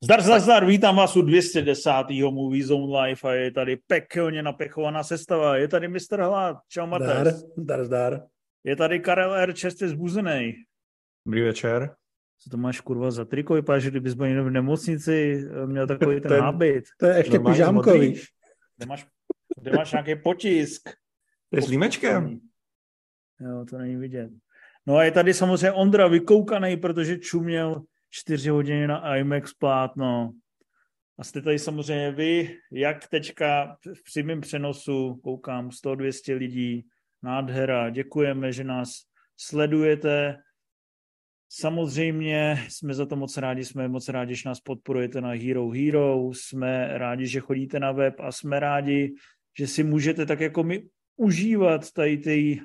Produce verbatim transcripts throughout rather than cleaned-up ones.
Zdar, zdar, zdar, vítám vás u dvě stě desátého Movie Zone Live a je tady pekelně napechovaná sestava. Je tady mister Hlad, čau Mates. Zdar, zdar, zdar. Je tady Karel R. čerstvě zbuzenej. Dobrý večer. Co to máš kurva za triko? Vypadá, že kdybys byl někdo v nemocnici, měl takový ten, ten hábit. To je ještě pyžámko, víš. Kde máš, kde máš nějaký potisk? To je s límečkem. Jo, to není vidět. No a je tady samozřejmě Ondra vykoukaný, protože čuměl čtyři hodiny na IMAX plátno. A jste tady samozřejmě vy, jak teďka v přímém přenosu, koukám, sto dvě stě lidí, nádhera, děkujeme, že nás sledujete. Samozřejmě jsme za to moc rádi, jsme moc rádi, že nás podporujete na Hero Hero, jsme rádi, že chodíte na web a jsme rádi, že si můžete tak jako my užívat tady ty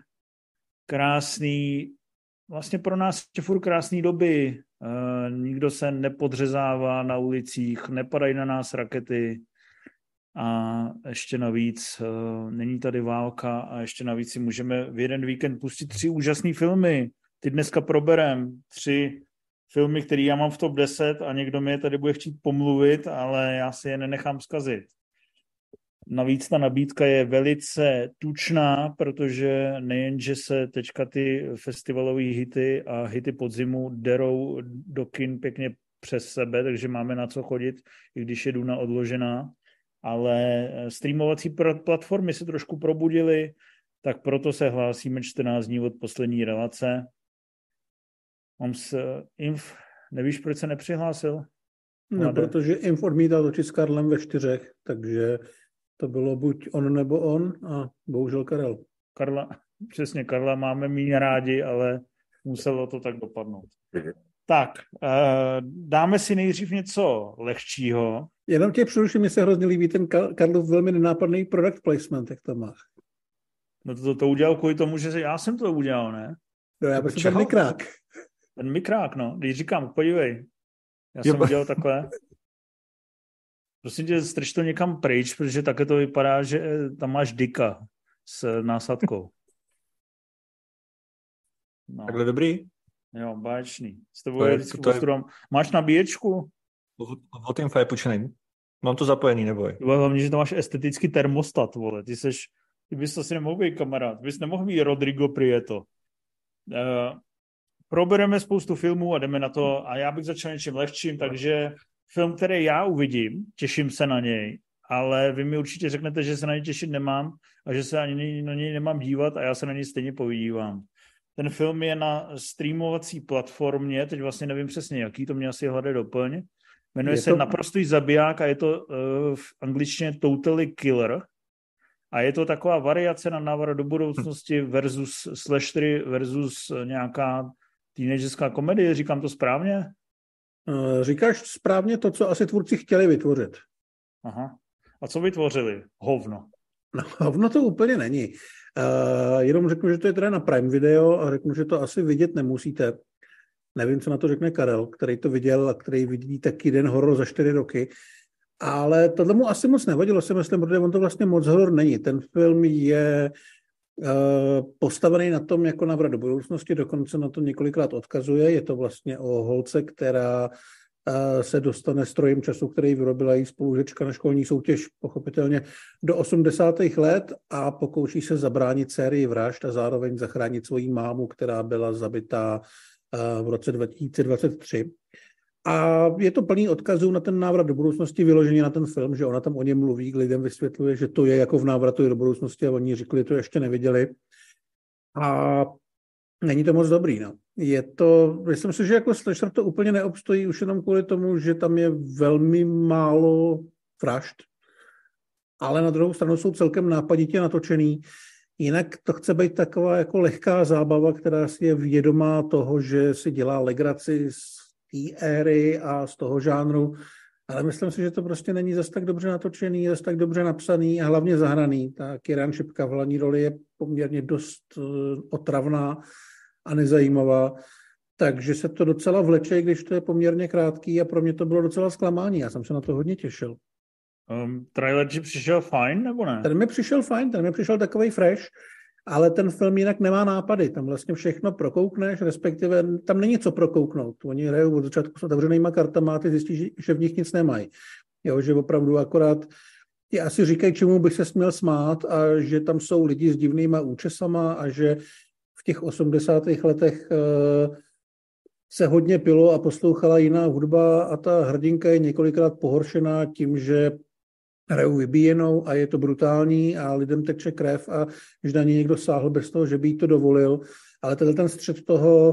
krásný, vlastně pro nás ještě furt krásný doby. Uh, nikdo se nepodřezává na ulicích, nepadají na nás rakety a ještě navíc uh, není tady válka a ještě navíc si můžeme v jeden víkend pustit tři úžasné filmy. Ty dneska proberem tři filmy, které já mám v top deset a někdo mi je tady bude chtít pomluvit, ale já si je nenechám zkazit. Navíc ta nabídka je velice tučná, protože nejenže se teďka ty festivalové hity a hity podzimu derou do kin pěkně přes sebe, takže máme na co chodit, i když je Duna odložená, ale streamovací platformy se trošku probudily, tak proto se hlásíme čtrnáct dní od poslední relace. Mám s Inf, nevíš, proč se nepřihlásil? No, Mladé. Protože Inf odmítal točit s Karlem ve čtyřech, takže to bylo buď on nebo on a bohužel Karel. Karla, přesně, Karla máme méně rádi, ale muselo to tak dopadnout. Tak, dáme si nejdřív něco lehčího. Jenom tě přeruším, mi se hrozně líbí ten Karlov velmi nenápadný product placement, jak to máš. No to, to, to udělal kvůli tomu, že já jsem to udělal, ne? No já bych ten mikrák. Ten mikrák, no. Když říkám, podívej, já jsem udělal takhle. Prosím tě, strč to někam pryč, protože také to vypadá, že tam máš dika s násadkou. No. Takhle dobrý? Jo, báječný. S tebou je vždycky postudám. Máš nabíječku? O tím je pučený. Mám to zapojený, neboj. Hlavně, že tam máš estetický termostat, vole. Ty seš, ty bys to si nemohl být kamarád. Ty bys nemohl být Rodrigo Prieto. Uh, probereme spoustu filmů a jdeme na to. A já bych začal něčím lehčím, takže film, který já uvidím, těším se na něj, ale vy mi určitě řeknete, že se na něj těšit nemám a že se ani na něj nemám dívat a já se na něj stejně podívám. Ten film je na streamovací platformě, teď vlastně nevím přesně jaký, to mě asi Hlade doplň. Jmenuje je se to... Naprostý zabiják a je to uh, v angličtině Totally Killer. A je to taková variace na návrat do budoucnosti versus slashery versus nějaká teenagerská komedie, říkám to správně? Říkáš správně to, co asi tvůrci chtěli vytvořit. Aha. A co vytvořili? Hovno. No, hovno to úplně není. Uh, jenom řeknu, že to je teda na Prime Video a řeknu, že to asi vidět nemusíte. Nevím, co na to řekne Karel, který to viděl a který vidí taky den horor za čtyři roky. Ale tohle mu asi moc nevadilo, si myslím, protože on to vlastně moc horor není. Ten film je uh, postavený na tom jako návrat do budoucnosti, dokonce na to několikrát odkazuje. Je to vlastně o holce, která uh, se dostane strojem času, který vyrobila její spolužečka na školní soutěž, pochopitelně do osmdesátých let a pokouší se zabránit sérii vražd a zároveň zachránit svoji mámu, která byla zabitá uh, v roce dva tisíce dvacet tři. A je to plný odkazů na ten návrat do budoucnosti, vyloženě na ten film, že ona tam o něm mluví, k lidem vysvětluje, že to je jako v návratu do budoucnosti a oni řekli, že to ještě neviděli. A není to moc dobrý, no. Je to, myslím si, že jako slasher to úplně neobstojí už jenom kvůli tomu, že tam je velmi málo vražd, ale na druhou stranu jsou celkem nápaditě natočený. Jinak to chce být taková jako lehká zábava, která si je vědomá toho, že si dělá legraci z té éry a z toho žánru, ale myslím si, že to prostě není zas tak dobře natočený, zas tak dobře napsaný a hlavně zahraný. Ta Kieran Shipka v hlavní roli je poměrně dost uh, otravná a nezajímavá, takže se to docela vleče, když to je poměrně krátký a pro mě to bylo docela zklamání. Já jsem se na to hodně těšil. Um, trailer ti přišel fajn, nebo ne? Ten mi přišel fajn, ten mi přišel takovej fresh ale ten film jinak nemá nápady. Tam vlastně všechno prokoukneš, respektive tam není co prokouknout. Oni hrajou od začátku s otevřenýma kartama a ty zjistíš, že v nich nic nemají. Jo, že opravdu akorát ti asi říkají, čemu bych se směl smát a že tam jsou lidi s divnýma účesama a že v těch osmdesátých letech uh, se hodně pilo a poslouchala jiná hudba a ta hrdinka je několikrát pohoršená tím, že hrajou vybíjenou a je to brutální a lidem teče krev a že na ně někdo sáhl bez toho, že by jí to dovolil. Ale tenhle ten střed toho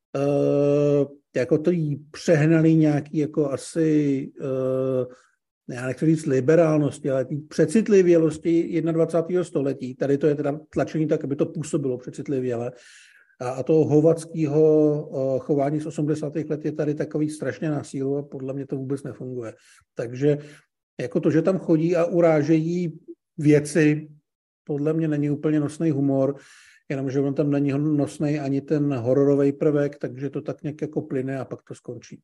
uh, jako to jí přehnaný nějaký jako asi uh, já nechci říct liberálnosti, ale přecitlivělosti dvacátého prvního století. Tady to je teda tlačení tak, aby to působilo přecitlivěle. A, a toho hovackého uh, chování z osmdesátých let je tady takový strašně na sílu a podle mě to vůbec nefunguje. Takže jako to, že tam chodí a urážejí věci, podle mě není úplně nosný humor, jenomže on tam není nosný ani ten hororový prvek, takže to tak nějak jako plyne a pak to skončí.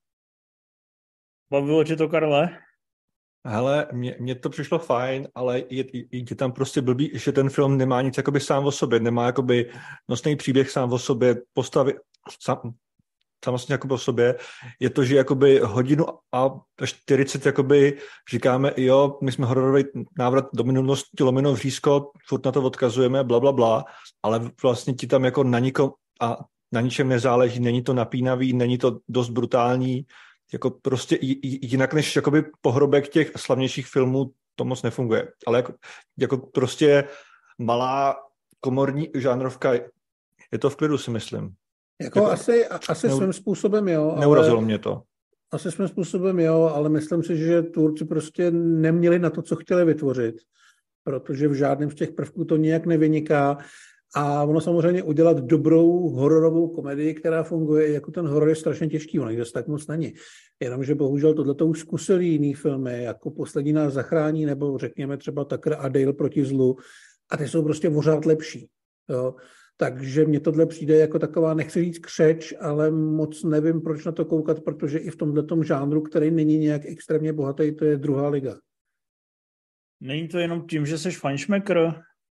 Bavilo tě to, Karle? Hele, mně, mně to přišlo fajn, ale je, je tam prostě blbý, že ten film nemá nic jakoby sám o sobě, nemá jakoby nosný příběh sám o sobě, postavy sám, sám vlastně jakoby o sobě. Je to, že jakoby hodinu a čtyřicet jakoby říkáme, jo, my jsme hororový návrat do minulosti, lomeno vřízko, furt na to odkazujeme, bla, bla, bla, ale vlastně ti tam jako na nikom a na ničem nezáleží, není to napínavý, není to dost brutální, jako prostě jinak než jakoby pohrobek těch slavnějších filmů to moc nefunguje. Ale jako, jako prostě malá komorní žánrovka, je to v klidu, si myslím. Jako, jako asi, asi neu, svým způsobem, jo. Neurazilo mě to. Asi svým způsobem, jo, ale myslím si, že tvůrci prostě neměli na to, co chtěli vytvořit, protože v žádném z těch prvků to nijak nevyniká. A ono samozřejmě udělat dobrou hororovou komedii, která funguje jako ten horor, je strašně těžký, ono jich tak moc není. Jenomže bohužel tohleto už zkusili jiný filmy, jako Poslední nás zachrání, nebo řekněme třeba Tucker a Dale proti zlu, a ty jsou prostě pořád lepší. Jo. Takže mně tohle přijde jako taková, nechci říct křeč, ale moc nevím, proč na to koukat, protože i v tomhletom žánru, který není nějak extrémně bohatý, to je druhá liga. Není to jenom tím, že jsi fajnšmekr?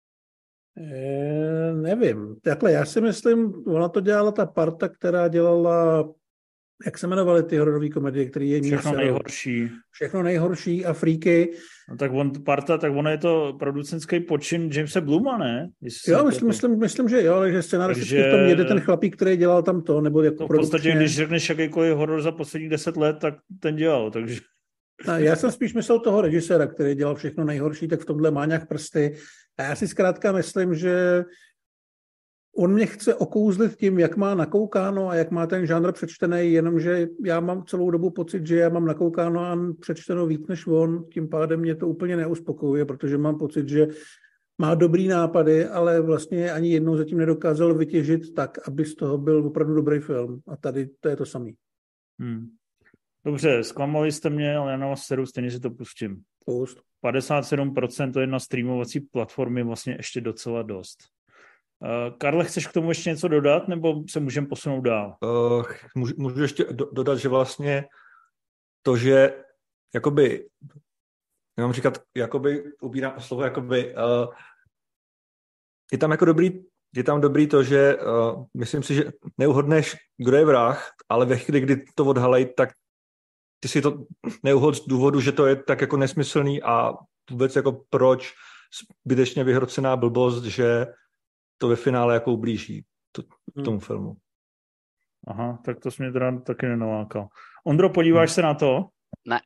E, nevím. Takhle, já si myslím, ona to dělala ta parta, která dělala, jak se jmenovaly ty hororové komedie, které je Všechno měsel, nejhorší. Všechno nejhorší a Freaky. No tak on, parta, tak ono je to producentský počin Jamesa Bluma, ne? Jestli jo, myslím, myslím, myslím, že jo, ale že scénaristicky v tom jede ten chlapík, který dělal tam to, nebo jako to v podstatě, když řekneš jakýkoliv horor za posledních deset let, tak ten dělal, takže... No, já jsem spíš myslel toho režiséra, který dělal Všechno nejhorší, tak v tomhle má nějak prsty. A já si zkrátka myslím, že on mě chce okouzlit tím, jak má nakoukáno a jak má ten žánr přečtený, jenomže já mám celou dobu pocit, že já mám nakoukáno a přečteno víc než on, tím pádem mě to úplně neuspokojuje, protože mám pocit, že má dobrý nápady, ale vlastně ani jednou zatím nedokázal vytěžit tak, aby z toho byl opravdu dobrý film. A tady to je to samý. Hmm. Dobře, zklamali jste mě, ale já na vás seru, stejně si to pustím. Pust. padesát sedm procent to je na streamovací platformy vlastně ještě docela dost. Uh, Karle, chceš k tomu ještě něco dodat, nebo se můžeme posunout dál? Uh, můžu, můžu ještě do, dodat, že vlastně to, že jakoby, nemám říkat, jakoby, ubírám slovo, jakoby, uh, je tam jako dobrý, je tam dobrý to, že uh, myslím si, že neuhodneš, kdo je vrah, ale ve chvíli, kdy to odhalej, tak ty si to neuhod z důvodu, že to je tak jako nesmyslný a vůbec jako proč zbytečně vyhrocená blbost, že to ve finále jako ublíží to, tomu hmm. filmu. Aha, tak to jsi mě teda taky nenalákal. Ondro, podíváš hmm. se na to? Ne.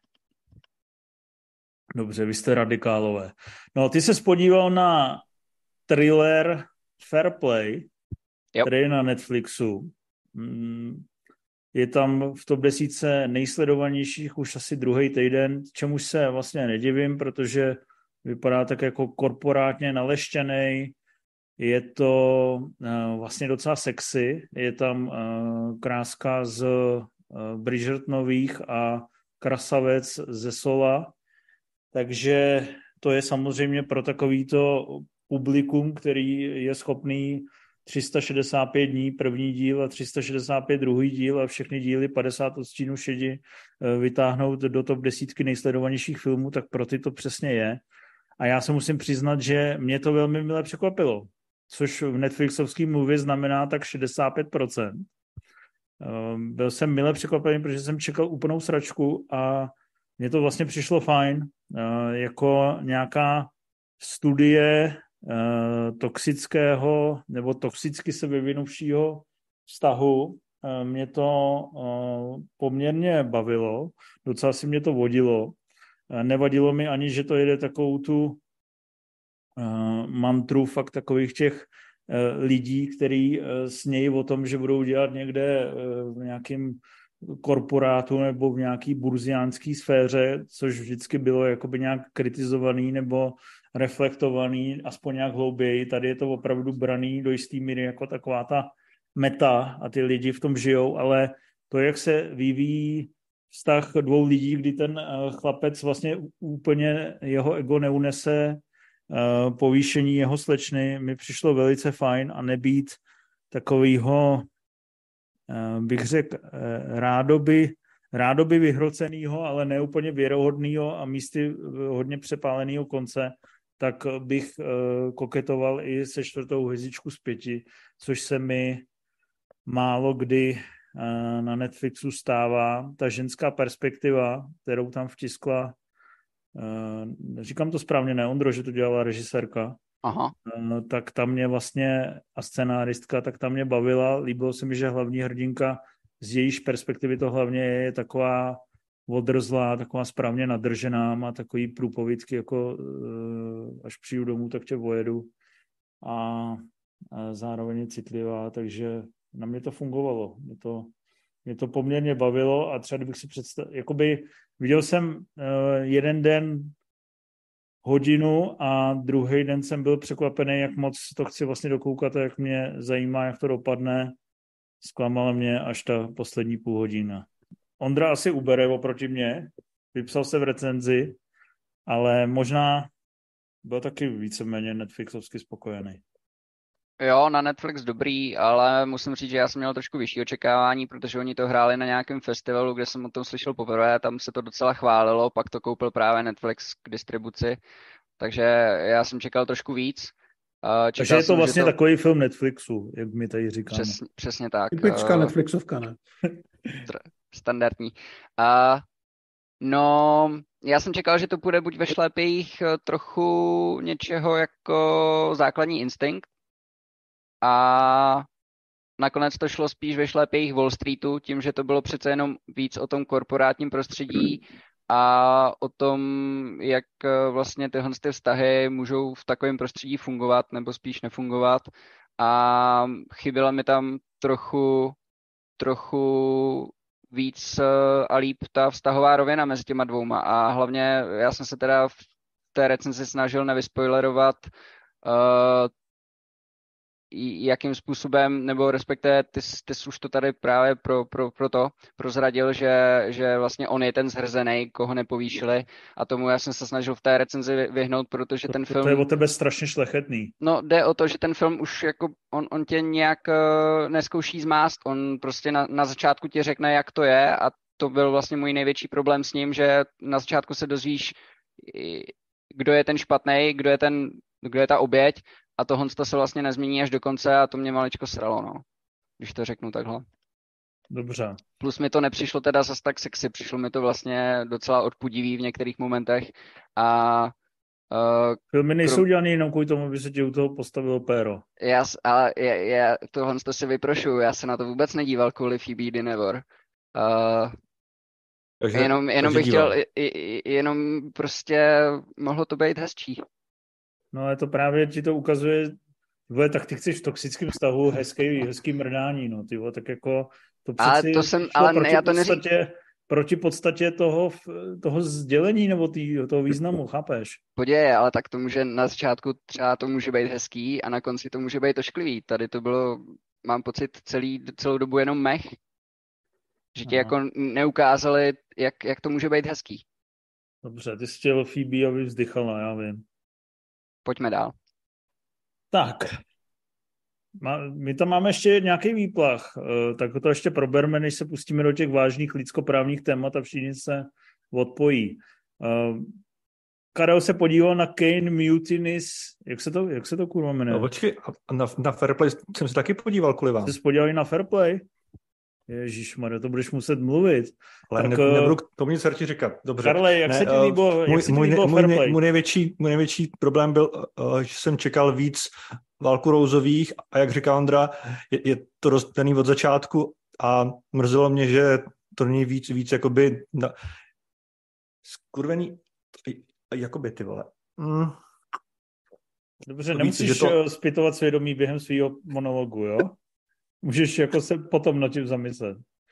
Dobře, vy jste radikálové. No, ty se podíval na thriller Fair Play, jo. který je na Netflixu. Je tam v top desítce nejsledovanějších už asi druhý týden, čemuž se vlastně nedivím, protože vypadá tak jako korporátně naleštěnej. Je to uh, vlastně docela sexy. Je tam uh, kráska z uh, Bridgertonových a krasavec ze Sola. Takže to je samozřejmě pro takovýto publikum, který je schopný tři sta šedesát pět dní první díl a tři sta šedesát pět druhý díl a všechny díly padesát odstínů šedi vytáhnout do top desítky nejsledovanějších filmů, tak pro ty to přesně je. A já se musím přiznat, že mě to velmi milé překvapilo. což v Netflixovský mluvě znamená tak šedesát pět procent. Byl jsem mile překvapený, protože jsem čekal úplnou sračku a mně to vlastně přišlo fajn, jako nějaká studie toxického nebo toxicky se vyvinuvšího vztahu. Mě to poměrně bavilo, docela si mě to vodilo. Nevadilo mi ani, že to jede takovou tu mantru fakt takových těch lidí, kteří snějí o tom, že budou dělat někde v nějakém korporátu nebo v nějaký burziánský sféře, což vždycky bylo jakoby nějak kritizovaný nebo reflektovaný, aspoň nějak hlouběji. Tady je to opravdu braný do jistý míry jako taková ta meta a ty lidi v tom žijou, ale to, jak se vyvíjí vztah dvou lidí, kdy ten chlapec vlastně úplně jeho ego neunese povýšení jeho slečny, mi přišlo velice fajn a nebýt takovýho, bych řekl, rádoby, rádoby vyhrocenýho, ale neúplně věrohodnýho a místy hodně přepálenýho konce, tak bych koketoval i se čtvrtou hvězdičku z pěti, což se mi málo kdy na Netflixu stává. Ta ženská perspektiva, kterou tam vtiskla, říkám to správně, ne, Ondro, že to dělala režisérka, Aha. tak tam mě vlastně, a scenáristka, tak tam mě bavila. Líbilo se mi, že hlavní hrdinka z jejíž perspektivy to hlavně je taková odrzlá, taková správně nadržená, má takový průpovídky, jako až přijdu domů, tak tě vojedu. A, a zároveň je citlivá, takže na mě to fungovalo. Mě to, mě to poměrně bavilo a třeba bych si představil, jakoby viděl jsem uh, jeden den hodinu a druhý den jsem byl překvapený, jak moc to chci vlastně dokoukat a jak mě zajímá, jak to dopadne. Zklamala mě až ta poslední půl hodina. Ondra asi ubere oproti mě, vypsal se v recenzi, ale možná byl taky víceméně Netflixovsky spokojený. Jo, na Netflix dobrý, ale musím říct, že já jsem měl trošku vyšší očekávání, protože oni to hráli na nějakém festivalu, kde jsem o tom slyšel poprvé, tam se to docela chválilo, pak to koupil právě Netflix k distribuci, takže já jsem čekal trošku víc. Čekal takže je to jsem, vlastně to... takový film Netflixu, jak my tady říkáme. Přes, přesně tak. Typická uh... Netflixovka, ne? Standardní. Uh, no, já jsem čekal, že to půjde buď ve šlépějích trochu něčeho jako Základní instinkt, a nakonec to šlo spíš ve šlépějích Wall Streetu, tím, že to bylo přece jenom víc o tom korporátním prostředí a o tom, jak vlastně tyhle ty vztahy můžou v takovém prostředí fungovat nebo spíš nefungovat. A chyběla mi tam trochu, trochu víc a líp ta vztahová rovina mezi těma dvouma. A hlavně já jsem se teda v té recenzi snažil nevyspoilerovat uh, jakým způsobem, nebo respektive ty, ty jsi už to tady právě pro, pro, pro to prozradil, že, že vlastně on je ten zhrzenej, koho nepovýšili a tomu já jsem se snažil v té recenzi vyhnout, protože ten to, film... To je o tebe strašně šlechetný. No, jde o to, že ten film už jako, on, on tě nějak uh, neskouší zmást, on prostě na, na začátku ti řekne, jak to je a to byl vlastně můj největší problém s ním, že na začátku se dozvíš, kdo je ten špatnej, kdo je ten, kdo je ta oběť, a tohle se vlastně nezmění až do konce a to mě maličko sralo, no. Když to řeknu takhle. Dobře. Plus mi to nepřišlo teda zas tak sexy, přišlo mi to vlastně docela odpudivý v některých momentech a... Uh, Filmy nejsou krom... dělaný jenom kvůli tomu, aby se ti u toho postavilo péro. Já, ale já, já tohle to si vyprošuju, já se na to vůbec nedíval kvůli Phoebe Dynevor. Uh, takže, jenom jenom bych chtěl, jenom prostě mohlo to být hezčí. No ale to právě ti to ukazuje, vole, tak ty chceš v toxickém vztahu hezký, hezký mrdání, no, ty vole, tak jako to přeci ale to jsem, ale proti, já to podstatě, neří... proti podstatě toho, toho sdělení nebo tý, toho významu, chápeš? Podívej, ale tak to může na začátku třeba to může být hezký a na konci to může být ošklivý. Tady to bylo, mám pocit, celý, celou dobu jenom mech. Že ti jako neukázali, jak, jak to může být hezký. Dobře, ty jsi chtěl Phoebe, aby vzdychala, já vím. Pojďme dál. Tak, my tam máme ještě nějaký výplach, tak to ještě proberme, než se pustíme do těch vážných lidskoprávních témat a všichni se odpojí. Karel se podíval na Kane Mutiny's, jak se to, jak se to kurva jmenuje? No, počkej, na, na Fairplay jsem se taky podíval kvůli vám. Jsi se podíval i na Fairplay? Ježišmarja, to budeš muset mluvit. Ale tak, ne, nebudu k tomu nic radši říkat. Dobře. Karle, jak ne, se ti líbilo, můj, jak se ti můj, líbilo můj, Fairplay? můj, největší, můj největší problém byl, uh, že jsem čekal víc Válku rouzových a jak říká Ondra, je, je to rozdaný od začátku a mrzelo mě, že to není víc, víc jakoby na, skurvený jakoby ty vole. Mm. Dobře, to nemusíš víc, to... zpytovat svědomí během svého monologu, jo? Můžeš jako se potom nad tím zamyslet.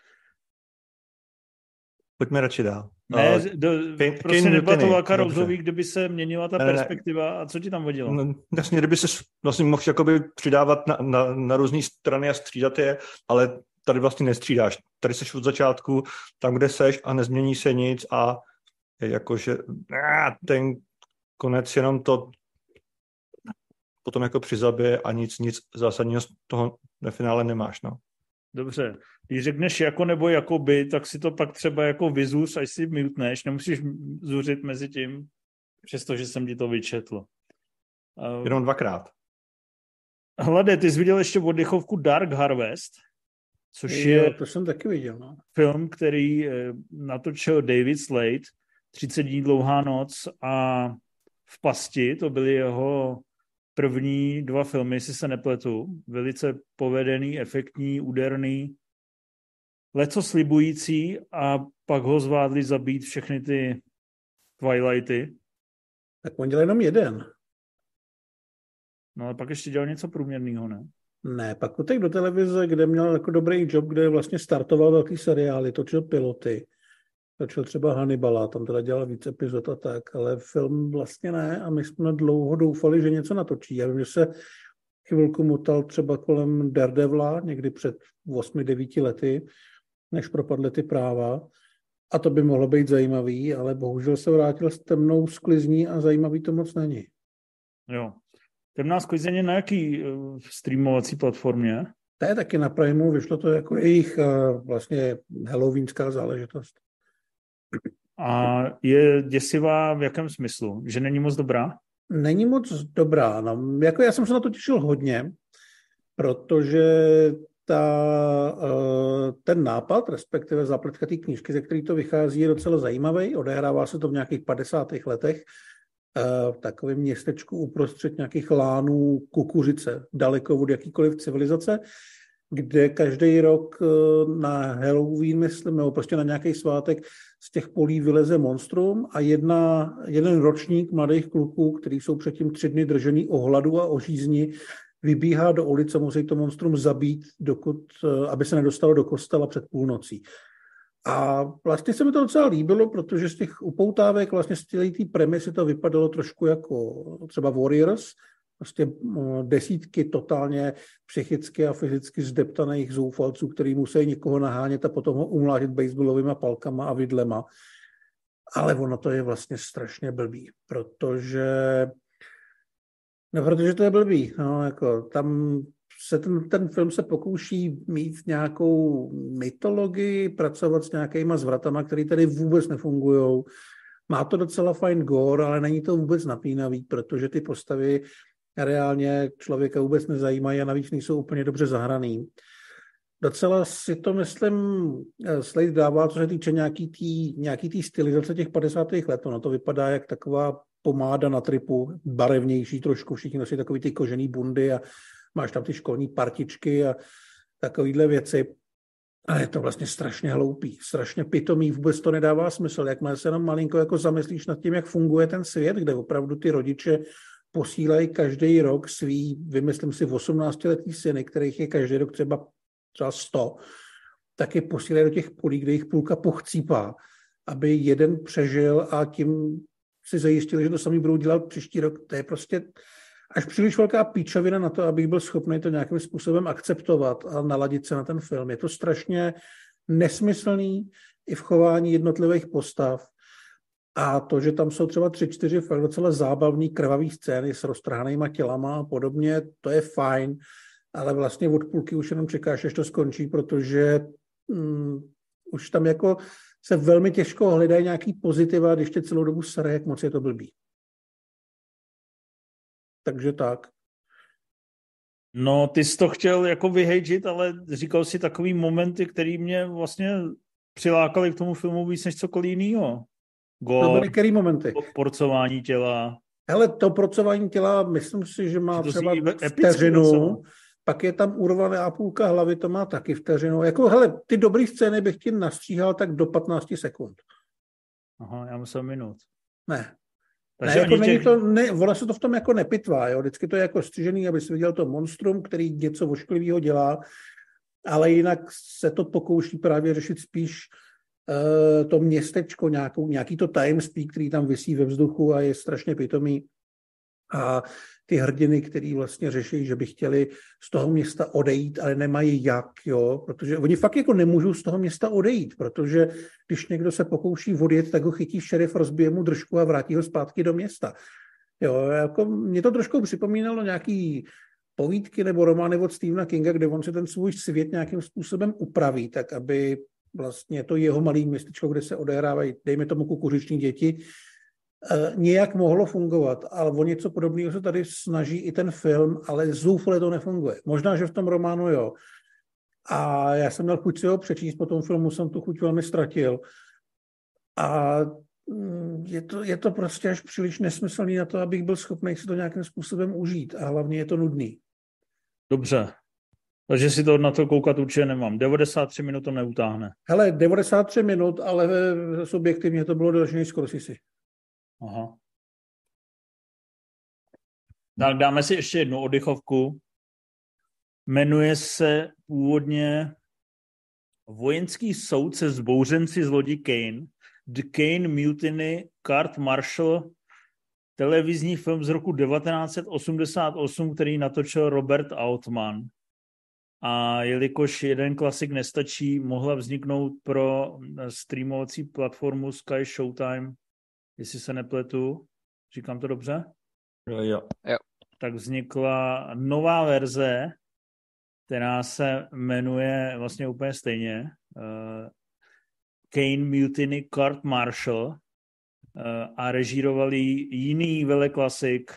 Pojďme radši dál. Ne, uh, do, Kane, prostě Kane nebyla to Válka dobře. rouzových, kdyby se měnila ta ne, ne, perspektiva a co ti tam vadilo? No, jasně, kdyby se vlastně mohl jakoby přidávat na, na, na různé strany a střídat je, ale tady vlastně nestřídáš. Tady seš od začátku tam, kde seš a nezmění se nic a je jakože ten konec jenom to potom jako přizabije a nic, nic zásadního z toho ve finále nemáš, no. Dobře, když řekneš jako nebo jakoby, tak si to pak třeba jako vyzuř, až si mutneš, nemusíš zuřit mezi tím, přestože jsem ti to vyčetl. Jenom dvakrát. Hlade, ty jsi viděl ještě oddechovku Dark Harvest, což jo, je to jsem taky viděl, no. film, který natočil David Slade, třicet dní dlouhá noc a V pasti, to byly jeho první dva filmy, jestli se nepletu, velice povedený, efektní, úderný, leco slibující a pak ho zvládli zabít všechny ty Twilighty. Tak on dělal jenom jeden. No ale pak ještě dělal něco průměrného, ne? Ne, pak utek do televize, kde měl jako dobrý job, kde vlastně startoval velký seriály, točil piloty, točil třeba Hannibala, tam teda dělal víc epizod a tak, ale film vlastně ne a my jsme dlouho doufali, že něco natočí. Já vím, že se chvilku motal třeba kolem Daredevila, někdy před osmi devíti lety, než propadly ty práva. A to by mohlo být zajímavý, ale bohužel se vrátil s temnou sklizní a zajímavý to moc není. Jo. Temná sklizeň na jaký uh, streamovací platformě? To je taky na Primeu, vyšlo to jako jejich uh, vlastně halloweenská záležitost. A je děsivá v jakém smyslu? Že není moc dobrá? Není moc dobrá. No, jako já jsem se na to těšil hodně, protože ta, ten nápad, respektive zápletka té knížky, ze který to vychází, je docela zajímavý. Odehrává se to v nějakých padesátých letech v takovém městečku uprostřed nějakých lánů kukuřice, daleko od jakýkoliv civilizace, kde každý rok na Halloween, myslím, nebo prostě na nějaký svátek z těch polí vyleze monstrum a jedna, jeden ročník mladých kluků, kteří jsou předtím tři dny držený o hladu a o žízni, vybíhá do ulice, musí to monstrum zabít, dokud, aby se nedostalo do kostela před půlnocí. A vlastně se mi to docela líbilo, protože z těch upoutávek, vlastně z té premisy to vypadalo trošku jako třeba Warriors, prostě desítky totálně psychicky a fyzicky zdeptaných zoufalců, který musí někoho nahánět a potom ho umlátit baseballovými palkama a vidlema. Ale ono to je vlastně strašně blbý, protože no, protože to je blbý. No, jako, tam se ten, ten film se pokouší mít nějakou mytologii, pracovat s nějakýma zvratama, které tady vůbec nefungujou. Má to docela fajn gore, ale není to vůbec napínavý, protože ty postavy reálně člověka vůbec nezajímají a navíc nejsou úplně dobře zahraný. Docela si to, myslím, Slade dává, co se týče nějaký tý, nějaký tý stylizace těch padesátých let. Ono to vypadá jak taková pomáda na tripu, barevnější trošku, všichni nosí takový ty kožený bundy a máš tam ty školní partičky a takovýhle věci. A je to vlastně strašně hloupý, strašně pitomý, vůbec to nedává smysl. Jakmile se jenom malinko jako zamyslíš nad tím, jak funguje ten svět, kde opravdu ty rodiče posílají každý rok svý, vymyslím si, osmnáctiletý syny, kterých je každý rok třeba, třeba sto, taky posílají do těch polí, kde jich půlka pochcípá, aby jeden přežil a tím si zajistili, že to sami budou dělat příští rok. To je prostě až příliš velká píčovina na to, abych byl schopný to nějakým způsobem akceptovat a naladit se na ten film. Je to strašně nesmyslný i v chování jednotlivých postav. A to, že tam jsou třeba tři, čtyři fakt docela zábavný krvavý scény s roztrhanýma tělama a podobně, to je fajn, ale vlastně od půlky už jenom čekáš, až to skončí, protože mm, už tam jako se velmi těžko hledají nějaký pozitiva, když tě celou dobu sere, jak moc je to blbý. takže tak. No, ty jsi to chtěl jako vyhejčit, ale říkal si takový momenty, který mě vlastně přilákaly k tomu filmu víc než cokoliv jinýho. To byly který momenty? Porcování těla. Hele, to porcování těla, myslím si, že má že třeba vteřinu, vteřinu, pak je tam urvaná půlka hlavy, to má taky vteřinu. Jako, hele, ty dobrý scény bych ti nastříhal tak do patnáct sekund. Aha, já musel minut. Ne. Takže ne, jako těch... není to, ne, ona se to v tom jako nepitvá, jo. Vždycky to je jako střižený, aby si viděl to monstrum, který něco ošklivého dělá, ale jinak se to pokouší právě řešit spíš uh, to městečko, nějakou, nějaký to tajemství, který tam visí ve vzduchu a je strašně pitomý. A ty hrdiny, který vlastně řeší, že by chtěli z toho města odejít, ale nemají jak, jo, protože oni fakt jako nemůžou z toho města odejít, protože když někdo se pokouší odjet, tak ho chytí šerif, rozbije mu držku a vrátí ho zpátky do města. Jo, jako mě to trošku připomínalo nějaký povídky nebo romány od Stephena Kinga, kde on si ten svůj svět nějakým způsobem upraví, tak aby vlastně to jeho malé městečko, kde se odehrávají, dejme tomu kukuřiční děti, nějak mohlo fungovat, ale o něco podobného se tady snaží i ten film, ale zoufale to nefunguje. Možná, že v tom románu jo. A já jsem měl chuť si ho přečíst, po tom filmu jsem tu chuť velmi ztratil. A je to, je to prostě až příliš nesmyslný na to, abych byl schopný si to nějakým způsobem užít. A hlavně je to nudný. Dobře. Takže si to na to koukat určitě nemám. devadesát tři minut to neutáhne. Hele, devadesát tři minut, ale subjektivně to bylo delší než Scorsese. Aha. Tak dáme si ještě jednu oddychovku. Jmenuje se původně Vojenský soudce zbouřenci z lodi Kane, The Kane Mutiny, Court Martial, televizní film z roku devatenáct set osmdesát osm, který natočil Robert Altman. A jelikož jeden klasik nestačí, mohla vzniknout pro streamovací platformu Sky Showtime, jestli se nepletu, říkám to dobře? Jo, jo. jo. Tak vznikla nová verze, která se jmenuje vlastně úplně stejně uh, Kane Mutiny Court Martial uh, a režírovali jiný veleklasik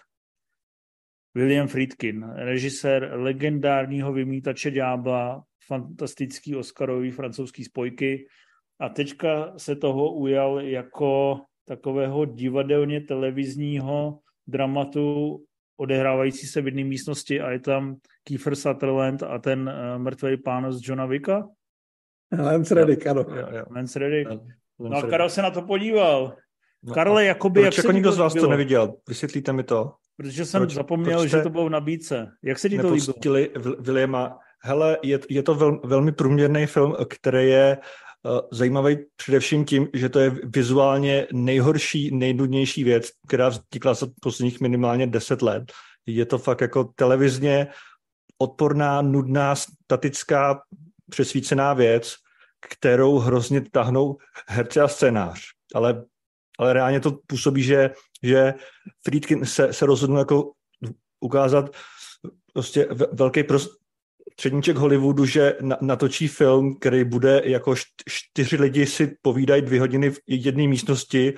William Friedkin, režisér legendárního Vymýtače ďábla, fantastický oscarový francouzský spojky a teďka se toho ujal jako takového divadelně televizního dramatu odehrávající se v jedné místnosti a je tam Kiefer Sutherland a ten uh, mrtvý pán z Johna Wicka. Lance Reddick, ano. Lance Reddick. No a Karel se na to podíval. No, Karle, jakoby... Proč jak jako nikdo z vás líbilo? to neviděl? Vysvětlíte mi to. Protože jsem proč, zapomněl, proč že to bylo v nabídce. Jak se ti to líbilo? Williama. Hele, je, je to vel, velmi průměrný film, který je uh, zajímavý především tím, že to je vizuálně nejhorší, nejnudnější věc, která vznikla za posledních minimálně deset let. Je to fakt jako televizně odporná, nudná, statická, přesvícená věc, kterou hrozně tahnou herci a scénář. Ale, ale reálně to působí, že, že Friedkin se, se rozhodl jako ukázat prostě velký prostředníček Hollywoodu, že na, natočí film, který bude jako čtyři lidi si povídají dvě hodiny v jedné místnosti,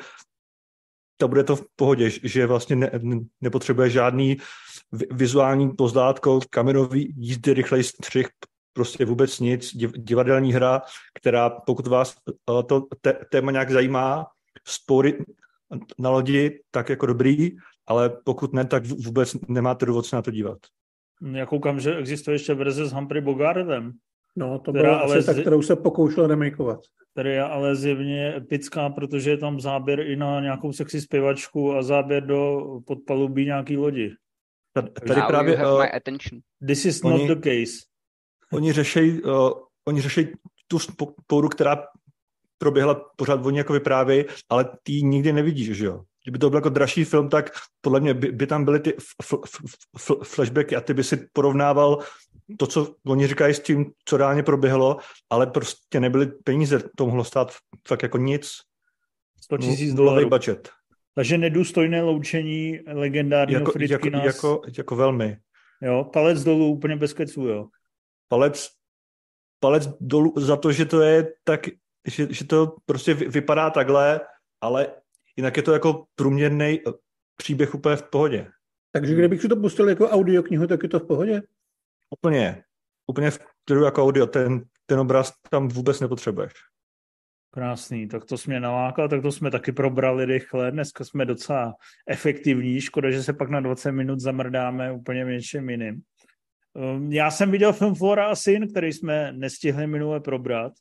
to bude to v pohodě, že vlastně ne, nepotřebuje žádný vizuální pozlátko, kamerový jízdy, rychlej střih, prostě vůbec nic, divadelní hra, která pokud vás to téma nějak zajímá, spory na lodi, tak jako dobrý, ale pokud ne, tak vůbec nemáte důvod se na to dívat. Já koukám, že existuje ještě verze s Humphrey Bogartem. No, to byla asi ta, kterou se pokoušel remakeovat. Která je ale zjevně epická, protože je tam záběr i na nějakou sexy zpěvačku a záběr do podpalubí nějaký lodi. Tady, tady právě... Uh, this is oni, not the case. Oni řešejí uh, oni řešejí tu spouru, která proběhla pořád, oni jako vyprávějí, ale ty nikdy nevidíš, že jo? Kdyby to byl jako dražší film, tak podle mě by, by tam byly ty f- f- f- flashbacky a ty by si porovnával to, co oni říkají s tím, co reálně proběhlo, ale prostě nebyly peníze, to mohlo stát fakt jako nic. sto tisíc dolarů. Budget. Takže nedůstojné loučení legendárního jako, Friedkina. Jako, jako, jako velmi. Jo, palec dolů úplně bez keců, jo. Palec, palec dolů za to, že to je tak, že, že to prostě vypadá takhle, ale jinak je to jako průměrný příběh úplně v pohodě. Takže kdybych si to pustil jako audioknihu, tak je to v pohodě? Úplně. Úplně v klidu jako audio. Ten, ten obraz tam vůbec nepotřebuješ. Krásný, tak to jsme nalákal, tak to jsme taky probrali rychle. Dneska jsme docela efektivní, škoda, že se pak na dvacet minut zamrdáme úplně v něčem jiným. Já jsem viděl film Flora a syn, který jsme nestihli minule probrat.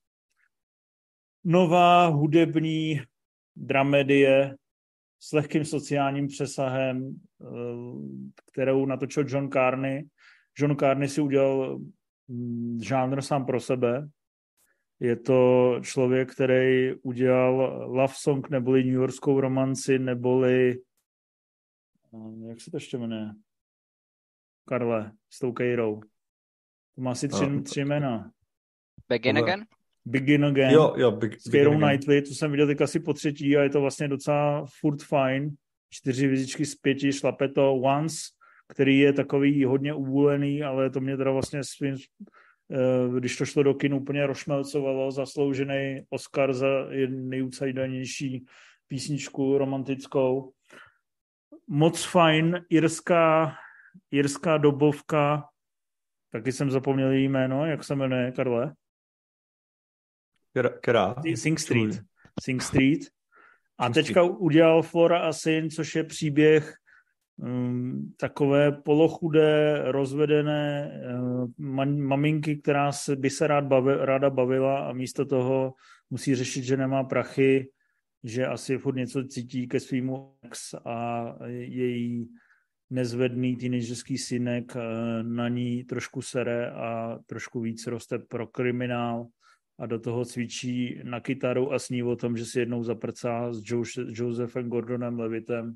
Nová hudební dramedie s lehkým sociálním přesahem, kterou natočil John Carney. John Carney si udělal žánr sám pro sebe. Je to člověk, který udělal Love Song, neboli New Yorkskou romanci, neboli jak se to ještě jmenuje? Karle, s tou Keirou. To má asi tři, no, tři jména. Begin Again? Begin Again. Jo, jo, big, s Keirou Knightley, to jsem viděl teď asi po třetí a je to vlastně docela furt fajn. Čtyři vizičky z pěti, šlape to. Once, který je takový hodně uvolený, ale to mě teda vlastně svým, když to šlo do kin, úplně rozšmelcovalo. Zasloužený Oscar za nejucajdanější písničku romantickou. Moc fajn, irská Jirská dobovka, taky jsem zapomněl její jméno, jak se jmenuje, Karle? Která? Sing Street. Sing Street. A teďka udělal Flora a syn, což je příběh um, takové polochudé, rozvedené um, maminky, která se, by se rád bavi, ráda bavila a místo toho musí řešit, že nemá prachy, že asi furt něco cítí ke svýmu ex a její nezvedný teenagerský synek na ní trošku sere a trošku víc roste pro kriminál a do toho cvičí na kytaru a sní o tom, že si jednou zaprcá s Josephem Gordonem Levitem.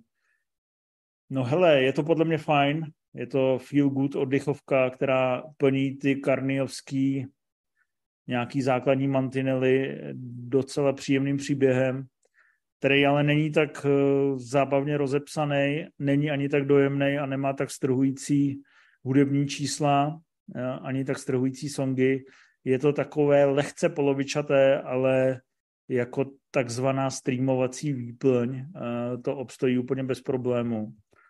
No hele, je to podle mě fajn, je to feel good oddychovka, která plní ty karniovský nějaký základní mantinely docela příjemným příběhem, který ale není tak zábavně rozepsaný, není ani tak dojemný a nemá tak strhující hudební čísla, ani tak strhující songy. Je to takové lehce polovičaté, ale jako takzvaná streamovací výplň to obstojí úplně bez problému.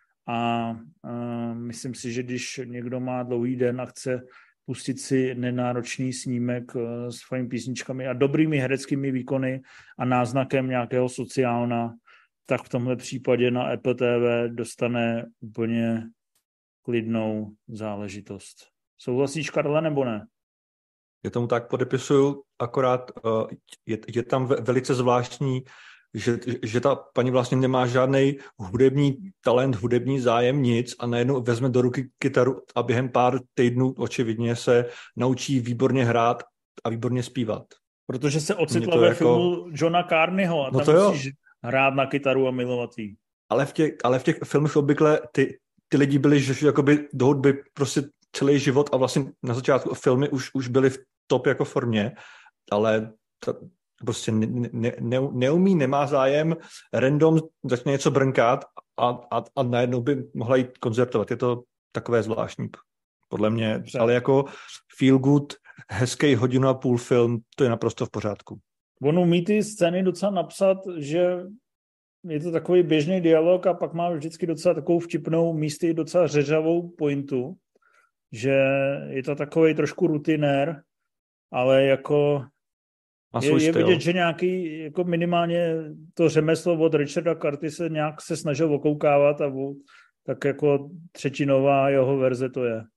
A myslím si, že když někdo má dlouhý den a chce pustit si nenáročný snímek s fajn písničkami a dobrými hereckými výkony a náznakem nějakého sociálna, tak v tomhle případě na Apple T V dostane úplně klidnou záležitost. Souhlasíš, Karle, nebo ne? Je tomu tak, podepisuju, akorát je, je tam velice zvláštní, že, že ta paní vlastně nemá žádný hudební talent, hudební zájem, nic a najednou vezme do ruky kytaru a během pár týdnů očividně se naučí výborně hrát a výborně zpívat. Protože se ocitla ve jako... filmu Johna Carneyho a no tam musíš jo. hrát na kytaru a milovat jí. Ale v těch, ale v těch filmech obvykle ty, ty lidi byli že jakoby do hudby prostě celý život a vlastně na začátku filmy už, už byli v top jako formě, ale ta, prostě ne, ne, ne, neumí, nemá zájem, random začne něco brnkat a, a, a najednou by mohla jít koncertovat. Je to takové zvláštní, podle mě, Před. ale jako feel good, hezký hodinu a půl film, to je naprosto v pořádku. On umí ty scény docela napsat, že je to takový běžný dialog a pak má vždycky docela takovou vtipnou, místy docela řeřavou pointu, že je to takový trošku rutinér, ale jako je, je vidět, že nějaký jako minimálně to řemeslo od Richarda Curtise nějak se snažil okoukávat a o, tak jako třetinová jeho verze to je.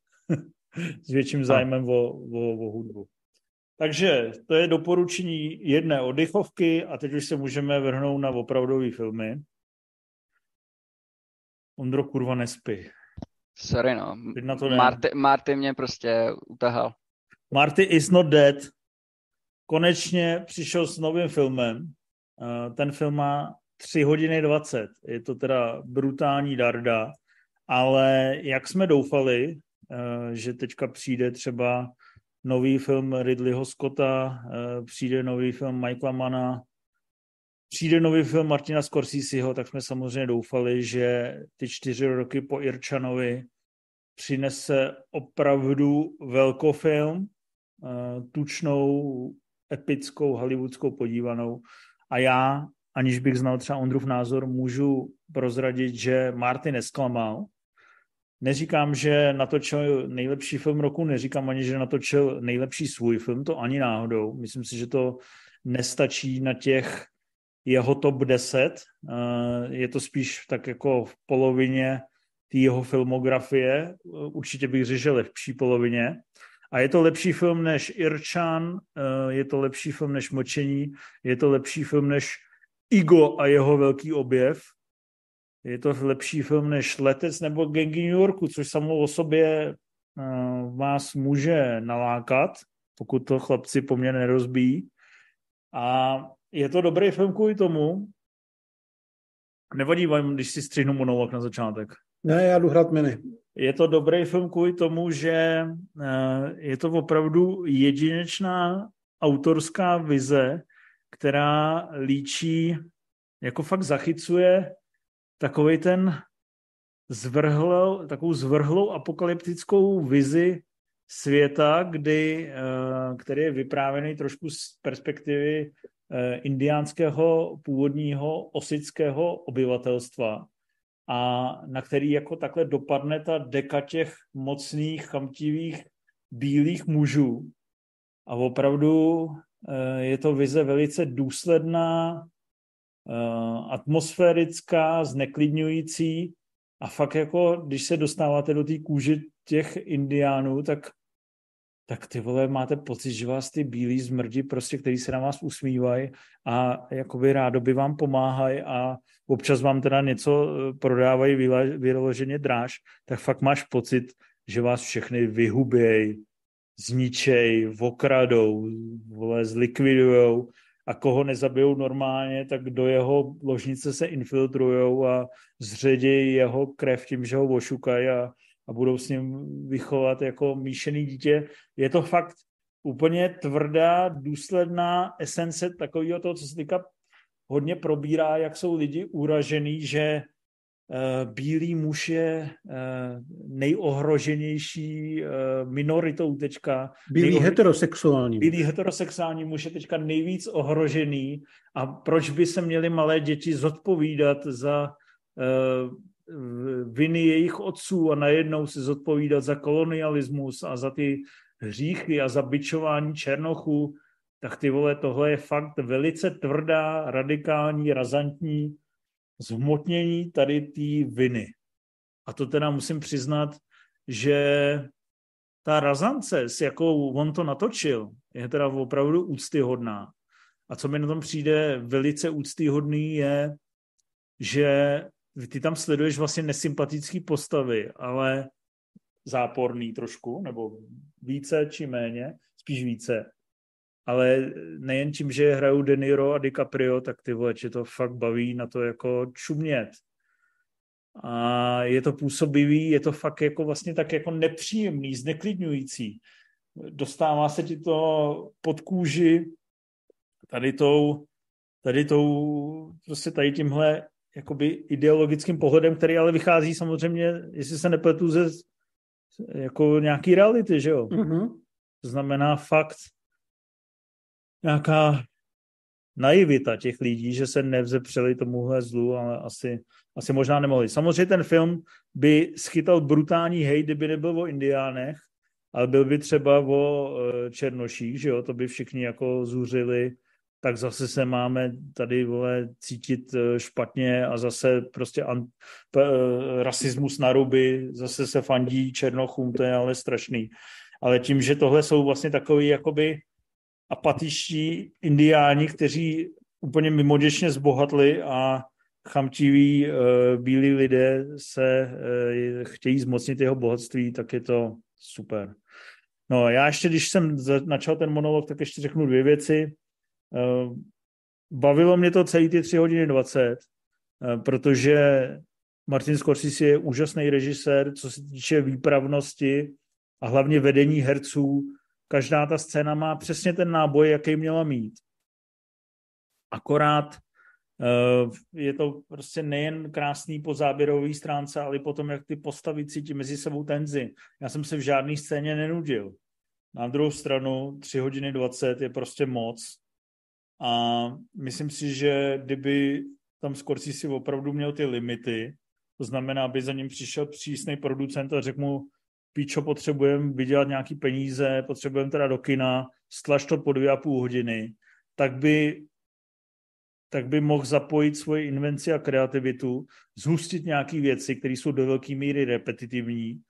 S větším zájmem o, o, o hudbu. Takže to je doporučení jedné oddychovky a teď už se můžeme vrhnout na opravdový filmy. Ondro, kurva, nespí. Sorry, no. Na to Marty, Marty mě prostě utahal. Marty is not dead. Konečně přišel s novým filmem. Ten film má tři hodiny dvacet. Je to teda brutální darda, ale jak jsme doufali, že teďka přijde třeba nový film Ridleyho Scotta, přijde nový film Michaela Manna, přijde nový film Martina Scorseseho, tak jsme samozřejmě doufali, že ty čtyři roky po Irčanovi přinese opravdu velkofilm, tučnou, epickou, hollywoodskou podívanou. A já, aniž bych znal třeba Ondrův názor, můžu prozradit, že Marty nesklamal. Neříkám, že natočil nejlepší film roku, neříkám ani, že natočil nejlepší svůj film, to ani náhodou. Myslím si, že to nestačí na těch jeho top deset. Je to spíš tak jako v polovině té jeho filmografie. Určitě bych řekl, že lepší polovině. A je to lepší film než Irčan, je to lepší film než Mlčení, je to lepší film než Igo a jeho velký objev. Je to lepší film než Letec nebo Gangy New Yorku, což samo o sobě uh, vás může nalákat, pokud to chlapci po mně nerozbíjí. A je to dobrý film kvůli tomu. Nevadí vám, když si střihnu monolog na začátek. Ne, já jdu hrát mini. Je to dobrý film kvůli tomu, že uh, je to opravdu jedinečná autorská vize, která líčí, jako fakt zachycuje takovej ten zvrhlou, takovou zvrhlou apokalyptickou vizi světa, kdy, který je vyprávěný trošku z perspektivy indiánského původního osického obyvatelstva a na který jako takhle dopadne ta deka těch mocných, chamtivých, bílých mužů. A opravdu je to vize velice důsledná, atmosférická, zneklidňující a fakt jako, když se dostáváte do té kůže těch indiánů, tak, tak ty vole, máte pocit, že vás ty bílí zmrdi, prostě, který se na vás usmívají a jakoby rádoby vám pomáhají a občas vám teda něco prodávají vyloženě dráž, tak fakt máš pocit, že vás všechny vyhubějí, zničej, okradou, vole, zlikvidujou a koho nezabijou normálně, tak do jeho ložnice se infiltrujou a zředějí jeho krev tím, že ho ošukají a, a budou s ním vychovat jako míšený dítě. Je to fakt úplně tvrdá, důsledná esence takového toho, co se týká hodně probírá, jak jsou lidi uražený, že uh, bílý muž je uh, nejohroženější uh, minoritou teďka. Bílý nejohro... heterosexuální. Bílý heterosexuální muž je teďka nejvíc ohrožený a proč by se měly malé děti zodpovídat za uh, viny jejich otců a najednou se zodpovídat za kolonialismus a za ty hříchy a za bičování černochů, tak ty vole, tohle je fakt velice tvrdá, radikální, razantní zhmotnění tady té viny. A to teda musím přiznat, že ta razance, s jakou on to natočil, je teda opravdu úctyhodná. A co mi na tom přijde velice úctyhodný je, že ty tam sleduješ vlastně nesympatické postavy, ale záporný trošku, nebo více či méně, spíš více. Ale nejen tím, že hrajou De Niro a DiCaprio, tak ty vole, že to fakt baví na to jako čumět. A je to působivý, je to fakt jako vlastně tak jako nepříjemný, zneklidňující. Dostává se ti to pod kůži tady tou, tady tou, prostě tady tímhle jakoby ideologickým pohledem, který ale vychází samozřejmě, jestli se nepletu, ze jako nějaký reality, že jo? Mm-hmm. To znamená fakt nějaká naivita těch lidí, že se nevzepřeli tomuhle zlu, ale asi, asi možná nemohli. Samozřejmě ten film by schytal brutální hejt, kdyby nebyl o indiánech, ale byl by třeba o černoších, že jo, to by všichni jako zuřili, tak zase se máme tady, vole, cítit špatně a zase prostě an, p, rasismus na ruby, zase se fandí černochům, to je ale strašný. Ale tím, že tohle jsou vlastně takový jakoby apatičtí indiáni, kteří úplně mimoděčně zbohatli a chamtiví e, bílí lidé se e, chtějí zmocnit jeho bohatství, tak je to super. No já ještě, když jsem začal ten monolog, tak ještě řeknu dvě věci. E, bavilo mě to celý ty tři hodiny dvacet, e, protože Martin Scorsese je úžasný režisér, co se týče výpravnosti a hlavně vedení herců. Každá ta scéna má přesně ten náboj, jaký měla mít. Akorát je to prostě nejen krásný po záběrové stránce, ale potom, jak ty postavy cítí mezi sebou tenzi. Já jsem se v žádné scéně nenudil. Na druhou stranu tři hodiny dvacet je prostě moc. A myslím si, že kdyby tam Scorsese opravdu měl ty limity, To znamená, aby za ním přišel přísný producent a řekl mu, píčo, potřebujeme vydělat nějaký peníze, potřebujeme teda do kina, stlač to po dvě a půl hodiny, tak by, tak by mohl zapojit svoji invenci a kreativitu, zhustit nějaké věci, které jsou do velké míry repetitivní,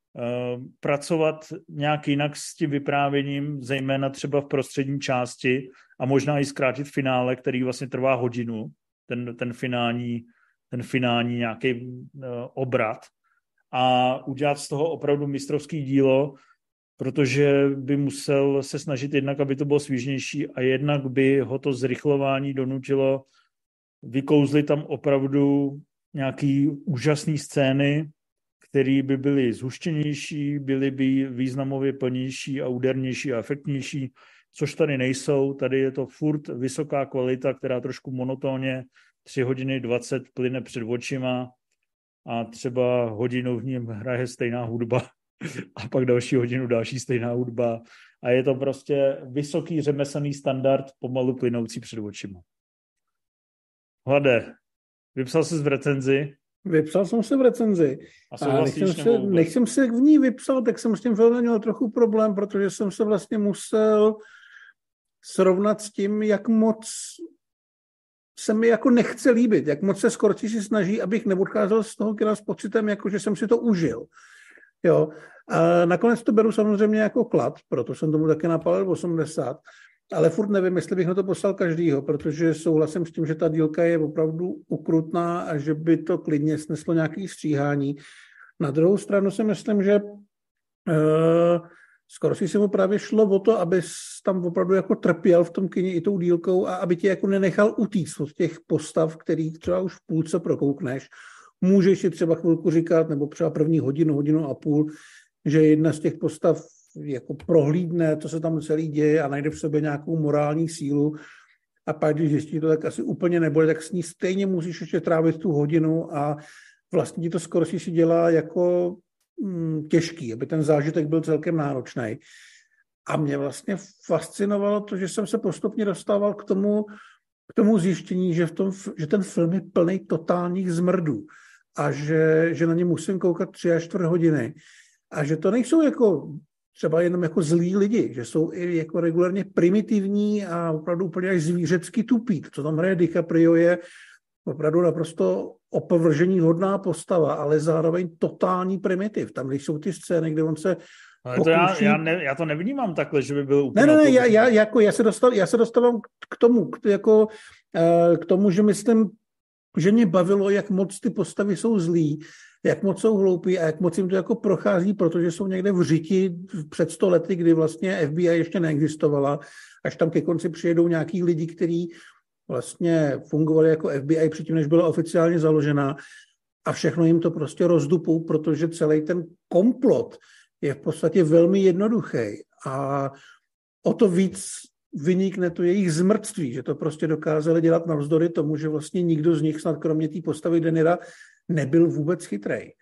pracovat nějak jinak s tím vyprávěním, zejména třeba v prostřední části a možná i zkrátit finále, který vlastně trvá hodinu, ten, ten finální, ten finální nějaký uh, obrat a udělat z toho opravdu mistrovský dílo, protože by musel se snažit jednak, aby to bylo svížnější a jednak by ho to zrychlování donutilo vykouzlit tam opravdu nějaký úžasný scény, které by byly zhuštěnější, byly by významově plnější a údernější a efektnější, což tady nejsou. Tady je to furt vysoká kvalita, která trošku monotónně tři hodiny dvacet plyne před očima a třeba hodinu v něm hraje stejná hudba a pak další hodinu další stejná hudba. A je to prostě vysoký řemeslný standard pomalu plynoucí před očima. Hlade, vypsal jsi v recenzi? Vypsal jsem se v recenzi. A, a než, jsem se, než jsem se v ní vypsal, tak jsem s tím filmem měl trochu problém, protože jsem se vlastně musel srovnat s tím, jak moc se mi jako nechce líbit, jak moc se Scorsese snaží, abych neodcházel z toho kina s pocitem, jako že jsem si to užil. Jo. A nakonec to beru samozřejmě jako klad, proto jsem tomu taky napálil osmdesát, ale furt nevím, jestli bych na to poslal každýho, protože souhlasím s tím, že ta dílka je opravdu ukrutná a že by to klidně sneslo nějaké stříhání. Na druhou stranu si myslím, že uh, skoro si mu právě šlo o to, aby tam opravdu jako trpěl v tom kyně i tou dílkou a aby tě jako nenechal utíct od těch postav, který třeba už v půlce prokoukneš. Můžeš si třeba chvilku říkat, nebo třeba první hodinu, hodinu a půl, že jedna z těch postav jako prohlídne, co se tam celý děje a najde v sobě nějakou morální sílu a pak, když zjistí to, tak asi úplně nebude, tak s ní stejně musíš ještě trávit tu hodinu a vlastně ti to skoro si dělá jako mm, těžký, aby ten zážitek byl celkem náročný. A mě vlastně fascinovalo to, že jsem se postupně dostával k tomu, k tomu zjištění, že, v tom, že ten film je plný totálních zmrdů a že, že na ně musím koukat tři až čtvrt hodiny a že to nejsou jako třeba jenom jako zlí lidi, že jsou i jako regulárně primitivní a opravdu úplně až zvířecky tupí. Co tam hraje DiCaprio je opravdu naprosto oprovržení hodná postava, ale zároveň totální primitiv. Tam, když jsou ty scény, kde on se ale to já, já, ne, já to nevnímám takhle, že by byl úplně... Ne, ne, ne, já, já, jako, já, se dostal, já se dostávám k tomu, k, jako, k tomu, že myslím, že mě bavilo, jak moc ty postavy jsou zlí, jak moc jsou hloupí a jak moc jim to jako prochází, protože jsou někde v řiti před sto lety, kdy vlastně F B I ještě neexistovala, až tam ke konci přijedou nějaký lidi, kteří vlastně fungovali jako F B I předtím, než byla oficiálně založena a všechno jim to prostě rozdupou, protože celý ten komplot je v podstatě velmi jednoduchý a o to víc vynikne to jejich zmrtství, že to prostě dokázali dělat navzdory tomu, že vlastně nikdo z nich snad kromě té postavy Denira nebyl vůbec chytrej.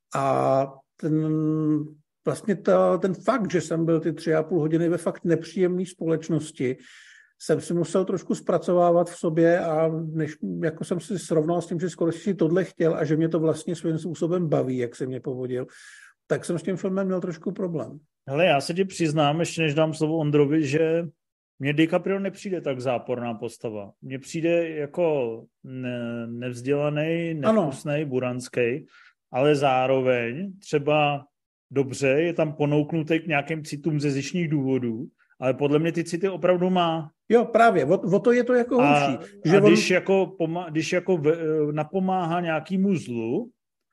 A ten, vlastně ta, ten fakt, že jsem byl ty tři a půl hodiny ve fakt nepříjemné společnosti, jsem si musel trošku zpracovávat v sobě a než jako jsem si srovnal s tím, že skoro si tohle chtěl a že mě to vlastně svým způsobem baví, jak se mě povodil, tak jsem s tím filmem měl trošku problém. Hele, já se ti přiznám, ještě než dám slovo Ondrovi, že mně DiCaprio nepřijde tak záporná postava. Mně přijde jako ne, nevzdělaný, nevkusnej, buranský, ale zároveň třeba dobře je tam ponouknutý k nějakým citům ze zištních důvodů, ale podle mě ty city opravdu má. Jo, právě, o, o to je to jako horší. A, a když, on... jako pomá, když jako v, napomáhá nějakýmu zlu,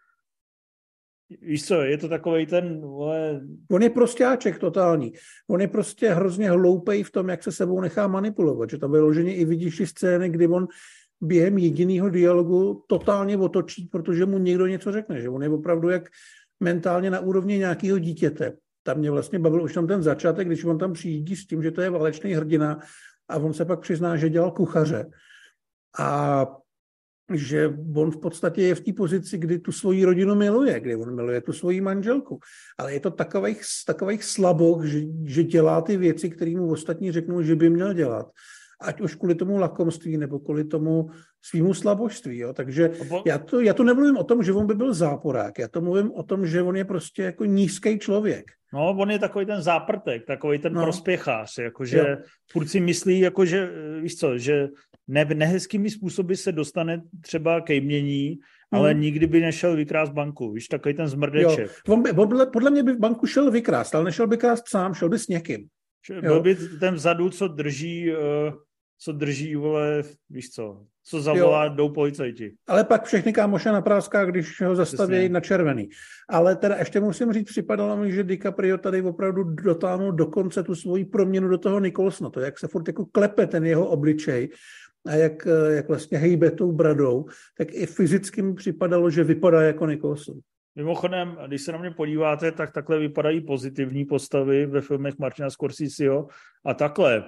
víš co, je to takovej ten... Vole... On je prostáček totální. On je prostě hrozně hloupej v tom, jak se sebou nechá manipulovat. Že tam vyloženě i vidíš ty scény, kdy on během jediného dialogu totálně otočí, protože mu někdo něco řekne. Že on je opravdu jak mentálně na úrovni nějakého dítěte. Tam mě vlastně bavil už tam ten začátek, když on tam přijíždí s tím, že to je válečný hrdina a on se pak přizná, že dělal kuchaře. A že on v podstatě je v té pozici, kdy tu svoji rodinu miluje, kdy on miluje tu svoji manželku. Ale je to takových, takových slaboch, že, že dělá ty věci, které mu ostatní řeknou, že by měl dělat. ať už kvůli tomu lakomství, nebo kvůli tomu svýmu slabožství. Jo. Takže já to, já to nemluvím o tom, že on by byl záporák, já to mluvím o tom, že on je prostě jako nízký člověk. No, on je takový ten záprtek, takový ten no. prospěchář, jakože jo. furt si myslí, jakože, víš co, že ne, nehezkými způsoby se dostane třeba ke jmění, hmm. ale nikdy by nešel vykrást banku, víš, takový ten zmrdeček. Jo. On by, on, podle mě by v banku šel vykrást, ale nešel by krást sám, šel by s někým. Byl by ten vzadu, co drží, co drží, vole, víš co, co zavolá, jo. jdou policajti. Ale pak všechny kámoše na práskách, když ho zastaví Přesně. na červený. Ale teda ještě musím říct, připadalo mi, že DiCaprio tady opravdu dotáhnul do konce tu svoji proměnu do toho Nicholsona. To, jak se furt jako klepe ten jeho obličej a jak, jak vlastně hejbe tou bradou, tak i fyzicky mi připadalo, že vypadá jako Nicholson. Mimochodem, když se na mě podíváte, tak takhle vypadají pozitivní postavy ve filmech Martina Scorseseho a takhle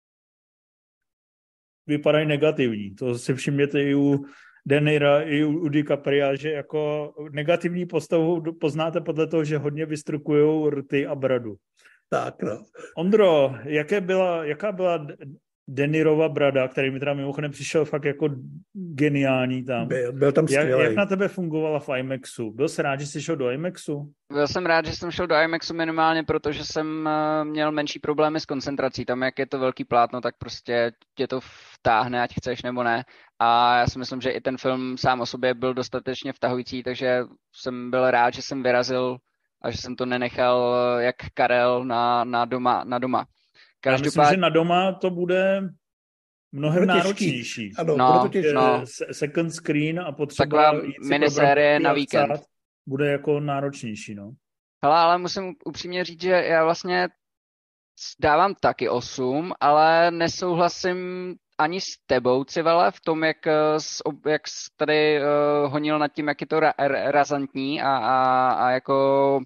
vypadají negativní. To si všimněte i u Denira, i u DiCapria, že jako negativní postavu poznáte podle toho, že hodně vystrukujou rty a bradu. Tak, no. Ondro, jaké byla, jaká byla Denirova brada, který mi teda mimochodem přišel fakt jako geniální tam. Byl, byl tam skvělý. Jak, jak na tebe fungovala v IMAXu? Byl jsi rád, že jsi šel do IMAXu? Byl jsem rád, že jsem šel do IMAXu minimálně, protože jsem měl menší problémy s koncentrací. Tam, jak je to velký plátno, tak prostě tě to vtáhne, ať chceš nebo ne. A já si myslím, že i ten film sám o sobě byl dostatečně vtahující, takže jsem byl rád, že jsem vyrazil a že jsem to nenechal jak Karel na, na, doma, na doma. Já myslím, že na doma to bude mnohem bude náročnější. Ano, no, bude to těžší. No. Second screen a potřeba taková minisérie na víkend. Bude jako náročnější, no. Hele, ale musím upřímně říct, že já vlastně dávám taky osm, ale nesouhlasím ani s tebou, Civele, v tom, jak, jak tady uh, honil nad tím, jak je to ra- razantní a, a, a jako...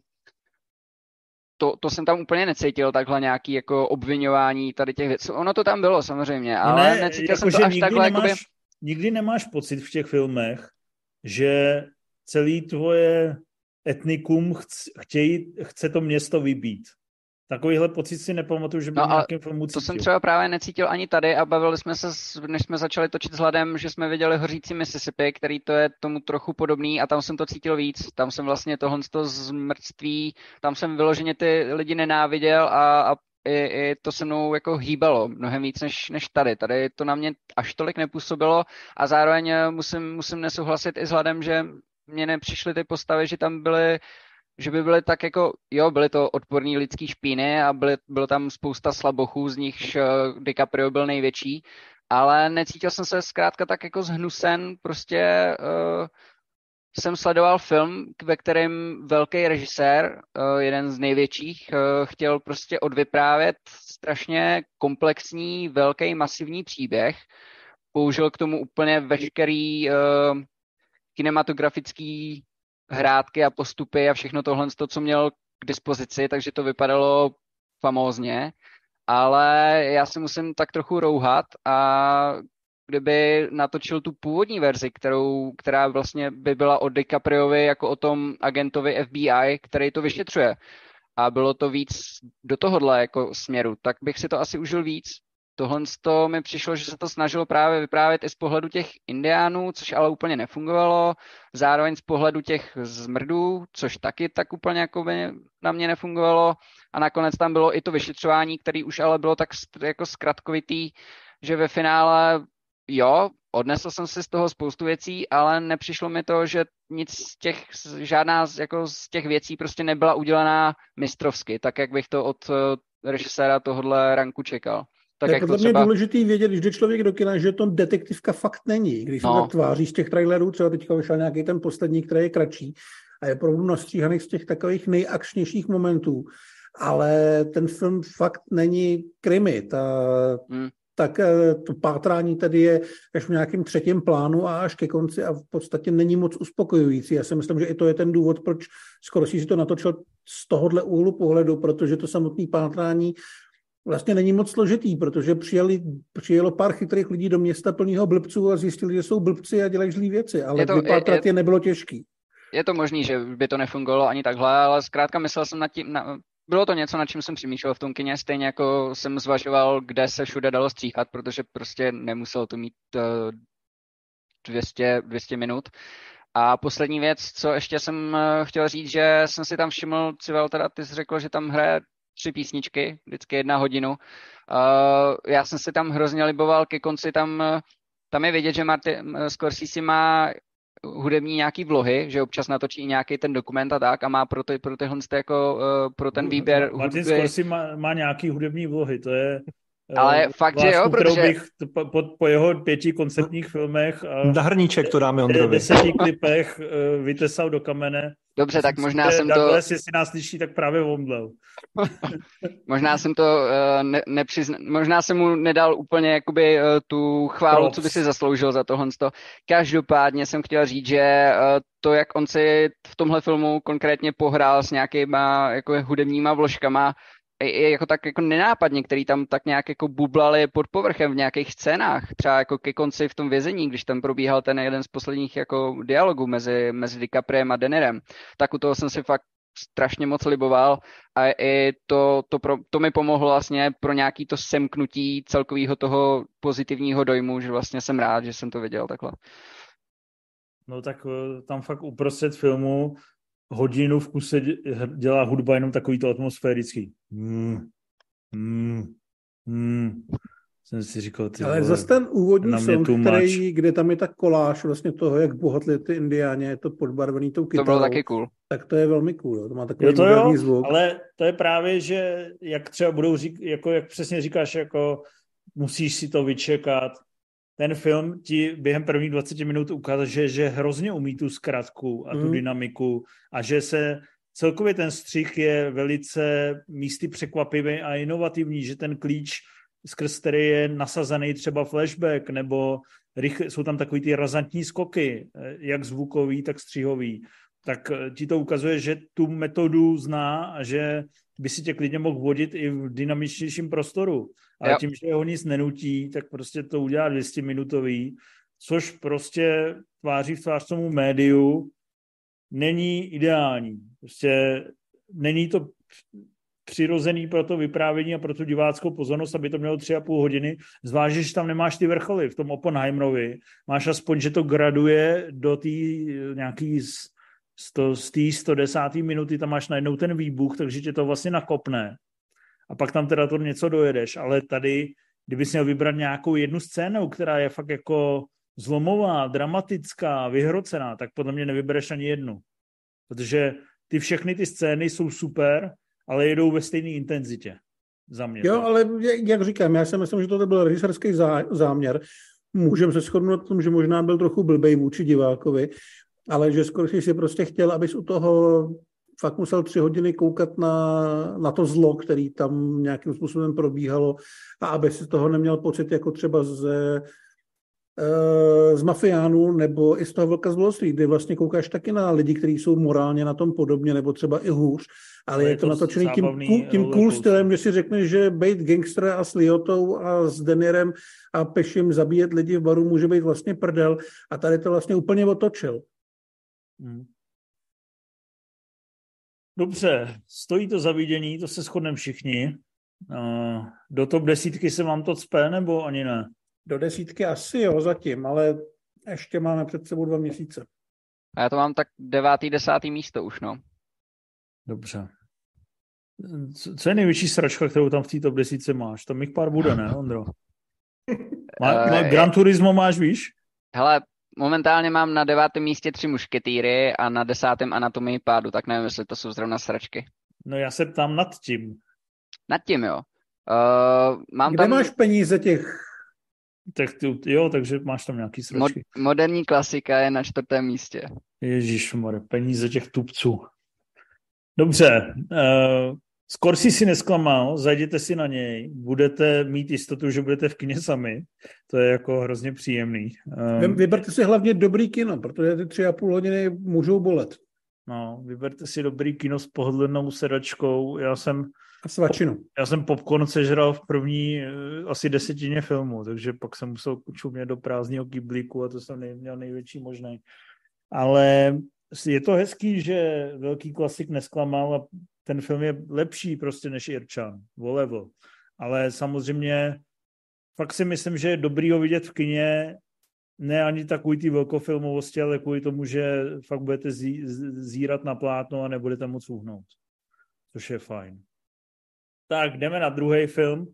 To, to jsem tam úplně necítil, takhle nějaký jako obviňování tady těch věcí. Ono to tam bylo samozřejmě, ale ne, necítil jsem to až takhle. Nemáš, jakoby... Nikdy nemáš pocit v těch filmech, že celý tvoje etnikum chce, chtějí, chce to město vybít. Takovýhle pocit si nepamatuju, že by no, v nějakém filmu cítil. To jsem třeba právě necítil ani tady a bavili jsme se, než jsme začali točit s Hladem, že jsme viděli Hořící Mississippi, který to je tomu trochu podobný a tam jsem to cítil víc. Tam jsem vlastně tohle zmrtství, tam jsem vyloženě ty lidi nenáviděl a, a i, i to se mnou jako hýbalo mnohem víc než, než tady. Tady to na mě až tolik nepůsobilo a zároveň musím, musím nesouhlasit i s Hladem, že mně nepřišly ty postavy, že tam byly že by byly tak jako, jo, byly to odporný lidský špíny a byly, bylo tam spousta slabochů, z nichž uh, DiCaprio byl největší, ale necítil jsem se zkrátka tak jako zhnusen, prostě uh, jsem sledoval film, ve kterém velký režisér, uh, jeden z největších, uh, chtěl prostě odvyprávět strašně komplexní, velký, masivní příběh, použil k tomu úplně veškerý uh, kinematografický hrátky a postupy a všechno tohle, co měl k dispozici, takže to vypadalo famózně, ale já si musím tak trochu rouhat a kdyby natočil tu původní verzi, kterou, která vlastně by byla o DiCapriovi jako o tom agentovi F B I, který to vyšetřuje a bylo to víc do tohohle jako směru, tak bych si to asi užil víc. Tohle to mi přišlo, že se to snažilo právě vyprávět i z pohledu těch indiánů, což ale úplně nefungovalo. Zároveň z pohledu těch zmrdů, což taky tak úplně jako by na mě nefungovalo. A nakonec tam bylo i to vyšetřování, který už ale bylo tak jako zkratkovitý, že ve finále, jo, odnesl jsem si z toho spoustu věcí, ale nepřišlo mi to, že nic z těch, žádná z, jako z těch věcí prostě nebyla udělaná mistrovsky, tak jak bych to od režiséra tohohle ranku čekal. Tak je podle mě třeba... důležitý vědět, když jde člověk do kina, že to detektivka fakt není. Když no. se tak tváří z těch trailerů, třeba teďka vyšel nějaký ten poslední, který je kratší a je opravdu nastříhaný z těch takových nejakčnějších momentů. Ale ten film fakt není krimi. Ta, hmm. Tak to pátrání tady je až v nějakém třetím plánu a až ke konci a v podstatě není moc uspokojující. Já si myslím, že i to je ten důvod, proč skoro si to natočil z tohohle úhlu pohledu, protože to samotné pátrání vlastně není moc složitý, protože přijeli, přijelo pár chytrých lidí do města plného blbců a zjistili, že jsou blbci a dělají zlý věci, ale to, vypátrat je, je, je nebylo těžký. Je to možný, že by to nefungovalo ani takhle, ale zkrátka myslel jsem nad tím, na, bylo to něco, na čem jsem přemýšlel v tom kině, stejně jako jsem zvažoval, kde se všude dalo stříhat, protože prostě nemuselo to mít uh, dvě stě, dvě stě minut. A poslední věc, co ještě jsem uh, chtěl říct, že jsem si tam všiml, Civel, teda ty jsi řekl, že tam hraje tři písničky, vždycky jedna hodinu. Uh, já jsem si tam hrozně liboval, ke konci tam, tam je vidět, že Martin Scorsese má hudební nějaký vlohy, že občas natočí nějaký ten dokument a tak a má pro, ty, pro tyhle jako uh, pro ten výběr Martin hudby. Scorsese má, má nějaký hudební vlohy, to je ale uh, fakt, že jo, protože... bych po, po, po jeho pěti koncertních filmech a na hrníček to dáme Ondrovi. deseti klipech uh, vytesal do kamene. Dobře, tak možná Myslím, jsem to... Douglas, jestli nás slyší, tak právě omdlel. možná jsem to uh, ne, nepřizna... možná jsem mu nedal úplně jakoby uh, tu chválu, Props. Co by si zasloužil za tohle. Každopádně jsem chtěl říct, že uh, to, jak on si v tomhle filmu konkrétně pohrál s nějakýma jako hudebníma vložkama, je jako tak jako nenápadně, který tam tak nějak jako bublali pod povrchem v nějakých scénách, třeba jako ke konci v tom vězení, když tam probíhal ten jeden z posledních jako dialogů mezi, mezi DiCapriem a De Nirem, tak u toho jsem si fakt strašně moc liboval a i to, to, pro, to mi pomohlo vlastně pro nějaký to semknutí celkového toho pozitivního dojmu, že vlastně jsem rád, že jsem to viděl takhle. No tak tam fakt uprostřed filmu hodinu v kuse dělá hudba jenom takový to atmosférický. Hmm. Hmm. Hmm. Jsem si říkal, ty ale vole, zase ten úvodní song, který, much. kde tam je ta koláž vlastně toho, jak bohatli ty indiáni, je to podbarvený tou kytarou. To bylo taky cool. Tak to je velmi cool, jo. To má takový jo, to jo, zvuk. Ale to je právě, že jak třeba budou říkat, jako jak přesně říkáš, jako musíš si to vyčekat. Ten film ti během prvních dvaceti minut ukáže, že hrozně umí tu zkratku a tu mm. dynamiku a že se celkově ten střih je velice místy překvapivý a inovativní, že ten klíč, skrz který je nasazený třeba flashback, nebo rychle, jsou tam takový ty razantní skoky, jak zvukový, tak střihový, tak ti to ukazuje, že tu metodu zná a že by si tě klidně mohl vodit i v dynamičnějším prostoru. Ale tím, že ho nic nenutí, tak prostě to udělá dvě stě minutový, což prostě tváří v tvář tomu médiu není ideální. Prostě není to přirozený pro to vyprávění a pro tu diváckou pozornost, aby to mělo tři a půl hodiny. Zvlášť, že tam nemáš ty vrcholy v tom Oppenheimerovi. Máš aspoň, že to graduje do té nějaký z té sto desáté minuty, tam máš najednou ten výbuch, takže tě to vlastně nakopne. A pak tam teda to něco dojedeš, ale tady, kdybys měl vybrat nějakou jednu scénu, která je fakt jako zlomová, dramatická, vyhrocená, tak podle mě nevybereš ani jednu. Protože ty všechny ty scény jsou super, ale jedou ve stejné intenzitě. Za mě. Jo, tak. ale jak říkám, já si myslím, že to byl režisérský záměr. Můžeme se shodnout na tom, že možná byl trochu blbej vůči divákovi, ale že skoro si prostě chtěl, abys u toho fakt musel tři hodiny koukat na, na to zlo, který tam nějakým způsobem probíhalo a aby si z toho neměl pocit jako třeba z, z mafiánů nebo i z toho Vlka z Wall Street, kdy vlastně koukáš taky na lidi, kteří jsou morálně na tom podobně nebo třeba i hůř, ale je, je to, to natočený tím, tím cool stylem, že si řekneš, že bejt gangster a s Liotou a s De Nirem a Pešim zabíjet lidi v baru může být vlastně prdel a tady to vlastně úplně otočil. Hmm. Dobře, stojí to za vidění, to se shodneme všichni. Do top desítky se vám to cpe, nebo ani ne? Do desítky asi jo zatím, ale ještě máme před sebou dva měsíce. A já to mám tak devátý, desátý místo už, no. Dobře. Co je největší sračka, kterou tam v té top desítce máš? Tam jich pár bude, ne, Ondro? Má, uh, Gran Turismo máš, víš? Hele, momentálně mám na devátém místě Tři mušketýry a na desátém Anatomii pádu, tak nevím, jestli to jsou zrovna sračky. No já se ptám nad tím. Nad tím, jo. Uh, mám Kde tam... máš peníze těch? Tak ty, jo, takže máš tam nějaký sračky. Mod, moderní klasika je na čtvrtém místě. Ježišmar, peníze těch tupců. Dobře, uh, Scorsese si nesklamal, zajděte si na něj, budete mít jistotu, že budete v kině sami, to je jako hrozně příjemný. Um, Vyberte si hlavně dobrý kino, protože ty tři a půl hodiny můžou bolet. No, vyberte si dobrý kino s pohodlnou sedačkou, já jsem a svačinu. Já jsem popcorn sežral v první uh, asi desetině filmu, takže pak jsem musel čumět do prázdného kyblíku a to jsem nej, měl největší možný. Ale je to hezký, že velký klasik nesklamal a ten film je lepší prostě než Irčan, o level. Ale samozřejmě fakt si myslím, že je dobrý ho vidět v kině, ne ani takový ty velkofilmovosti, ale kvůli tomu, že fakt budete zí, zírat na plátno a nebudete moc uhnout. Což je fajn. Tak, jdeme na druhý film.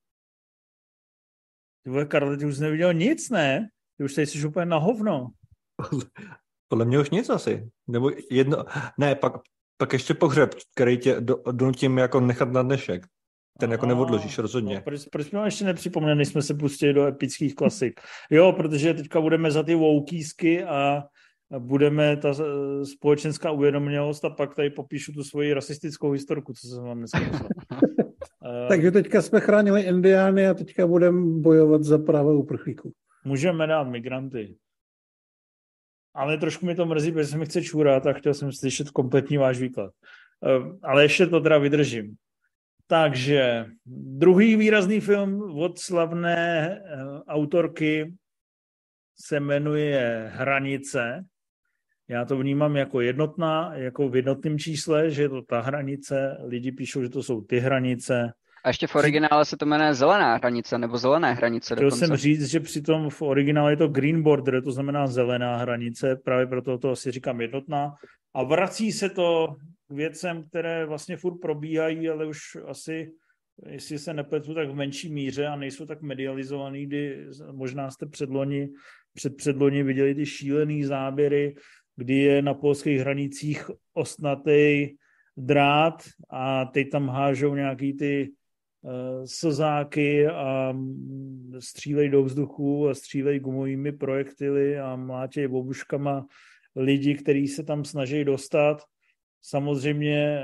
Ty vole, Karle, ty už jsi neviděl nic, ne? Ty už tady jsi úplně na hovno. Podle mě už nic asi. Nebo jedno, ne, pak, pak ještě Pohřeb, který tě do, donutím jako nechat na dnešek. Ten jako neodložíš rozhodně. No, proč, proč mi ještě nepřipomněli, než jsme se pustili do epických klasik? Jo, protože teďka budeme za ty woukísky a budeme ta společenská uvědomělost a pak tady popíšu tu svoji rasistickou historku, co jsem vám dneska myslel. Takže teďka jsme chránili indiány a teďka budeme bojovat za práva uprchlíků. Můžeme dát migranty. Ale trošku mi to mrzí, protože se mi chce čůrat a chtěl jsem slyšet kompletní váš výklad. Ale ještě to teda vydržím. Takže druhý výrazný film od slavné autorky se jmenuje Hranice. Já to vnímám jako jednotná, jako v jednotném čísle, že je to ta hranice, lidi píšou, že to jsou ty hranice. A ještě v originále se to jmenuje Zelená hranice, nebo Zelené hranice Chtěl dokonce. jsem říct, že přitom v originále je to Green Border, to znamená zelená hranice, právě proto to asi říkám jednotná. A vrací se to k věcem, které vlastně furt probíhají, ale už asi, jestli se nepletu, tak v menší míře a nejsou tak medializovaný, kdy možná jste předloni, před předloni viděli ty šílený záběry, kdy je na polských hranicích ostnatý drát a teď tam hážou nějaký ty slzáky a střílej do vzduchu a střílej gumovými projektily a mlátěj obuškama lidi, kteří se tam snaží dostat. Samozřejmě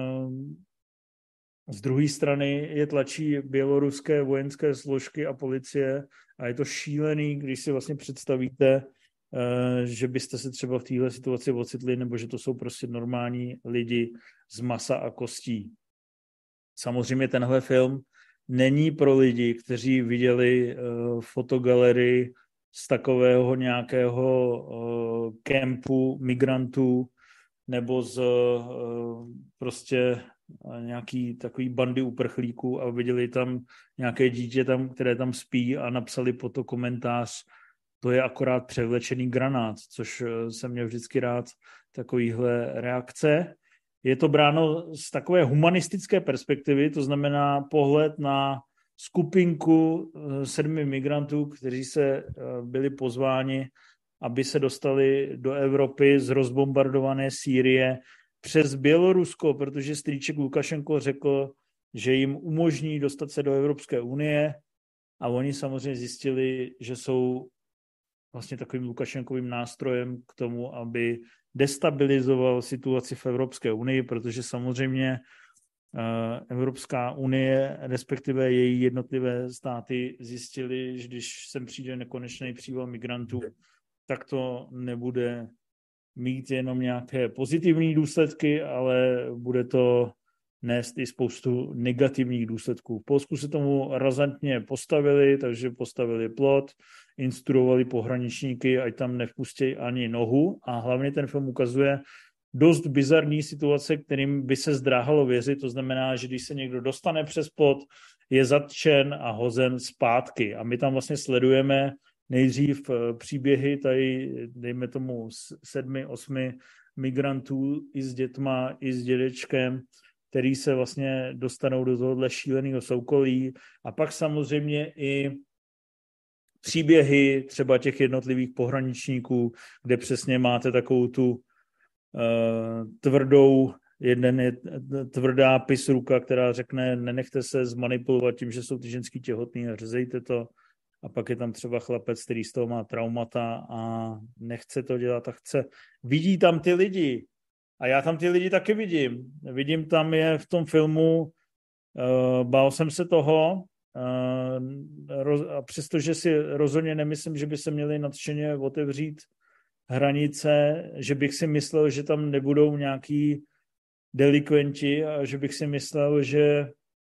z druhé strany je tlačí běloruské vojenské složky a policie a je to šílený, když si vlastně představíte, že byste se třeba v téhle situaci ocitli, nebo že to jsou prostě normální lidi z masa a kostí. Samozřejmě tenhle film není pro lidi, kteří viděli uh, fotogalerii z takového nějakého uh, kempu migrantů nebo z uh, prostě uh, nějaký takový bandy uprchlíků a viděli tam nějaké dítě, tam, které tam spí a napsali po to komentář, to je akorát převlečený granát, což uh, jsem měl vždycky rád takovýhle reakce. Je to bráno z takové humanistické perspektivy, to znamená pohled na skupinku sedmi migrantů, kteří se byli pozváni, aby se dostali do Evropy z rozbombardované Sýrie přes Bělorusko, protože strýček Lukašenko řekl, že jim umožní dostat se do Evropské unie a oni samozřejmě zjistili, že jsou vlastně takovým Lukašenkovým nástrojem k tomu, aby destabilizoval situaci v Evropské unii, protože samozřejmě Evropská unie, respektive její jednotlivé státy zjistili, že když sem přijde nekonečný příval migrantů, tak to nebude mít jenom nějaké pozitivní důsledky, ale bude to nést i spoustu negativních důsledků. V Polsku se tomu razantně postavili, takže postavili plot, instruovali pohraničníky, ať tam nevpustí ani nohu a hlavně ten film ukazuje dost bizarní situace, kterým by se zdráhalo věřit. To znamená, že když se někdo dostane přes plot, je zatčen a hozen zpátky. A my tam vlastně sledujeme nejdřív příběhy tady, dejme tomu, sedmi, osmi migrantů i s dětma, i s dědečkem, který se vlastně dostanou do tohohle šíleného soukolí. A pak samozřejmě i příběhy třeba těch jednotlivých pohraničníků, kde přesně máte takovou tu uh, tvrdou, jeden je tvrdá pisruka, která řekne, nenechte se zmanipulovat tím, že jsou ty ženský těhotný a řezejte to. A pak je tam třeba chlapec, který z toho má traumata a nechce to dělat a chce. Vidí tam ty lidi. A já tam ty lidi taky vidím. Vidím tam je v tom filmu, uh, bál jsem se toho, uh, roz, a přestože si rozhodně nemyslím, že by se měli nadšeně otevřít hranice, že bych si myslel, že tam nebudou nějaký delikventi a že bych si myslel, že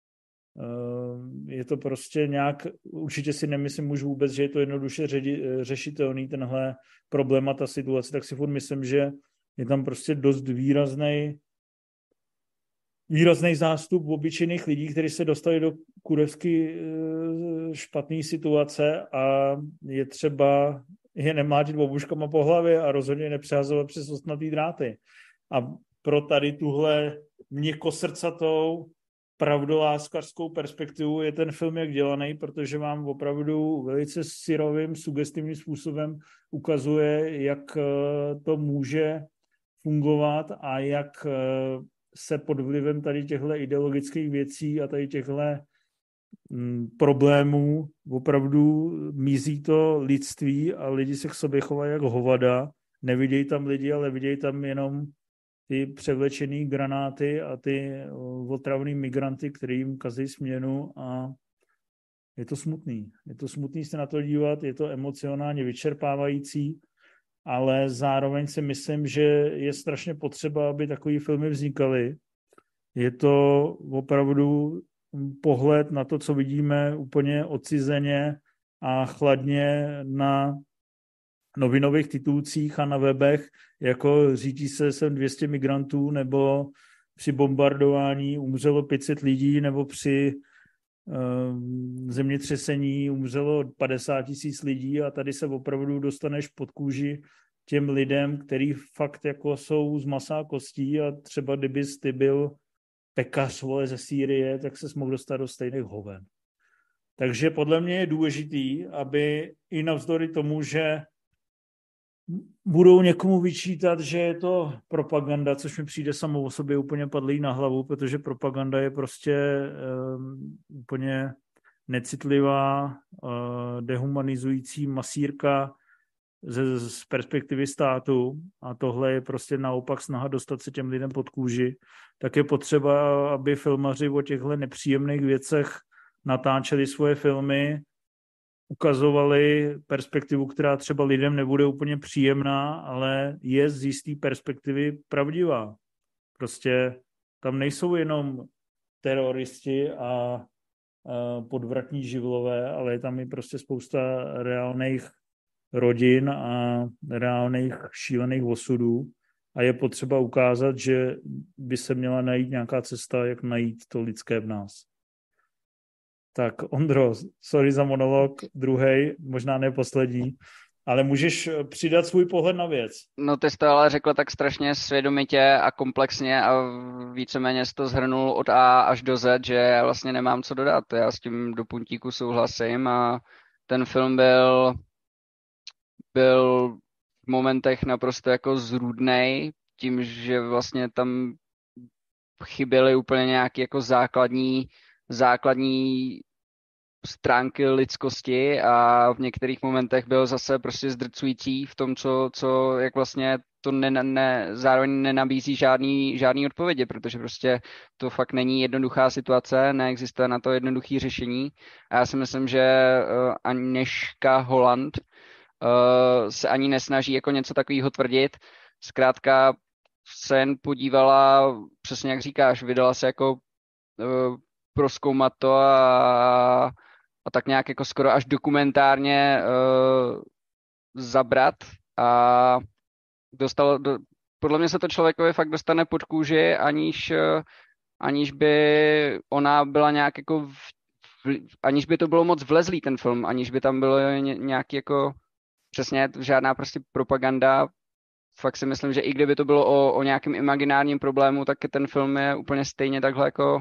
uh, je to prostě nějak, určitě si nemyslím už vůbec, že je to jednoduše ředi, řešitelný tenhle problém a ta situace, tak si furt myslím, že je tam prostě dost výrazný výrazný zástup obyčejných lidí, kteří se dostali do kurevsky špatné situace a je třeba je nemlátit obuškama po hlavě a rozhodně nepřehazovat přes ostnatý dráty. A pro tady tuhle měkkosrdcatou pravdoláskařskou perspektivu je ten film jak dělaný, protože vám opravdu velice syrovým, sugestivním způsobem ukazuje, jak to může fungovat a jak se pod vlivem tady těchto ideologických věcí a tady těchto problémů opravdu mizí to lidství a lidi se k sobě chovají jak hovada. Nevidějí tam lidi, ale vidějí tam jenom ty převlečený granáty a ty otravný migranty, který jim kazí směnu a je to smutný. Je to smutný se na to dívat, je to emocionálně vyčerpávající, ale zároveň si myslím, že je strašně potřeba, aby takové filmy vznikaly. Je to opravdu pohled na to, co vidíme úplně odcizeně a chladně na novinových titulcích a na webech, jako řítí se sem dvě stě migrantů, nebo při bombardování umřelo pět set lidí, nebo při um, zemětřesení umřelo padesát tisíc lidí a tady se opravdu dostaneš pod kůži těm lidem, který fakt jako jsou z masa a kostí a třeba kdybys ty byl pekař vole ze Sýrie, tak se mohl dostat do stejných hoven. Takže podle mě je důležitý, aby i navzdory tomu, že budou někomu vyčítat, že je to propaganda, což mi přijde samo o sobě úplně padlý na hlavu, protože propaganda je prostě um, úplně necitlivá, uh, dehumanizující masírka z, z perspektivy státu a tohle je prostě naopak snaha dostat se těm lidem pod kůži, tak je potřeba, aby filmaři o těchto nepříjemných věcech natáčeli svoje filmy, ukazovali perspektivu, která třeba lidem nebude úplně příjemná, ale je z jisté perspektivy pravdivá. Prostě tam nejsou jenom teroristi a, a podvratní živlové, ale je tam i prostě spousta reálných rodin a reálných šílených osudů a je potřeba ukázat, že by se měla najít nějaká cesta, jak najít to lidské v nás. Tak Ondro, sorry za monolog, druhej, možná ne poslední, ale můžeš přidat svůj pohled na věc. No ty jsi to ale řekl tak strašně svědomitě a komplexně a víceméně jsi to shrnul od A až do Z, že já vlastně nemám co dodat. Já s tím do puntíku souhlasím a ten film byl, byl v momentech naprosto jako zrůdnej, tím, že vlastně tam chyběly úplně nějaké jako základní základní stránky lidskosti a v některých momentech byl zase prostě zdrcující v tom, co, co jak vlastně to ne, ne, zároveň nenabízí žádný, žádný odpovědi, protože prostě to fakt není jednoduchá situace, neexistuje na to jednoduché řešení a já si myslím, že uh, Anežka Holland uh, se ani nesnaží jako něco takového tvrdit, zkrátka se jen podívala, přesně jak říkáš, vydala se jako uh, prozkoumat to a, a tak nějak jako skoro až dokumentárně uh, zabrat a dostalo, do, podle mě se to člověkovi fakt dostane pod kůži, aniž, uh, aniž by ona byla nějak jako, v, v, aniž by to bylo moc vlezlý ten film, aniž by tam bylo ně, nějaký jako, přesně žádná prostě propaganda. Fakt si myslím, že i kdyby to bylo o, o nějakém imaginárním problému, tak ten film je úplně stejně takhle jako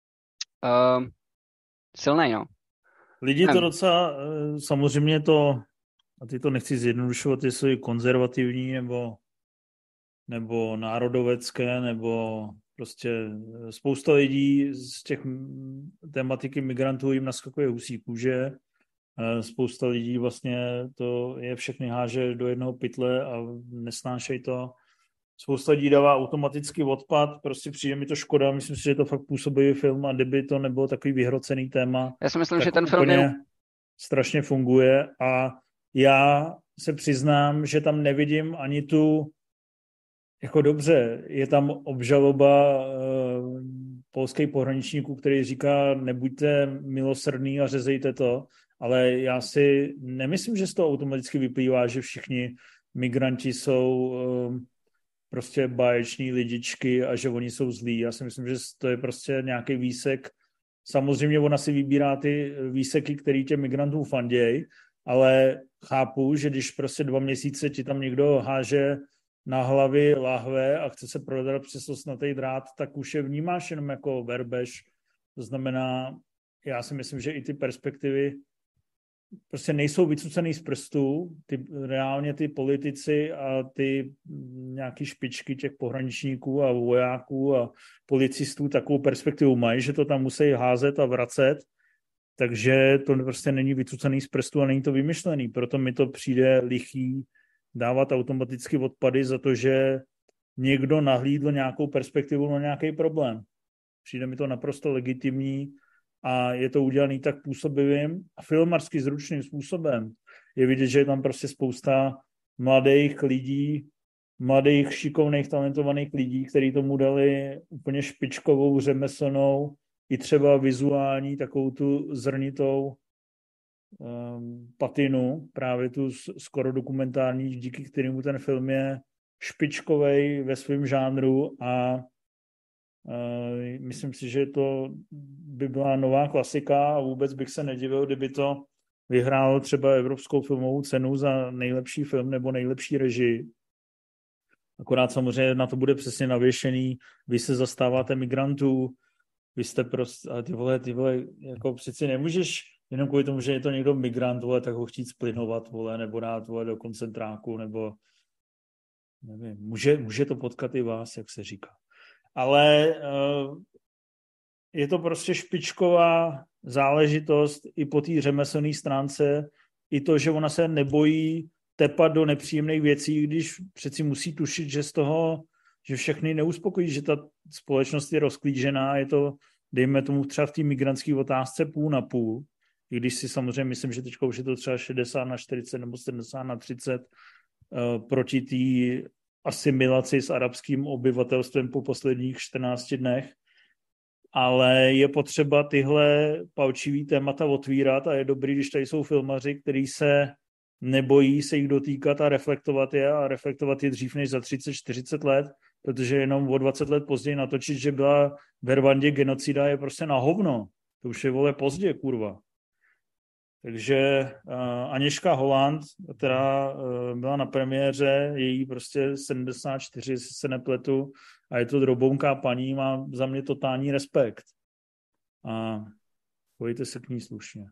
Uh, silnej, no. Lidi to docela, samozřejmě to, a ty to nechci zjednodušovat, jestli konzervativní nebo, nebo národovecké, nebo prostě spousta lidí z těch tematiky migrantů jim naskakuje husí kůže. Spousta lidí vlastně to je všechny háže do jednoho pytle a nesnášej to. Spousta lidí dává automaticky odpad, prostě přijde mi to škoda, myslím si, že je to fakt působivý film a kdyby to nebylo takový vyhrocený téma, já si myslím, tak že ten film je... strašně funguje a já se přiznám, že tam nevidím ani tu, jako dobře, je tam obžaloba e, polských pohraničníků, který říká, nebuďte milosrdný a řezejte to, ale já si nemyslím, že z toho automaticky vyplývá, že všichni migranti jsou... E, prostě báječní lidičky a že oni jsou zlí. Já si myslím, že to je prostě nějaký výsek. Samozřejmě ona si vybírá ty výseky, který tě migrantů fanděj, ale chápu, že když prostě dva měsíce ti tam někdo háže na hlavy lahve a chce se prodat přes osnatý drát, tak už je vnímáš jenom jako verbež. To znamená, já si myslím, že i ty perspektivy prostě nejsou vycucený z prstů. Ty, reálně ty politici a ty nějaký špičky těch pohraničníků a vojáků a policistů takovou perspektivu mají, že to tam musí házet a vracet. Takže to prostě není vycucený z prstů a není to vymyšlený. Proto mi to přijde lichý dávat automaticky odpady za to, že někdo nahlídl nějakou perspektivu na nějaký problém. Přijde mi to naprosto legitimní a je to udělaný tak působivým a filmarsky zručným způsobem. Je vidět, že je tam prostě spousta mladých lidí, mladých, šikovných, talentovaných lidí, kteří tomu dali úplně špičkovou, řemeslnou i třeba vizuální, takovou tu zrnitou um, patinu, právě tu skoro dokumentární, díky kterému ten film je špičkovej ve svém žánru a uh, myslím si, že to by byla nová klasika a vůbec bych se nedivil, kdyby to vyhrálo třeba Evropskou filmovou cenu za nejlepší film nebo nejlepší režii. Akorát samozřejmě na to bude přesně navěšený, vy se zastáváte migrantů, vy jste prostě, ale ty vole, ty vole, jako přeci nemůžeš jenom kvůli tomu, že je to někdo migrant, vole, tak ho chtít splynovat, vole, nebo dát, vole, do koncentráku, nebo nevím, může, může to potkat i vás, jak se říká. Ale uh, je to prostě špičková záležitost i po té řemeslné stránce, i to, že ona se nebojí tepat do nepříjemných věcí, když přeci musí tušit, že z toho, že všechny neuspokojí, že ta společnost je rozklížená, je to, dejme tomu třeba v té migrantské otázce půl na půl, i když si samozřejmě myslím, že teďka už je to třeba šedesát na čtyřicet nebo sedmdesát na třicet uh, proti té asimilaci s arabským obyvatelstvem po posledních čtrnácti dnech, ale je potřeba tyhle palčivý témata otvírat a je dobrý, když tady jsou filmaři, kteří se nebojí se jich dotýkat a reflektovat je a reflektovat je dřív než za třicet čtyřicet let, protože jenom o dvacet let později natočit, že byla v Rwandě genocida, je prostě na hovno. To už je, vole, pozdě, kurva. Takže uh, Aněška Holland, která uh, byla na premiéře, její prostě sedmdesát čtyři, jestli se nepletu, a je to drobounká paní, má za mě totální respekt. A pojďte se k ní slušně.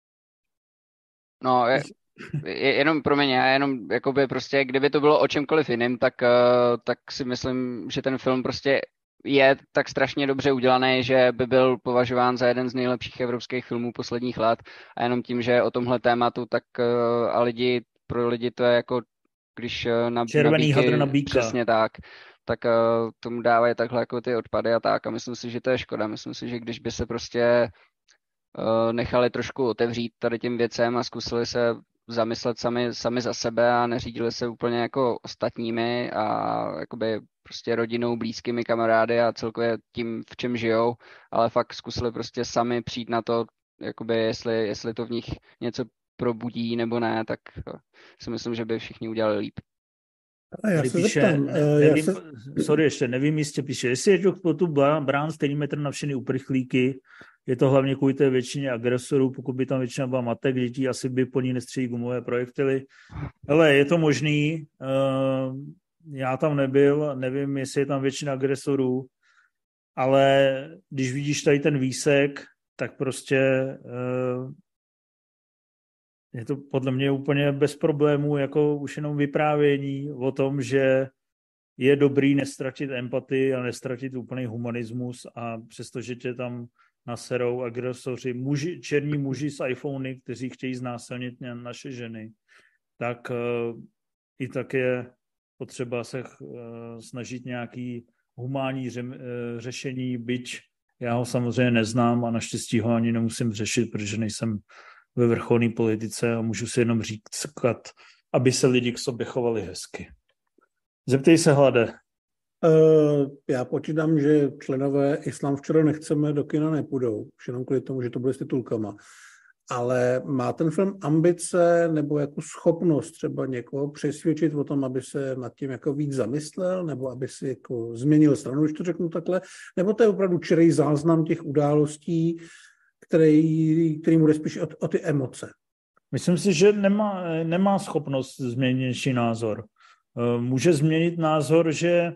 No, je, je, jenom pro mě, jenom jakoby prostě, kdyby to bylo o čemkoliv jiným, tak, uh, tak si myslím, že ten film prostě je tak strašně dobře udělaný, že by byl považován za jeden z nejlepších evropských filmů posledních let a jenom tím, že o tomhle tématu, tak uh, a lidi, pro lidi to je jako, když uh, na, červený na bíky, hadr na bíka. Přesně tak, tak uh, tomu dávají takhle jako ty odpady a tak a myslím si, že to je škoda. Myslím si, že když by se prostě uh, nechali trošku otevřít tady těm věcem a zkusili se zamyslet sami, sami za sebe a neřídili se úplně jako ostatními a jakoby prostě rodinou, blízkými kamarády a celkově tím, v čem žijou, ale fakt zkusili prostě sami přijít na to, jakoby jestli, jestli to v nich něco probudí nebo ne, tak si myslím, že by všichni udělali líp. A já se píše, zeptám, ne, nevím, já se... sorry, ještě nevím, jistě píše, jestli je to tu brán stejný metr na všechny uprchlíky, je to hlavně kvůli té většině agresorů, pokud by tam většina byla matek, dětí, asi by po ní nestřelí gumové projektily. Ale je to možný, uh, já tam nebyl, nevím, jestli je tam většina agresorů, ale když vidíš tady ten výsek, tak prostě uh, je to podle mě úplně bez problémů, jako už jenom vyprávění o tom, že je dobrý nestratit empatii a nestratit úplný humanismus a přestože tě tam naserou agresoři, muži, černí muži s iPhony, kteří chtějí znásilnit naše ženy, tak uh, i tak je potřeba se uh, snažit nějaký humánní ře, uh, řešení, byť já ho samozřejmě neznám a naštěstí ho ani nemusím řešit, protože nejsem ve vrcholné politice a můžu si jenom říkat, aby se lidi k sobě chovali hezky. Zeptej se, Hlade. Uh, já počítám, že členové Islám včera nechceme do kina nepůjdou, už jenom kvůli tomu, že to bude s titulkama. ale má ten film ambice nebo jako schopnost třeba někoho přesvědčit o tom, aby se nad tím jako víc zamyslel, nebo aby si jako změnil stranu, když to řeknu takhle, nebo to je opravdu čirý záznam těch událostí, který, který mu jde spíš o, o ty emoce? Myslím si, že nemá, nemá schopnost změnit něčí názor. Může změnit názor, že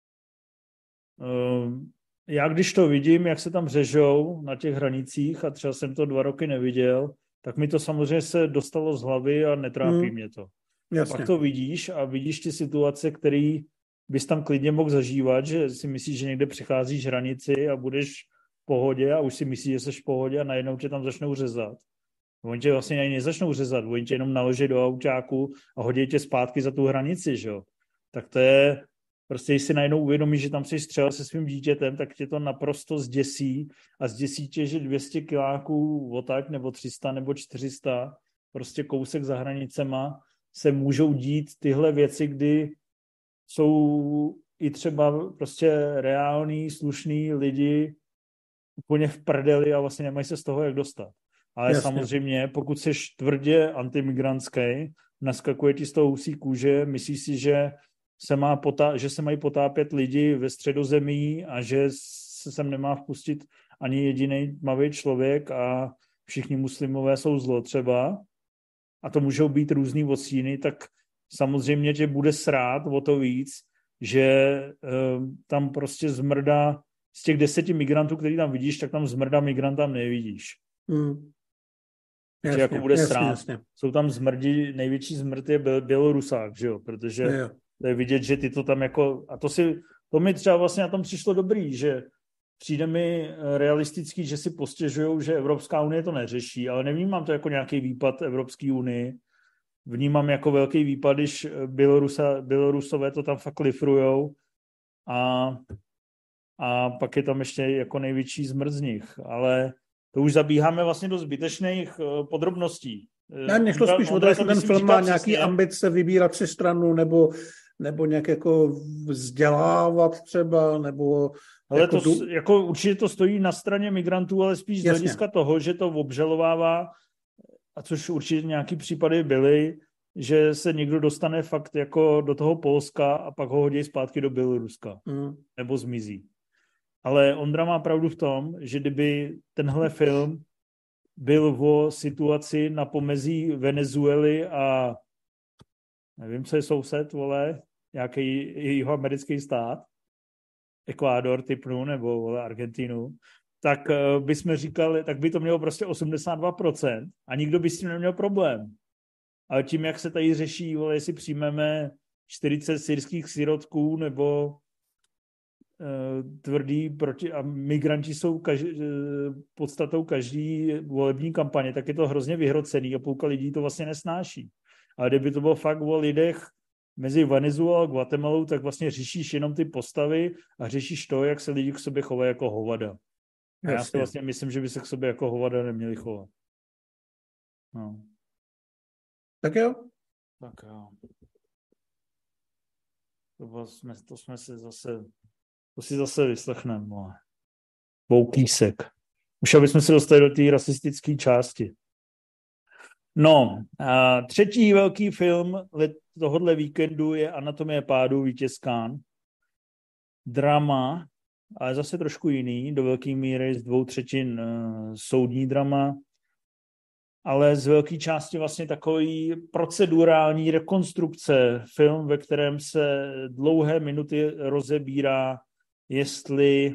já když to vidím, jak se tam řežou na těch hranicích a třeba jsem to dva roky neviděl, tak mi to samozřejmě se dostalo z hlavy a netrápí hmm. mě to. Jasně. Pak to vidíš a vidíš ty situace, které bys tam klidně mohl zažívat, že si myslíš, že někde přicházíš hranici a budeš v pohodě a už si myslíš, že jsi v pohodě a najednou tě tam začnou řezat. Oni tě vlastně ani nezačnou řezat, oni tě jenom naloží do autáku a hodí tě zpátky za tu hranici, že jo. Tak to je, prostě když si najednou uvědomíš, že tam jsi střel se svým dítětem, tak tě to naprosto zděsí a zděsí tě, že dvě stě kiláků odtaď, nebo tři sta, nebo čtyři sta, prostě kousek za hranicema, se můžou dít tyhle věci, kdy jsou i třeba prostě reální, slušný lidi úplně v prdeli a vlastně nemají se z toho jak dostat. Ale Jasně. samozřejmě, pokud jsi tvrdě antimigrantský, naskakuje ti z toho husí kůže, myslíš si, že se, má potá- že se mají potápět lidi ve Středozemí a že se sem nemá vpustit ani jediný tmavý člověk a všichni muslimové jsou zlo třeba, a to můžou být různý odstíny, tak samozřejmě tě bude srát o to víc, že um, tam prostě zmrdá z těch deseti migrantů, který tam vidíš, tak tam zmrdá migrant tam nevidíš. Hmm. Jasně, že jako bude jasně, srát. Jasně. Jsou tam zmrdi, největší zmrt je Bělorusák, že jo, protože je, to je vidět, že ty to tam jako, a to si, to mi třeba vlastně na tom přišlo dobrý, že přijde mi realistický, že si postěžujou, že Evropská unie to neřeší, ale nevnímám to jako nějaký výpad Evropské unii. Vnímám jako velký výpad, když Bělorusa, Bělorusové to tam fakt lifrujou a, a pak je tam ještě jako největší zmrt z nich. Ale to už zabíháme vlastně do zbytečných podrobností. Ne, mě šlo spíš o to, jestli ten film má nějaký ambice vybírat si stranu, nebo, nebo nějak jako vzdělávat třeba, nebo... Ale jako, to, jako určitě to stojí na straně migrantů, ale spíš z hlediska toho, že to obžalovává, a což určitě nějaký případy byly, že se někdo dostane fakt jako do toho Polska a pak ho hodí zpátky do Běloruska. Mm. Nebo zmizí. Ale Ondra má pravdu v tom, že kdyby tenhle film byl o situaci na pomezí Venezuely a nevím, co je soused, vole, nějaký jihoamerický stát, Ekvádor typnu, nebo vole, Argentinu, tak uh, bychom říkali, tak by to mělo prostě osmdesát dva procent a nikdo by s tím neměl problém. Ale tím, jak se tady řeší, vole, jestli přijmeme čtyřicet syrských sirotků, nebo uh, tvrdý proti, a migranti jsou kaž, uh, podstatou každý volební kampaně, tak je to hrozně vyhrocený a půlka lidí to vlastně nesnáší. Ale kdyby to bylo fakt o lidech mezi Venezuelou a Guatemalou, tak vlastně řešíš jenom ty postavy a řešíš to, jak se lidi k sobě chovají jako hovada. A já si vlastně myslím, že by se k sobě jako hovada neměli chovat. No. Tak jo. Tak jo. To jsme, to jsme si zase, to si zase vyslechneme. No. Boukýsek. Už aby jsme se dostali do té rasistické části. No, a třetí velký film tohohle víkendu je Anatomie pádu, Vítěz Kán. Drama, ale zase trošku jiný, do velké míry z dvou třetin uh, soudní drama, ale z velké části vlastně takový procedurální rekonstrukce, film, ve kterém se dlouhé minuty rozebírá, jestli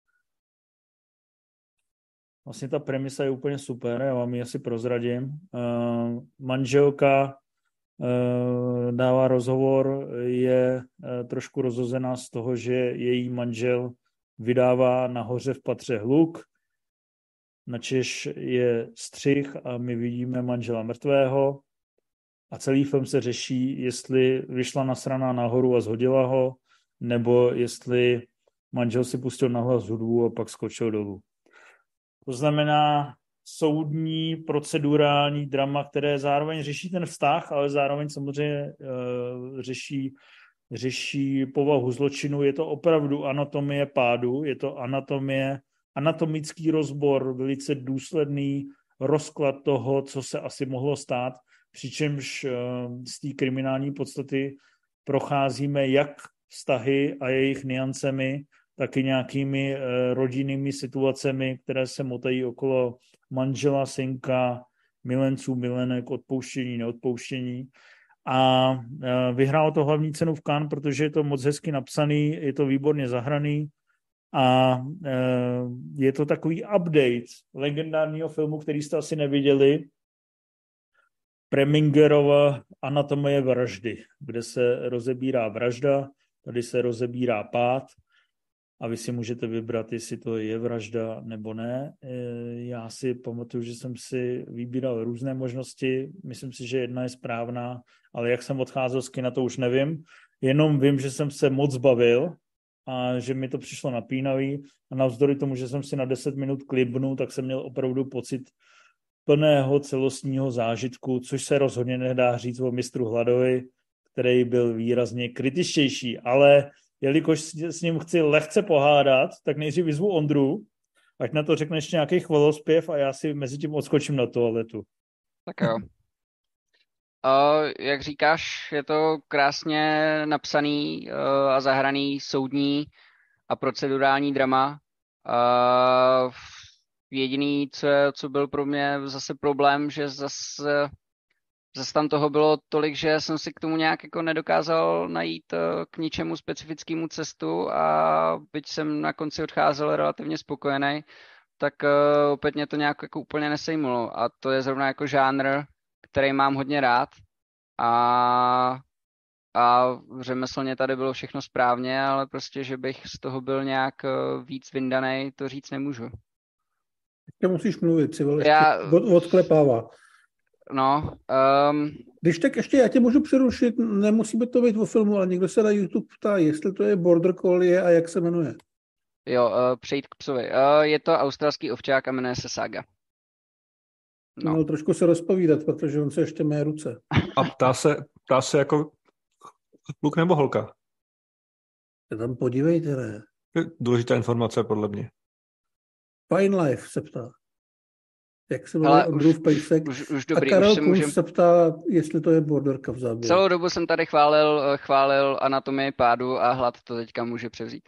vlastně ta premisa je úplně super, já vám ji asi prozradím. Uh, manželka uh, dává rozhovor, je uh, trošku rozhozená z toho, že její manžel vydává nahoře v patře hluk, načež je střih a my vidíme manžela mrtvého a celý film se řeší, jestli vyšla nasraná nahoru a zhodila ho, nebo jestli manžel si pustil nahlas hudbu a pak skočil dolů. To znamená soudní, procedurální drama, které zároveň řeší ten vztah, ale zároveň samozřejmě uh, řeší, řeší povahu zločinu. Je to opravdu anatomie pádu, je to anatomie, anatomický rozbor, velice důsledný rozklad toho, co se asi mohlo stát, přičemž z té kriminální podstaty procházíme jak vztahy a jejich niancemi, tak i nějakými rodinnými situacemi, které se motají okolo manžela, synka, milenců, milenek, odpouštění, neodpouštění. A vyhrál to hlavní cenu v Cannes, protože je to moc hezky napsaný, je to výborně zahraný a je to takový update legendárního filmu, který jste asi neviděli, Premingerova Anatomie vraždy, kde se rozebírá vražda, tady se rozebírá pád a vy si můžete vybrat, jestli to je vražda nebo ne. Já si pamatuju, že jsem si vybíral různé možnosti, myslím si, že jedna je správná, ale jak jsem odcházel z kina, to už nevím. Jenom vím, že jsem se moc bavil a že mi to přišlo napínavý a navzdory tomu, že jsem si na deset minut klibnul, tak jsem měl opravdu pocit plného celostního zážitku, což se rozhodně nedá říct o mistru Hladovi, který byl výrazně kritičtější, ale jelikož s ním chci lehce pohádat, tak nejdřív vyzvu Ondru, ať na to řekne ještě nějaký chvalospěv a já si mezi tím odskočím na toaletu. Tak jo. Uh, jak říkáš, je to krásně napsaný uh, a zahraný soudní a procedurální drama. Uh, jediný, co, je, co byl pro mě zase problém, že zase, zase tam toho bylo tolik, že jsem si k tomu nějak jako nedokázal najít uh, k ničemu specifickému cestu a byť jsem na konci odcházel relativně spokojený, tak uh, opět mě to nějak jako úplně nesejmulo a to je zrovna jako žánr, který mám hodně rád a, a řemeslně tady bylo všechno správně, ale prostě, že bych z toho byl nějak víc vyndanej, to říct nemůžu. Ještě musíš mluvit, si vole, já, od, odklepává. No. Um, Když tak ještě já tě můžu přerušit, nemusí by to být o filmu, ale někdo se na YouTube ptá, jestli to je Border Collie a jak se jmenuje. Jo, uh, přejít k psovi. Uh, je to australský ovčák a jmenuje se Saga. No. Měl trošku se rozpovídat, protože on se ještě mé ruce. A ptá se, ptá se jako kluk nebo holka? Se tam podívejte, ne? Důležitá informace, podle mě. Fine Life se ptá. Jak se jmenuje Ondrův pejsek. Už, už dobrý, a Karel už se, můžem... se ptá, jestli to je borderka v záběru. Celou dobu jsem tady chválil, chválil anatomii pádu a Hlad to teďka může převzít.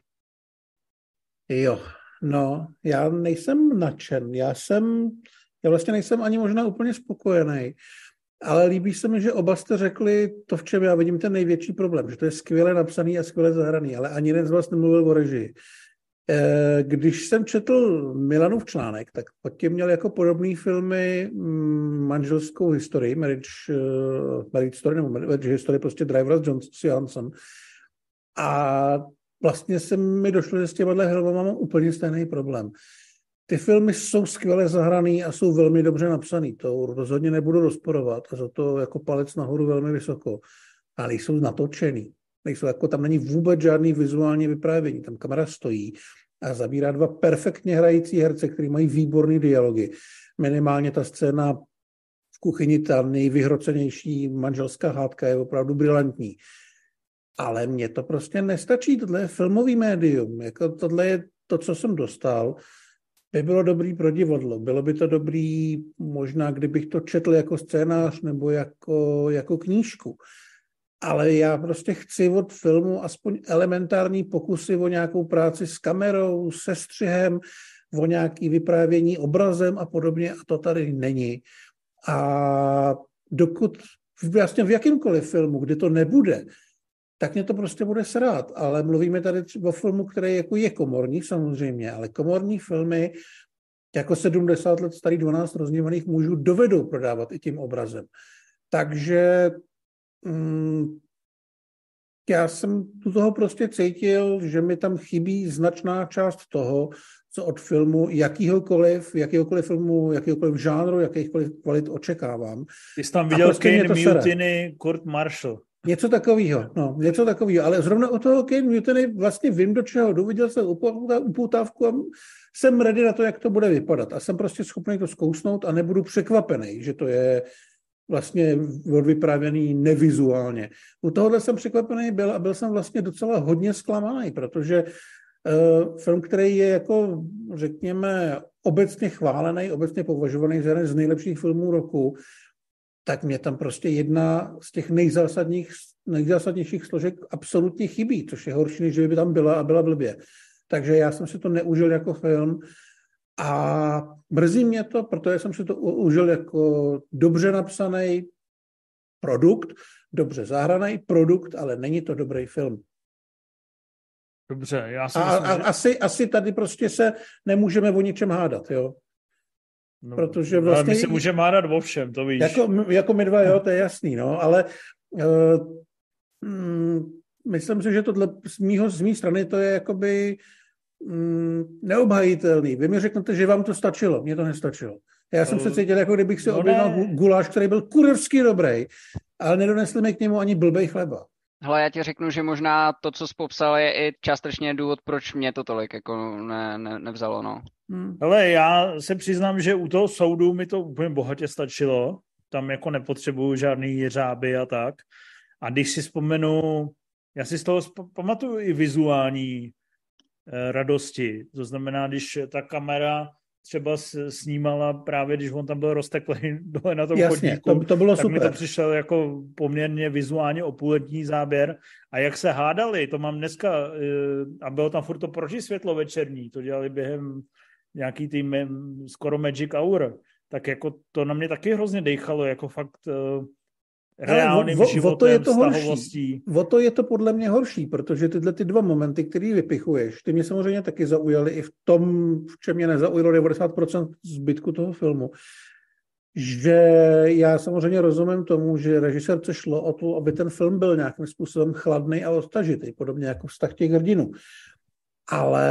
Jo, no, já nejsem nadšen. Já jsem... Já vlastně nejsem ani možná úplně spokojený, ale líbí se mi, že oba jste řekli to, v čem já vidím ten největší problém, že to je skvěle napsaný a skvěle zahraný, ale ani jeden z vás nemluvil o režii. Když jsem četl Milanův článek, tak pod tím měl jako podobný filmy manželskou historii, Marriage, marriage Story, nebo Marriage History, prostě Driver s Johansson. A vlastně se mi došlo, že s těmahle filmama mám úplně stejný problém. Ty filmy jsou skvěle zahraný a jsou velmi dobře napsaný. To rozhodně nebudu rozporovat a za to jako palec nahoru velmi vysoko. Ale jsou natočený. Nejsou, jako tam není vůbec žádný vizuální vyprávění. Tam kamera stojí a zabírá dva perfektně hrající herce, kteří mají výborný dialogy. Minimálně ta scéna v kuchyni, ta nejvyhrocenější manželská hádka je opravdu brilantní. Ale mně to prostě nestačí. Tohle je filmový médium. Jako tohle je to, co jsem dostal. By bylo dobrý pro divadlo. Bylo by to dobrý možná, kdybych to četl jako scénář nebo jako, jako knížku. Ale já prostě chci od filmu aspoň elementární pokusy o nějakou práci s kamerou, se střihem, o nějaké vyprávění obrazem a podobně a to tady není. A dokud vlastně v jakýmkoliv filmu, kdy to nebude, tak mě to prostě bude srát. Ale mluvíme tady o filmu, který jako je komorní samozřejmě, ale komorní filmy jako sedmdesát let starý dvanáct rozhněvaných mužů dovedou prodávat i tím obrazem. Takže mm, já jsem tu toho prostě cítil, že mi tam chybí značná část toho, co od filmu jakýhokoliv, jakýhokoliv filmu, jakýhokoliv žánru, jakýchkoliv kvalit očekávám. Ty jsi tam viděl prostě Kane Mutiny, Kurt Marshall. Něco takového, no, něco takového, ale zrovna od toho Kane Mutiny vlastně vím, do čeho jdu, viděl jsem upoutávku a jsem ready na to, jak to bude vypadat a jsem prostě schopný to zkousnout a nebudu překvapený, že to je vlastně odvyprávěný nevizuálně. U tohohle jsem překvapený byl a byl jsem vlastně docela hodně zklamaný, protože uh, film, který je jako, řekněme, obecně chválený, obecně považovaný za jeden z nejlepších filmů roku, tak mě tam prostě jedna z těch nejzásadních, nejzásadnějších složek absolutně chybí, což je horší, než by tam byla a byla blbě. Takže já jsem si to neužil jako film a mrzí mě to, protože jsem si to užil jako dobře napsaný produkt, dobře zahraný produkt, ale není to dobrý film. Dobře, já si a, myslím, a že... asi, asi tady prostě se nemůžeme o ničem hádat, jo? No, protože vlastně... Ale my se můžeme hádat o všem, to víš. Jako, jako my dva, jo, to je jasný, no, ale uh, mm, myslím si, že tohle z, mýho, z mý strany to je jakoby mm, neobhajitelný. Vy mi řeknete, že vám to stačilo, mně to nestačilo. Já jsem uh, se cítil, jako kdybych si no objednal ne. guláš, který byl kurevský dobrý, ale nedonesli mi k němu ani blbej chleba. Hele, já ti řeknu, že možná to, co jsi popsal, je i částečně důvod, proč mě to tolik jako ne, ne, nevzalo, no. Hmm. Hele, já se přiznám, že u toho soudu mi to úplně bohatě stačilo. Tam jako nepotřebuju žádný jeřáby a tak. A když si vzpomenu, já si z toho pamatuju i vizuální eh, radosti. To znamená, když ta kamera třeba snímala právě, když on tam byl rozteklý dole na tom Jasně, chodníku, to, to bylo tak super. mi to přišel jako poměrně vizuálně opulentní záběr. A jak se hádali, to mám dneska, a bylo tam furt to protisvětlo večerní, to dělali během nějaký tým skoro Magic Hour, tak jako to na mě taky hrozně dejchalo, jako fakt reálným o, o, životem, o to je to vztahovostí. Horší. O to je to podle mě horší, protože tyhle ty dva momenty, které vypichuješ, ty mě samozřejmě taky zaujaly i v tom, v čem mě nezaujalo devadesát procent zbytku toho filmu. Že já samozřejmě rozumím tomu, že režisérce šlo o to, aby ten film byl nějakým způsobem chladný a odtažitý, podobně jako Vztah těch hrdinů. Ale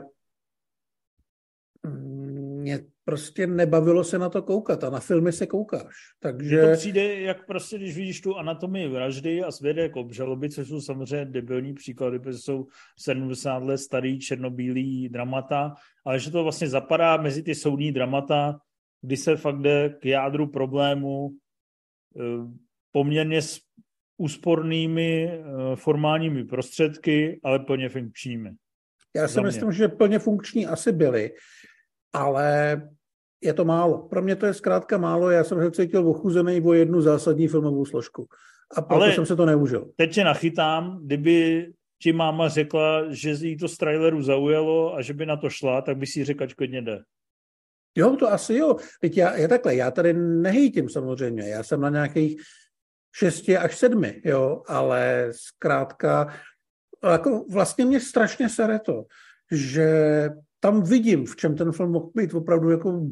mě prostě nebavilo se na to koukat a na filmy se koukáš. Takže... Mně to přijde, jak prostě, když vidíš tu anatomii vraždy a svede jako obžaloby, což jsou samozřejmě debilní příklady, protože jsou sedmdesát let starý černobílý dramata, ale že to vlastně zapadá mezi ty soudní dramata, kdy se fakt jde k jádru problému poměrně s úspornými formálními prostředky, ale plně funkčními. Já si myslím, že plně funkční asi byly, ale je to málo. Pro mě to je zkrátka málo, já jsem se cítil ochuzený o jednu zásadní filmovou složku. A proto ale jsem se to neužil. Teď tě nachytám, kdyby ti máma řekla, že jí to z traileru zaujalo a že by na to šla, tak by si řekla, ať klidně jde. Jo, to asi jo. Teď já, já takhle, já tady nehejtím samozřejmě, já jsem na nějakých šesti až sedmi, jo, ale zkrátka, jako vlastně mě strašně sere to, že tam vidím, v čem ten film mohl být opravdu jako,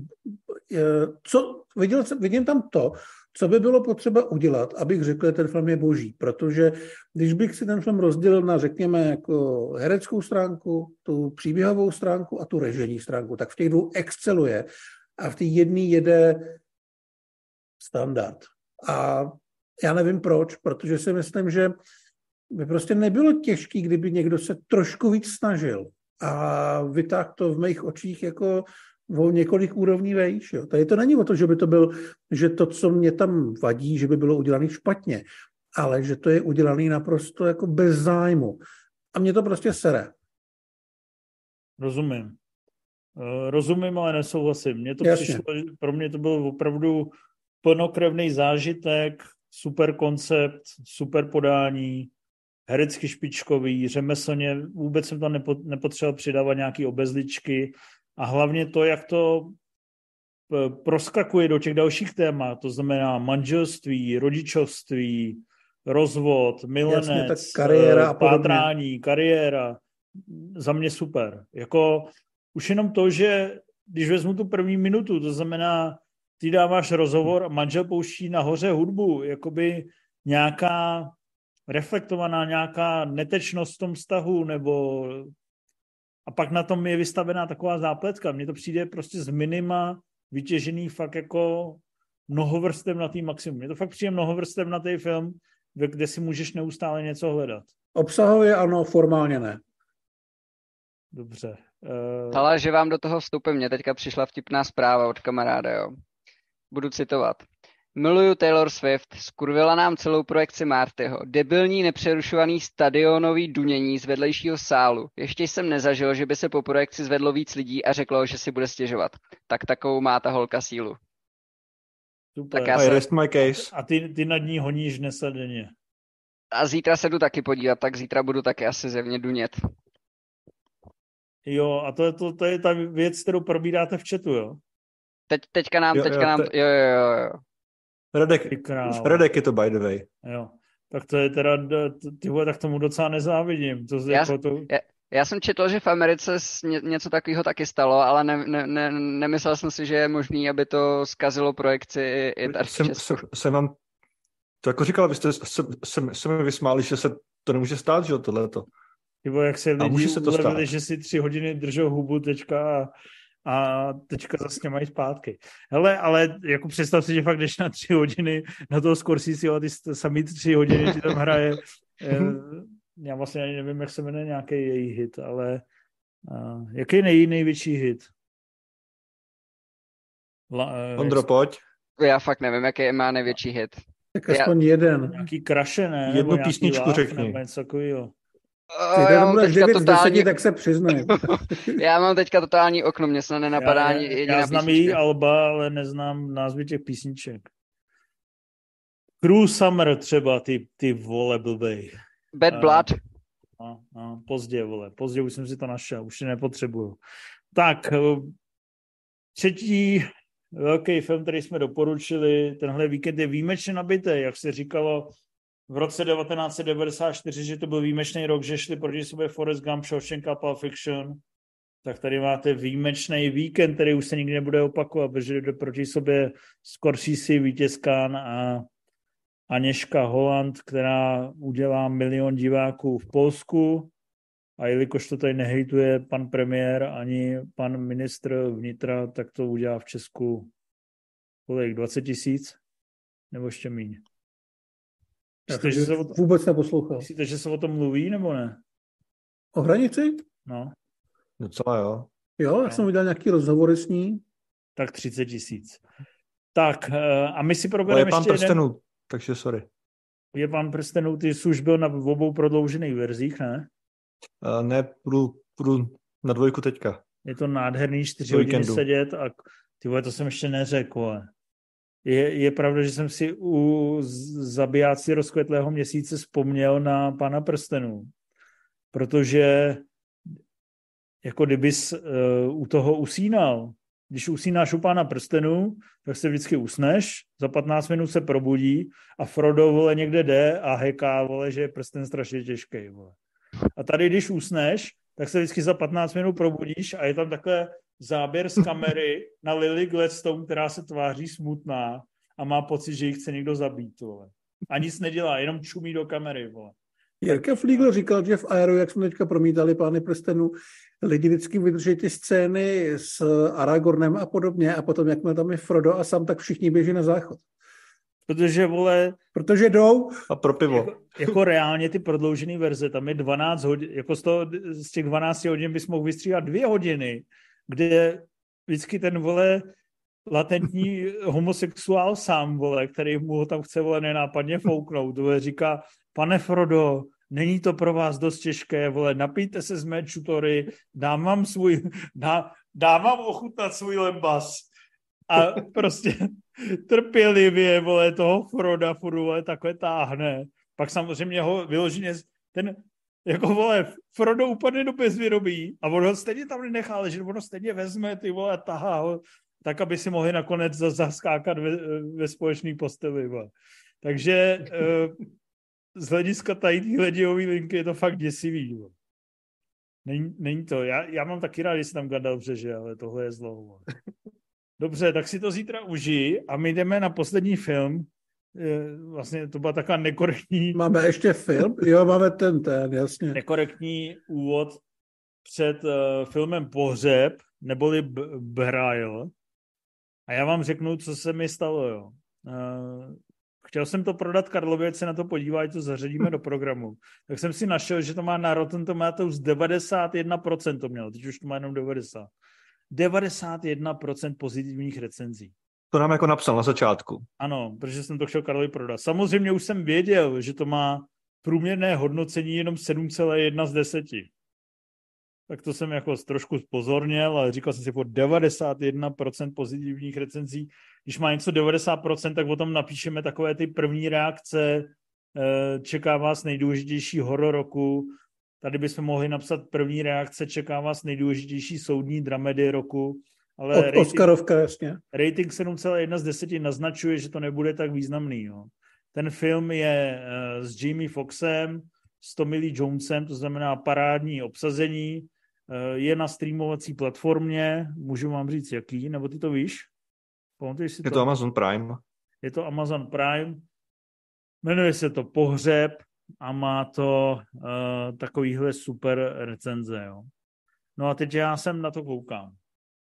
co, viděl, vidím tam to, co by bylo potřeba udělat, abych řekl, že ten film je boží, protože když bych si ten film rozdělil na, řekněme, jako hereckou stránku, tu příběhovou stránku a tu režijní stránku, tak v těch dvou exceluje a v té jedné jede standard. A já nevím proč, protože si myslím, že by prostě nebylo těžké, kdyby někdo se trošku víc snažil a vytáhl to v mých očích jako o několik úrovní vejš. Jo. Tady to není o to, že by to byl, že to, co mě tam vadí, že by bylo udělané špatně, ale že to je udělané naprosto jako bez zájmu. A mě to prostě sere. Rozumím. Rozumím, ale nesouhlasím. Mně to přišlo, pro mě to byl opravdu plnokrevný zážitek, super koncept, super podání, herecky špičkový, řemeslně, vůbec jsem tam nepo, nepotřeboval přidávat nějaký obezličky a hlavně to, jak to proskakuje do těch dalších témat, to znamená manželství, rodičovství, rozvod, milenec, Jasně, tak kariéra pátrání, kariéra, za mě super. Jako už jenom to, že když vezmu tu první minutu, to znamená, ty dáváš rozhovor a manžel pouští nahoře hudbu, jakoby nějaká reflektovaná nějaká netečnost v tom vztahu, nebo a pak na tom je vystavená taková zápletka. Mně to přijde prostě z minima vytěžený fakt jako mnohovrstev na tý maximum. Mně to fakt přijde mnohovrstev na tý film, kde si můžeš neustále něco hledat. Obsahově ano, formálně ne. Dobře. Uh... Ale že vám do toho vstupím, mě teďka přišla vtipná zpráva od kamaráda, jo. Budu citovat. Miluju Taylor Swift, skurvila nám celou projekci Martyho. Debilní nepřerušovaný stadionový dunění z vedlejšího sálu. Ještě jsem nezažil, že by se po projekci zvedlo víc lidí a řeklo, že si bude stěžovat. Tak takovou má ta holka sílu. Super. Tak já I se... rest my case. A ty, ty nad ní honíš nesadeně. A zítra se jdu taky podívat, tak zítra budu taky asi zjevně dunět. Jo, a to je, to, to je ta věc, kterou probíráte v chatu, jo? Teď, teďka nám, Jo, teďka jo, nám, te- jo, jo, jo, jo. Radek, Ty král. Radek je to by the way. Jo. Tak to je teda, ty vole, tak tomu docela nezávidím. To, Já, jako to... já, já jsem četl, že v Americe ně, něco takového taky stalo, ale ne, ne, ne, nemyslel jsem si, že je možný, aby to zkazilo projekci i, i tady v Jsem, Česku. jsem, jsem vám to jako říkal, vy jste se, se, se mi vysmáli, že se to nemůže stát, že jo, tohleto. Ty vole, jak se A může lidi se to ulevili, stát. že si tři hodiny držou hubu teďka a, a teďka zase mají zpátky. Hele, ale jako představ si, že fakt jdeš na tři hodiny na toho Scorsese a ty sami tři hodiny ti tam hraje. eh, já vlastně ani nevím, jak se jmenuje nějaký její hit, ale uh, jaký je nej, největší hit? La, uh, Ondro, pojď. Já fakt nevím, jaký má největší hit. Tak aspoň jeden. Nějaký kraše, ne? Jednu Nebo nějaký písničku laugh, řekni. nebo něco takového. Ty já tady mám budeš teďka devět z totální, deseti, tak se přiznaj. já mám teďka totální okno, mě se nenapadá Já, ani já, jediná já znám písnička. její alba, ale neznám názvy těch písniček. Cruel Summer třeba, ty, ty vole blbej. Bad A- Blood. No, no, pozdě, vole. Pozdě už jsem si to našel, už je nepotřebuju. Tak, eh, třetí velký film, který jsme doporučili, tenhle víkend je výjimečně nabitý, jak se říkalo v roce devatenáct set devadesát čtyři, že to byl výjimečný rok, že šli proti sobě Forrest Gump, Shawshank a Pulp Fiction, tak tady máte výjimečný víkend, který už se nikdy nebude opakovat, protože jde proti sobě Scorsese, Vítěz Cannes a Aněška Holland, která udělá milion diváků v Polsku, a jelikož to tady nehejtuje pan premiér ani pan ministr vnitra, tak to udělá v Česku kolik, dvacet tisíc? Nebo ještě míň? Myslíte, že se o, Vůbec neposlouchal. myslíte, že se o tom mluví, nebo ne? O hranici? No, Docela jo. Jo, já jsem viděl nějaký rozhovory s ní. tak třicet tisíc. Tak, eh, a my si Ale je probereme pán ještě jeden... prstenů, takže sorry. Je pan prstenů, ty jsi už byl na obou prodloužených verzích, ne? Uh, ne, půjdu, půjdu na dvojku teďka. Je to nádherný čtyři Do hodiny víkendu. sedět a ty vole, to jsem ještě neřekl. ale. Je, je pravda, že jsem si u z- zabijáci rozkvetlého měsíce vzpomněl na Pana prstenů, protože jako kdybys uh, u toho usínal. Když usínáš u Pána prstenů, tak se vždycky usneš, za patnáct minut se probudí a Frodo, vole, někde jde a heká, vole, že je prsten strašně těžký, vole. A tady, když usneš, tak se vždycky za patnáct minut probudíš a je tam takhle záběr z kamery na Lily Gladstone, která se tváří smutná a má pocit, že ji chce někdo zabít, vole. A nic nedělá, jenom čumí do kamery, vole. Jirka Fliegl říkal, že v Aeru, jak jsme teďka promítali Pány prstenů, lidi vždycky vydrží ty scény s Aragornem a podobně a potom, jakmile tam je Frodo a Sam, tak všichni běží na záchod. Protože, vole, Protože jdou. A pro pivo. jako, jako reálně ty prodloužené verze, tam je dvanáct hodin, jako z, toho, z těch dvanácti hodin bys mohl vystříhat dvě hodiny, kde vždycky ten, vole, latentní homosexuál sám, vole, který mu ho tam chce, vole, nenápadně fouknout, vole, říká, pane Frodo, není to pro vás dost těžké, vole, napijte se z mé čutory, dám vám svůj, dá, dám vám ochutnat svůj lembas. A prostě trpělivě, vole, toho Froda furt, vole, takhle táhne. Pak samozřejmě ho vyloženě, ten, jako, vole, Frodo upadne do bezvědomí a on ho stejně tam nenechá, ale že on ho stejně vezme, ty vole, a tahá ho, tak, aby si mohli nakonec zaskákat ve, ve společné posteli, vole. Takže z hlediska tady téhle dějové linky je to fakt děsivý, vole. Není, není to. Já, já mám taky rád, když se tam Gandalf řeže, ale tohle je zlo, vole. Dobře, tak si to zítra užij a my jdeme na poslední film. Vlastně to byla taková nekorektní... Máme ještě film? Jo, máme ten, ten, jasně. Nekorektní úvod před uh, filmem Pohřeb, neboli B- Brájl. A já vám řeknu, co se mi stalo, jo. Uh, chtěl jsem to prodat Karlovi, ať se na to podívají, to zařadíme do programu. Tak jsem si našel, že to má na Rotten Tomatoes devadesát jedna procent to mělo, teď už to má jenom devadesát procent. devadesát jedna procent pozitivních recenzí. To nám jako napsal na začátku. Ano, protože jsem to chtěl Karlovi prodat. Samozřejmě už jsem věděl, že to má průměrné hodnocení jenom sedm celá jedna z deseti. Tak to jsem jako trošku pozorněl, ale říkal jsem si, po devadesát jedna procent pozitivních recenzí. Když má něco devadesát procent, tak o tom napíšeme takové ty první reakce. Čeká vás nejdůležitější horor roku. Tady bychom mohli napsat první reakce, čeká vás nejdůležitější soudní dramedy roku. Ale Od rating, Oscarovka, jasně. Rating sedm celá jedna z deseti naznačuje, že to nebude tak významný. Jo. Ten film je uh, s Jamie Foxxem, s Tommy Lee Jonesem, to znamená parádní obsazení. Uh, je na streamovací platformě, můžu vám říct jaký, nebo ty to víš? Pamatuješ si je to? to Amazon Prime. Je to Amazon Prime. Jmenuje se to Pohřeb a má to uh, takovýhle super recenze. Jo. No a teď já jsem na to koukám.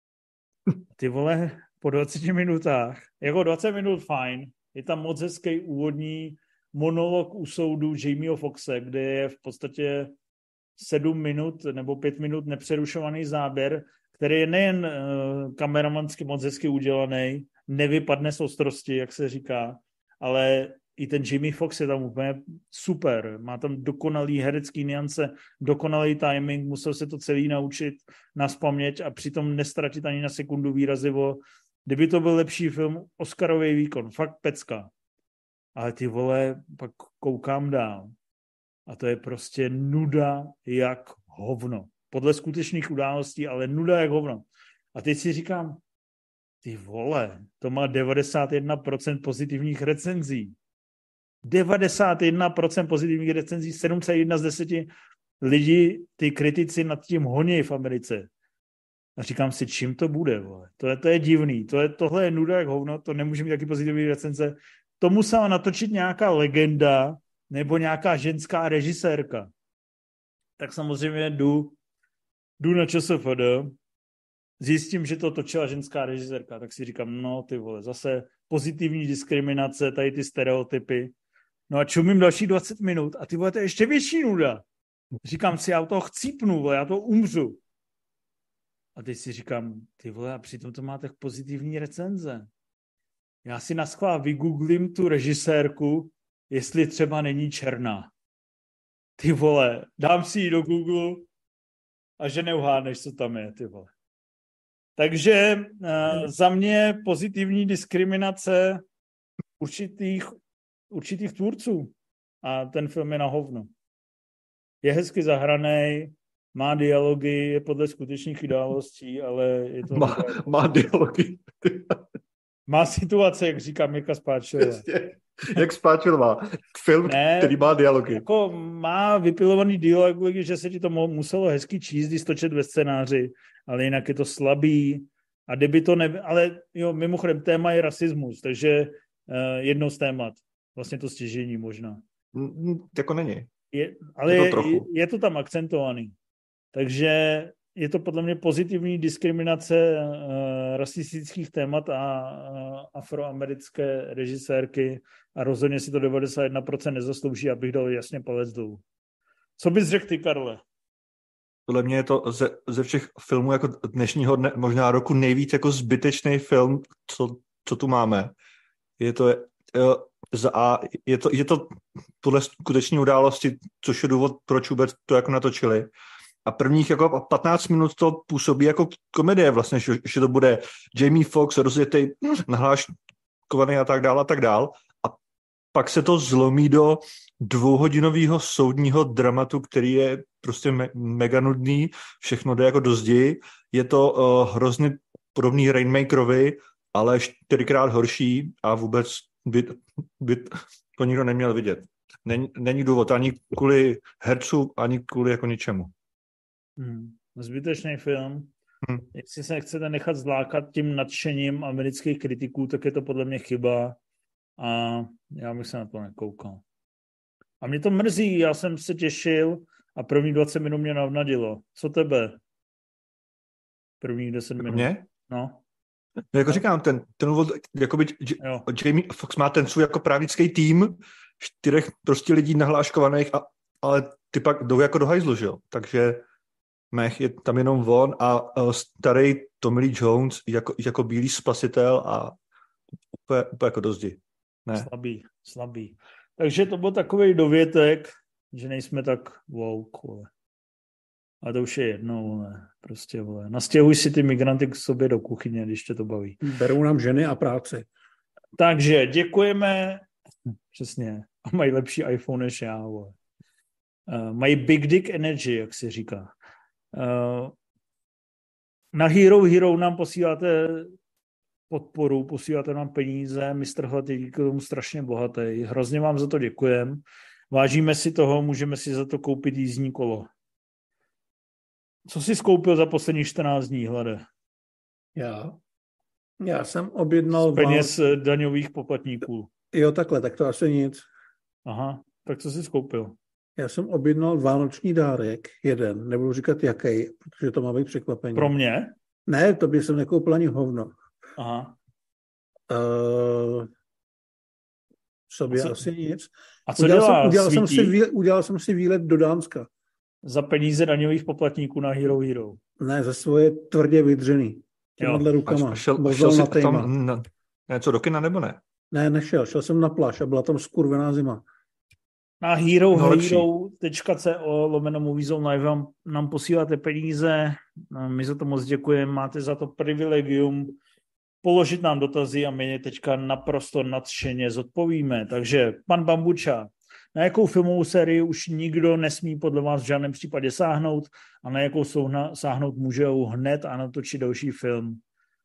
Ty vole, po dvaceti minutách, jako dvacet minut fajn, je tam moc hezký úvodní monolog u soudu Jamieho Foxxe, kde je v podstatě sedm minut nebo pět minut nepřerušovaný záběr, který je nejen uh, kameramansky moc hezky udělaný, nevypadne z ostrosti, jak se říká, ale i ten Jamie Foxx je tam úplně super. Má tam dokonalý herecký nuance, dokonalý timing, musel se to celý naučit nazpaměť a přitom nestratit ani na sekundu výrazivo. Kdyby to byl lepší film, Oscarový výkon, fakt pecka. Ale ty vole, pak koukám dál. A to je prostě nuda jak hovno. Podle skutečných událostí, ale nuda jak hovno. A teď si říkám, ty vole, to má devadesát jedna procent pozitivních recenzí. devadesát jedna procent pozitivních recenzí, sedm celá jedna z deseti lidi, ty kritici nad tím honí v Americe. A říkám si, čím to bude, vole. To je, to je divný, to je, tohle je nuda jak hovno, to nemůže mít taky pozitivní recenze. To musela natočit nějaká legenda nebo nějaká ženská režisérka. Tak samozřejmě jdu, jdu na ČSFD, zjistím, že to točila ženská režisérka, tak si říkám, no ty vole, zase pozitivní diskriminace, tady ty stereotypy. No a čumím další dvacet minut a ty vole, to je ještě větší nuda. Říkám si, já u toho chcípnu, vole, já to umřu. A teď si říkám, ty vole, a přitom to má tak pozitivní recenze. Já si naschvál vygooglím tu režisérku, jestli třeba není černá. Ty vole, dám si ji do Google a že neuhádneš, co tam je, ty vole. Takže uh, za mě pozitivní diskriminace určitých, určitých tvůrců. A ten film je na hovno. Je hezky zahranej, má dialogy, je podle skutečných událostí, ale je to... Má, má dialogy. Má situace, jak říká Mirka Spáčilová. Jak Spáčilová. Film, ne, který má dialogy. Jako má vypilovaný dialogy, že se ti to muselo hezky číst, když točit ve scénáři, ale jinak je to slabý. A kdyby to ne... Ale jo, mimochodem, téma je rasismus, takže uh, jedno z témat. Vlastně to stěžení možná. Mm, jako není. Je, ale je to, je, je, je to tam akcentovaný. Takže je to podle mě pozitivní diskriminace uh, rasistických témat a uh, afroamerické režisérky a rozhodně si to devadesát jedna procent nezaslouží, abych dal jasně palec dolů. Co bys řekl ty, Karle? Podle mě je to ze, ze všech filmů jako dnešního dne, možná roku nejvíc jako zbytečný film, co, co tu máme. Je to, za A, je to, je to podle skutečné události, což je důvod, proč vůbec to jako natočili. A prvních jako patnáct minut to působí jako komedie vlastně, že, že to bude Jamie Foxx rozjetej, nahláškovaný a tak dál a tak dál. A pak se to zlomí do dvouhodinového soudního dramatu, který je prostě me- mega nudný, všechno jde jako do zdi. Je to uh, hrozně podobný Rainmakerovi, ale čtyřikrát horší a vůbec by, by to nikdo neměl vidět. Není, není důvod ani kvůli herců, ani kvůli jako ničemu. Hmm. Zbytečný film. Hmm. Jestli se chcete nechat zlákat tím nadšením amerických kritiků, tak je to podle mě chyba a já bych se na to nekoukal. A mě to mrzí, já jsem se těšil a první dvacet minut mě navnadilo. Co tebe? První deset minut. Mě? No. No jako no. říkám, ten, ten úvod, jakoby Jamie Foxx má ten svůj jako právnický tým, čtyřech prostě lidí nahláškovaných, a, ale ty pak jdou jako do hajzlu, že jo? Takže mech je tam jenom on a, a starý Tommy Lee Jones jako, jako bílý spasitel a úplně, úplně jako do zdi. Ne. Slabý, slabý. Takže to byl takový dovětek, že nejsme tak woke, vole. A to už je jedno, vole. Prostě, vole. Nastěhuj si ty migranty k sobě do kuchyně, když tě to baví. Berou nám ženy a práci. Takže děkujeme. Přesně. A mají lepší iPhone než já, vole. Uh, mají big dick energy, jak se říká. Uh, na Hero Hero nám posíláte podporu, posíláte nám peníze, mistr Hlad je díky tomu strašně bohatý. Hrozně vám za to děkujeme. Vážíme si toho, můžeme si za to koupit jízdní kolo. Co jsi skoupil za posledních čtrnáct dní, Hlade? Já? Já jsem objednal... Z peněz vál... daňových poplatníků. Jo, takhle, tak to asi nic. Aha, tak co jsi skoupil? Já jsem objednal vánoční dárek, jeden, nebudu říkat jaký, protože to má být překvapení. Pro mě? Ne, to by jsem nekoupil ani hovno. Aha. Uh, sobě co, asi nic. A co udělal dělá jsem, udělal, jsem Svítí? si výlet, udělal jsem si výlet do Dánska. Za peníze daňových poplatníků na Hero Hero. Ne, za svoje tvrdě vydřený. Těma rukama. A šel, Bozal šel na jsi téma. tam na, něco do kina nebo ne? Ne, nešel. Šel jsem na pláž a byla tam skurvená zima. Na hero No, hero tečka co lomeno Movies Online vám nám posíláte peníze. My za to moc děkujeme. Máte za to privilegium položit nám dotazy a my je teďka naprosto nadšeně zodpovíme. Takže pan Bambuča, na jakou filmovou sérii už nikdo nesmí podle vás v žádném případě sáhnout a na jakou souhna, sáhnout můžou hned a natočit další film?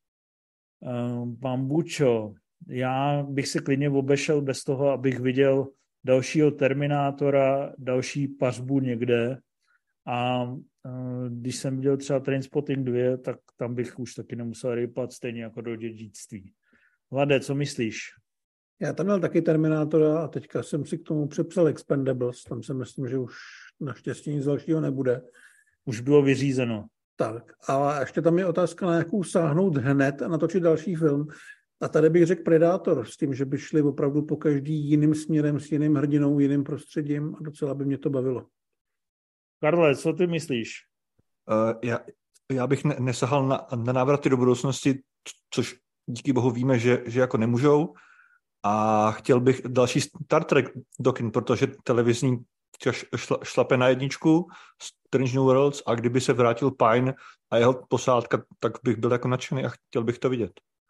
Uh, Bambučo, já bych se klidně obešel bez toho, abych viděl dalšího Terminátora, další pařbu někde a uh, když jsem viděl třeba Trainspotting dva, tak tam bych už taky nemusel rypat stejně jako do dědictví. Hlade, co myslíš? Já tam měl taky Terminátora a teďka jsem si k tomu přepsal Expendables. Tam si myslím, že už naštěstí nic dalšího nebude. Už bylo vyřízeno. Tak, a ještě tam je otázka, na jakou sáhnout hned a natočit další film. A tady bych řekl Predátor s tím, že by šli opravdu po každý jiným směrem, s jiným hrdinou, jiným prostředím a docela by mě to bavilo. Karle, co ty myslíš? Uh, já, já bych ne, nesahal na, na návraty do budoucnosti, což díky bohu víme, že, že jako nemůžou. A chtěl bych další Star Trek do kin, protože televizní šla, šlape na jedničku, Strange New Worlds, a kdyby se vrátil Pine a jeho posádka, tak bych byl jako nadšený a chtěl bych to vidět.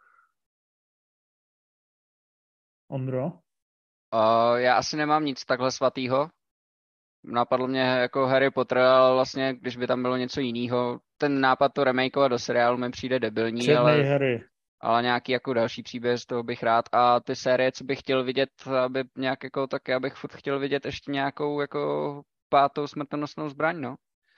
Ondro? Uh, já asi nemám nic takhle svatýho. Napadlo mě jako Harry Potter, ale vlastně, když by tam bylo něco jiného, ten nápad to remakeovat do seriálu mi přijde debilní, Černý ale, Harry. ale nějaký jako další příběh z toho bych rád. A ty série, co bych chtěl vidět, aby nějak jako, tak já bych furt chtěl vidět ještě nějakou jako pátou smrtonosnou zbraň, no.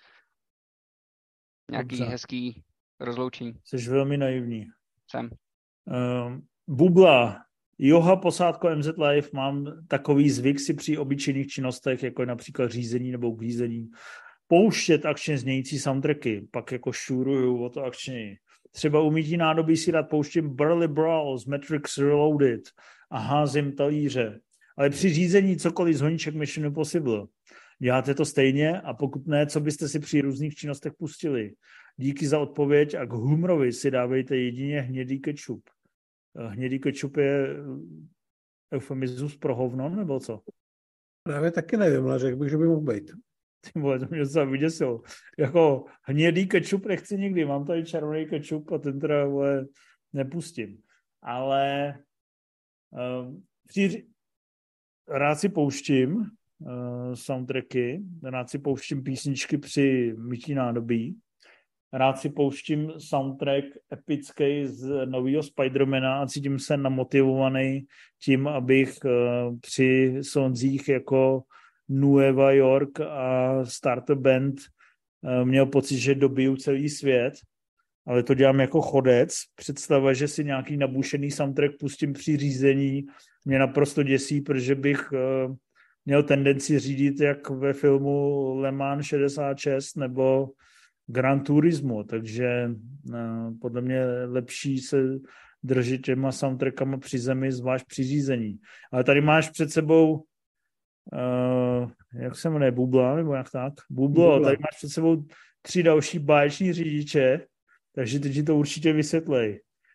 Nějaký Dobře. hezký rozloučení. Jsi velmi naivní. Jsem. Uh, Bubla. Joha, posádko M Z Live, mám takový zvyk si při obyčejných činnostech, jako je například řízení nebo uklízení, pouštět akčně znějící soundtracky, pak jako šuruju o to akčněji. Třeba umítí nádobí si rád pouštím Burly Brawl z Matrix Reloaded a házím talíře. Ale při řízení cokoliv z honíček Mission Impossible. Děláte to stejně a pokud ne, co byste si při různých činnostech pustili? Díky za odpověď a k humorovi si dávejte jedině hnědý kečup. Hnědý kečup je eufemismus pro hovno, nebo co? Právě taky nevím, ale řekl bych, že by mohl být. Ty vole, to mě docela vyděsilo. Jako hnědý kečup nechci nikdy, mám tady červený kečup a ten teda vole, nepustím. Ale uh, při, rád si pouštím uh, soundtracky, rád si pouštím písničky při mytí nádobí, rád si pouštím soundtrack epický z nového Spidermana a cítím se namotivovaný tím, abych uh, při sonzích jako Nueva York a Starter Band uh, měl pocit, že dobiju celý svět, ale to dělám jako chodec. Představa, že si nějaký nabušený soundtrack pustím při řízení, mě naprosto děsí, protože bych uh, měl tendenci řídit jak ve filmu Le Mans šedesát šest nebo Gran Turismo, takže uh, podle mě lepší se držet těma soundtrackama při zemi, zvlášť při řízení. Ale tady máš před sebou uh, jak se jmenuje, Bubla, nebo jak tak? Bublo, Bubla. Tady máš před sebou tři další báječní řidiče, takže teď ti to určitě vysvětlej.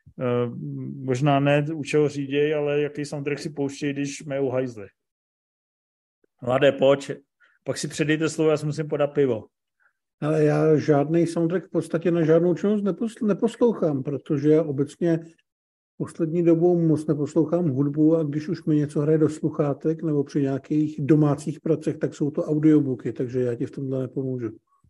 Uh, možná ne u čeho říděj, ale jaký soundtrack si pouštějí, když mají hajzly. Mladé, pojď. Pak si předejte slovo, já si musím podat pivo. Ale já žádný soundtrack v podstatě na žádnou činnost neposlouchám, protože já obecně poslední dobou moc neposlouchám hudbu a když už mi něco hraje do sluchátek nebo při nějakých domácích pracech, tak jsou to audiobooky, takže já ti v tomhle nepomůžu.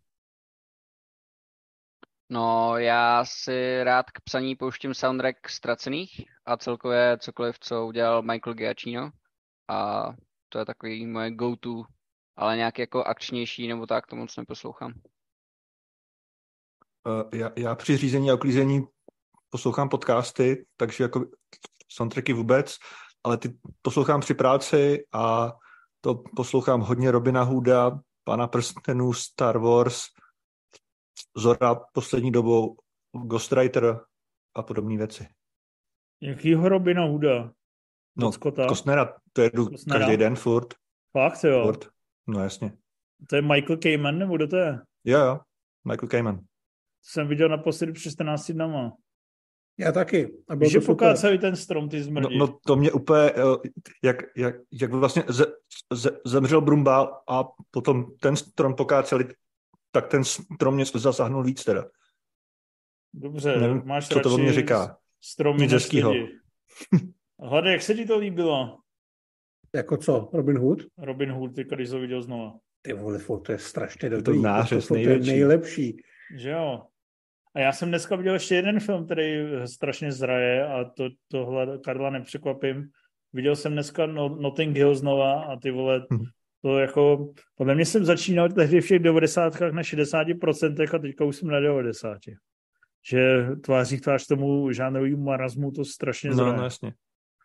No, já si rád k psaní pouštím soundtrack Ztracených a celkově cokoliv, co udělal Michael Giacchino. A to je takový moje go-to, ale nějak jako akčnější nebo tak, to moc neposlouchám. Uh, já, já při řízení a uklízení poslouchám podcasty, takže jako soundtracky vůbec, ale ty poslouchám při práci a to poslouchám hodně Robina Hooda, Pána prstenů, Star Wars, Zora poslední dobou, Ghostwriter a podobné věci. Jakýho Robina Hooda? No, Costnera, to jedu Costnera? Každý den furt. Fakt, jo? Furt. No jasně. To je Michael Kamen, nebo kdo to je? Jo, jo, Michael Kamen. To jsem viděl naposledy před čtrnácti dnama. Já taky. A Víš, že pokáceli ten strom, ty zmrdí. No, no to mě úplně, jak, jak, jak vlastně ze, ze, zemřel Brumbál a potom ten strom pokáceli, tak ten strom mě zasáhnul víc teda. Dobře, nevím, máš co to o mě říká. Stromy než lidi. Hlade, jak se ti to líbilo? Jako co? Robin Hood? Robin Hood, ty když jsi to viděl znova. Ty vole, to je strašně dobrý. To nářez to, to, to je nejlepší. Že jo. A já jsem dneska viděl ještě jeden film, který strašně zraje a to, tohle Karla nepřekvapím. Viděl jsem dneska Notting Hill znova a ty vole, to jako, podle mě jsem začínal tehdy v těch devadesátkách na šedesát procent a teďka už jsem na devadesát. Že tváří tvář tomu žánrovému marazmu to strašně zraje. No, no jasně.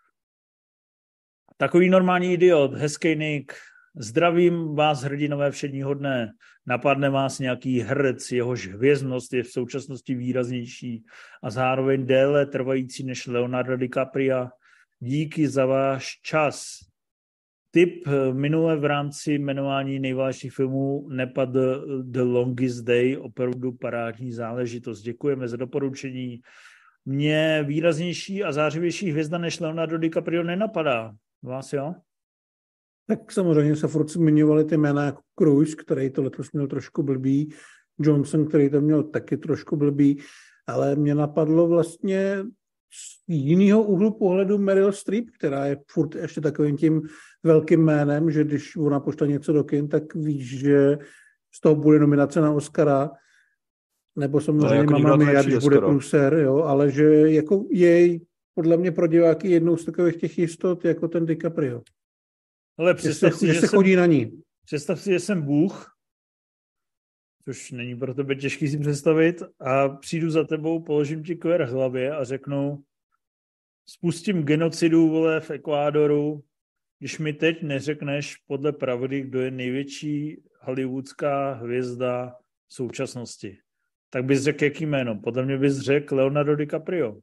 Takový normální idiot, hezký Nick. Zdravím vás, hrdinové všedního dne. Napadne vás nějaký herec, jehož hvězdnost je v současnosti výraznější a zároveň déle trvající než Leonardo DiCaprio. Díky za váš čas. Tip minule v rámci jmenování nejvážnějších filmů nepadl The Longest Day, opravdu parádní záležitost. Děkujeme za doporučení. Mně výraznější a zářivější hvězda než Leonardo DiCaprio nenapadá. Vás jo? Tak samozřejmě se furt zmiňovali ty jména jako Cruise, který to letos měl trošku blbý, Johnson, který to měl taky trošku blbý, ale mě napadlo vlastně z jiného úhlu pohledu Meryl Streep, která je furt ještě takovým tím velkým jménem, že když ona pošle něco do kin, tak víš, že z toho bude nominace na Oscara, nebo samozřejmě jako Mamma Mia, když bude průser, jo, ale že jako jej podle mě pro diváky jednou z takových těch jistot jako ten DiCaprio. Ale představ si, že se chodí jsem, na ní. Představ si, že jsem Bůh, což není pro tebe těžký si představit, a přijdu za tebou, položím ti kver hlavě a řeknu, spustím genocidu, vole, v Ekvádoru, když mi teď neřekneš podle pravdy, kdo je největší hollywoodská hvězda v současnosti. Tak bys řekl, jaký jméno? Podle mě bys řekl Leonardo DiCaprio.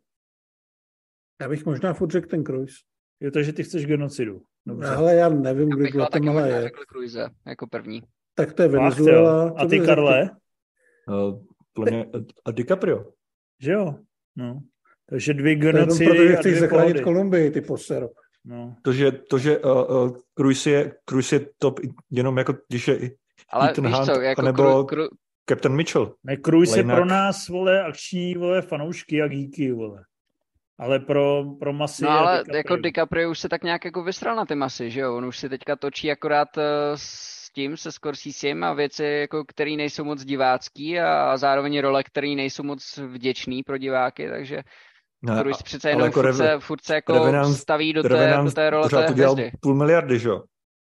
Já bych možná furt řekl ten Cruise. Je to, že ty chceš genocidu. Dobře. Ale já nevím, kdy Guatemala je. Řekl Cruise jako první. Tak to je Venezuela. A ty, Karle? Uh, plně, a DiCaprio. Že jo? No. Takže dvě genocidy a dvě chceš zachránit Kolumbii, ty posero. No. To, že, to, že uh, uh, Cruise, je, Cruise je top jenom jako, když je ale Ethan víš Hunt, co, jako nebo Cru, Cru... Captain Mitchell. Ne, Cruise je pro nás, vole, akční, vole, fanoušky a geeky, vole. Ale pro, pro masy... No ale DiCaprio. Jako DiCaprio už se tak nějak jako vysral na ty masy, že jo? On už si teďka točí akorát s tím, se Scorseseem a věci, jako, které nejsou moc divácký a zároveň role, které nejsou moc vděčný pro diváky, takže no, Cruise přece jenom jako furt, se, furt se jako Revenant, staví do té, do té role té hvězdy. Půl miliardy, že jo?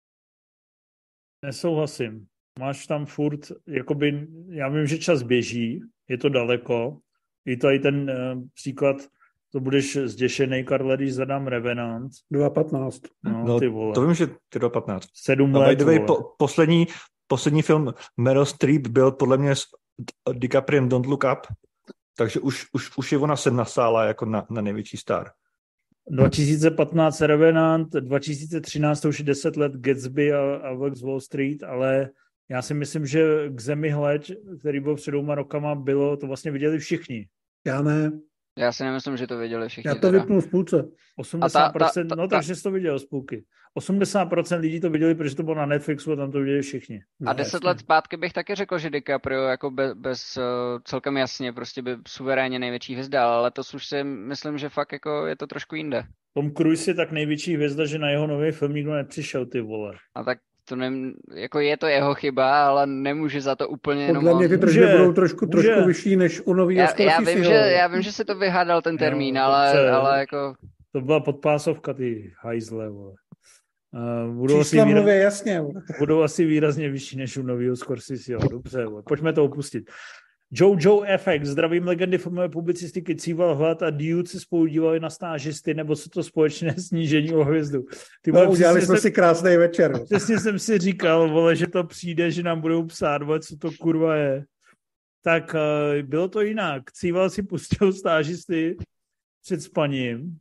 Nesouhlasím. Máš tam furt, jakoby, já vím, že čas běží, je to daleko, i tady ten uh, příklad, to budeš zděšený, Karle, když zadám Revenant. dva patnáct. No, no ty vole. To vím, že ty dva patnáct. Sedm let, vole. Po, poslední, poslední film Meryl Streep byl podle mě s DiCapriem Don't Look Up, takže už, už, už je ona sem nasála jako na, na největší star. dva tisíce patnáct Revenant, dva tisíce třináct už je deset let Gatsby a, a Vox Wall Street, ale já si myslím, že k Zemi hleď, který byl před dvouma rokama, bylo, to vlastně viděli všichni. Já ne. Já si nemyslím, že to viděli všichni. Já to teda. vypnul v půlce. osmdesát procent, ta, ta, ta, no ta, takže jsi to viděl z půlky. osmdesát procent lidí to viděli, protože to bylo na Netflixu a tam to viděli všichni. A deset let zpátky bych taky řekl, že DiCaprio jako bez, bez uh, celkem jasně prostě by suverénně největší hvězda, ale letos už si myslím, že fakt jako je to trošku jinde. Tom Cruise je tak největší hvězda, že na jeho nový film nikdo nepřišel, ty vole. A tak to ne, jako je to jeho chyba, ale nemůže za to úplně jenom Podle mě ty tržby budou trošku, trošku vyšší než u novýho já, já, vím, že, já vím, že si to vyhádal ten termín, jo, ale, dobře, ale jako... To byla podpásovka, ty hajzle, vole. Uh, budou, Čísla asi mluví jasně. budou asi výrazně vyšší než u novýho Scorseseho. Dobře, vole. Pojďme to opustit. Jojo F X, zdravím legendy filmové publicistiky Cíval Hlad a Dude se spolu dívali na stážisty, nebo co to společné snížení o hvězdu. Ty no, udělali jsme jsem, si krásný večer. Přesně jsem si říkal, vole, že to přijde, že nám budou psát, vole, co to kurva je. Tak uh, bylo to jinak. Cíval si pustil stážisty před spaním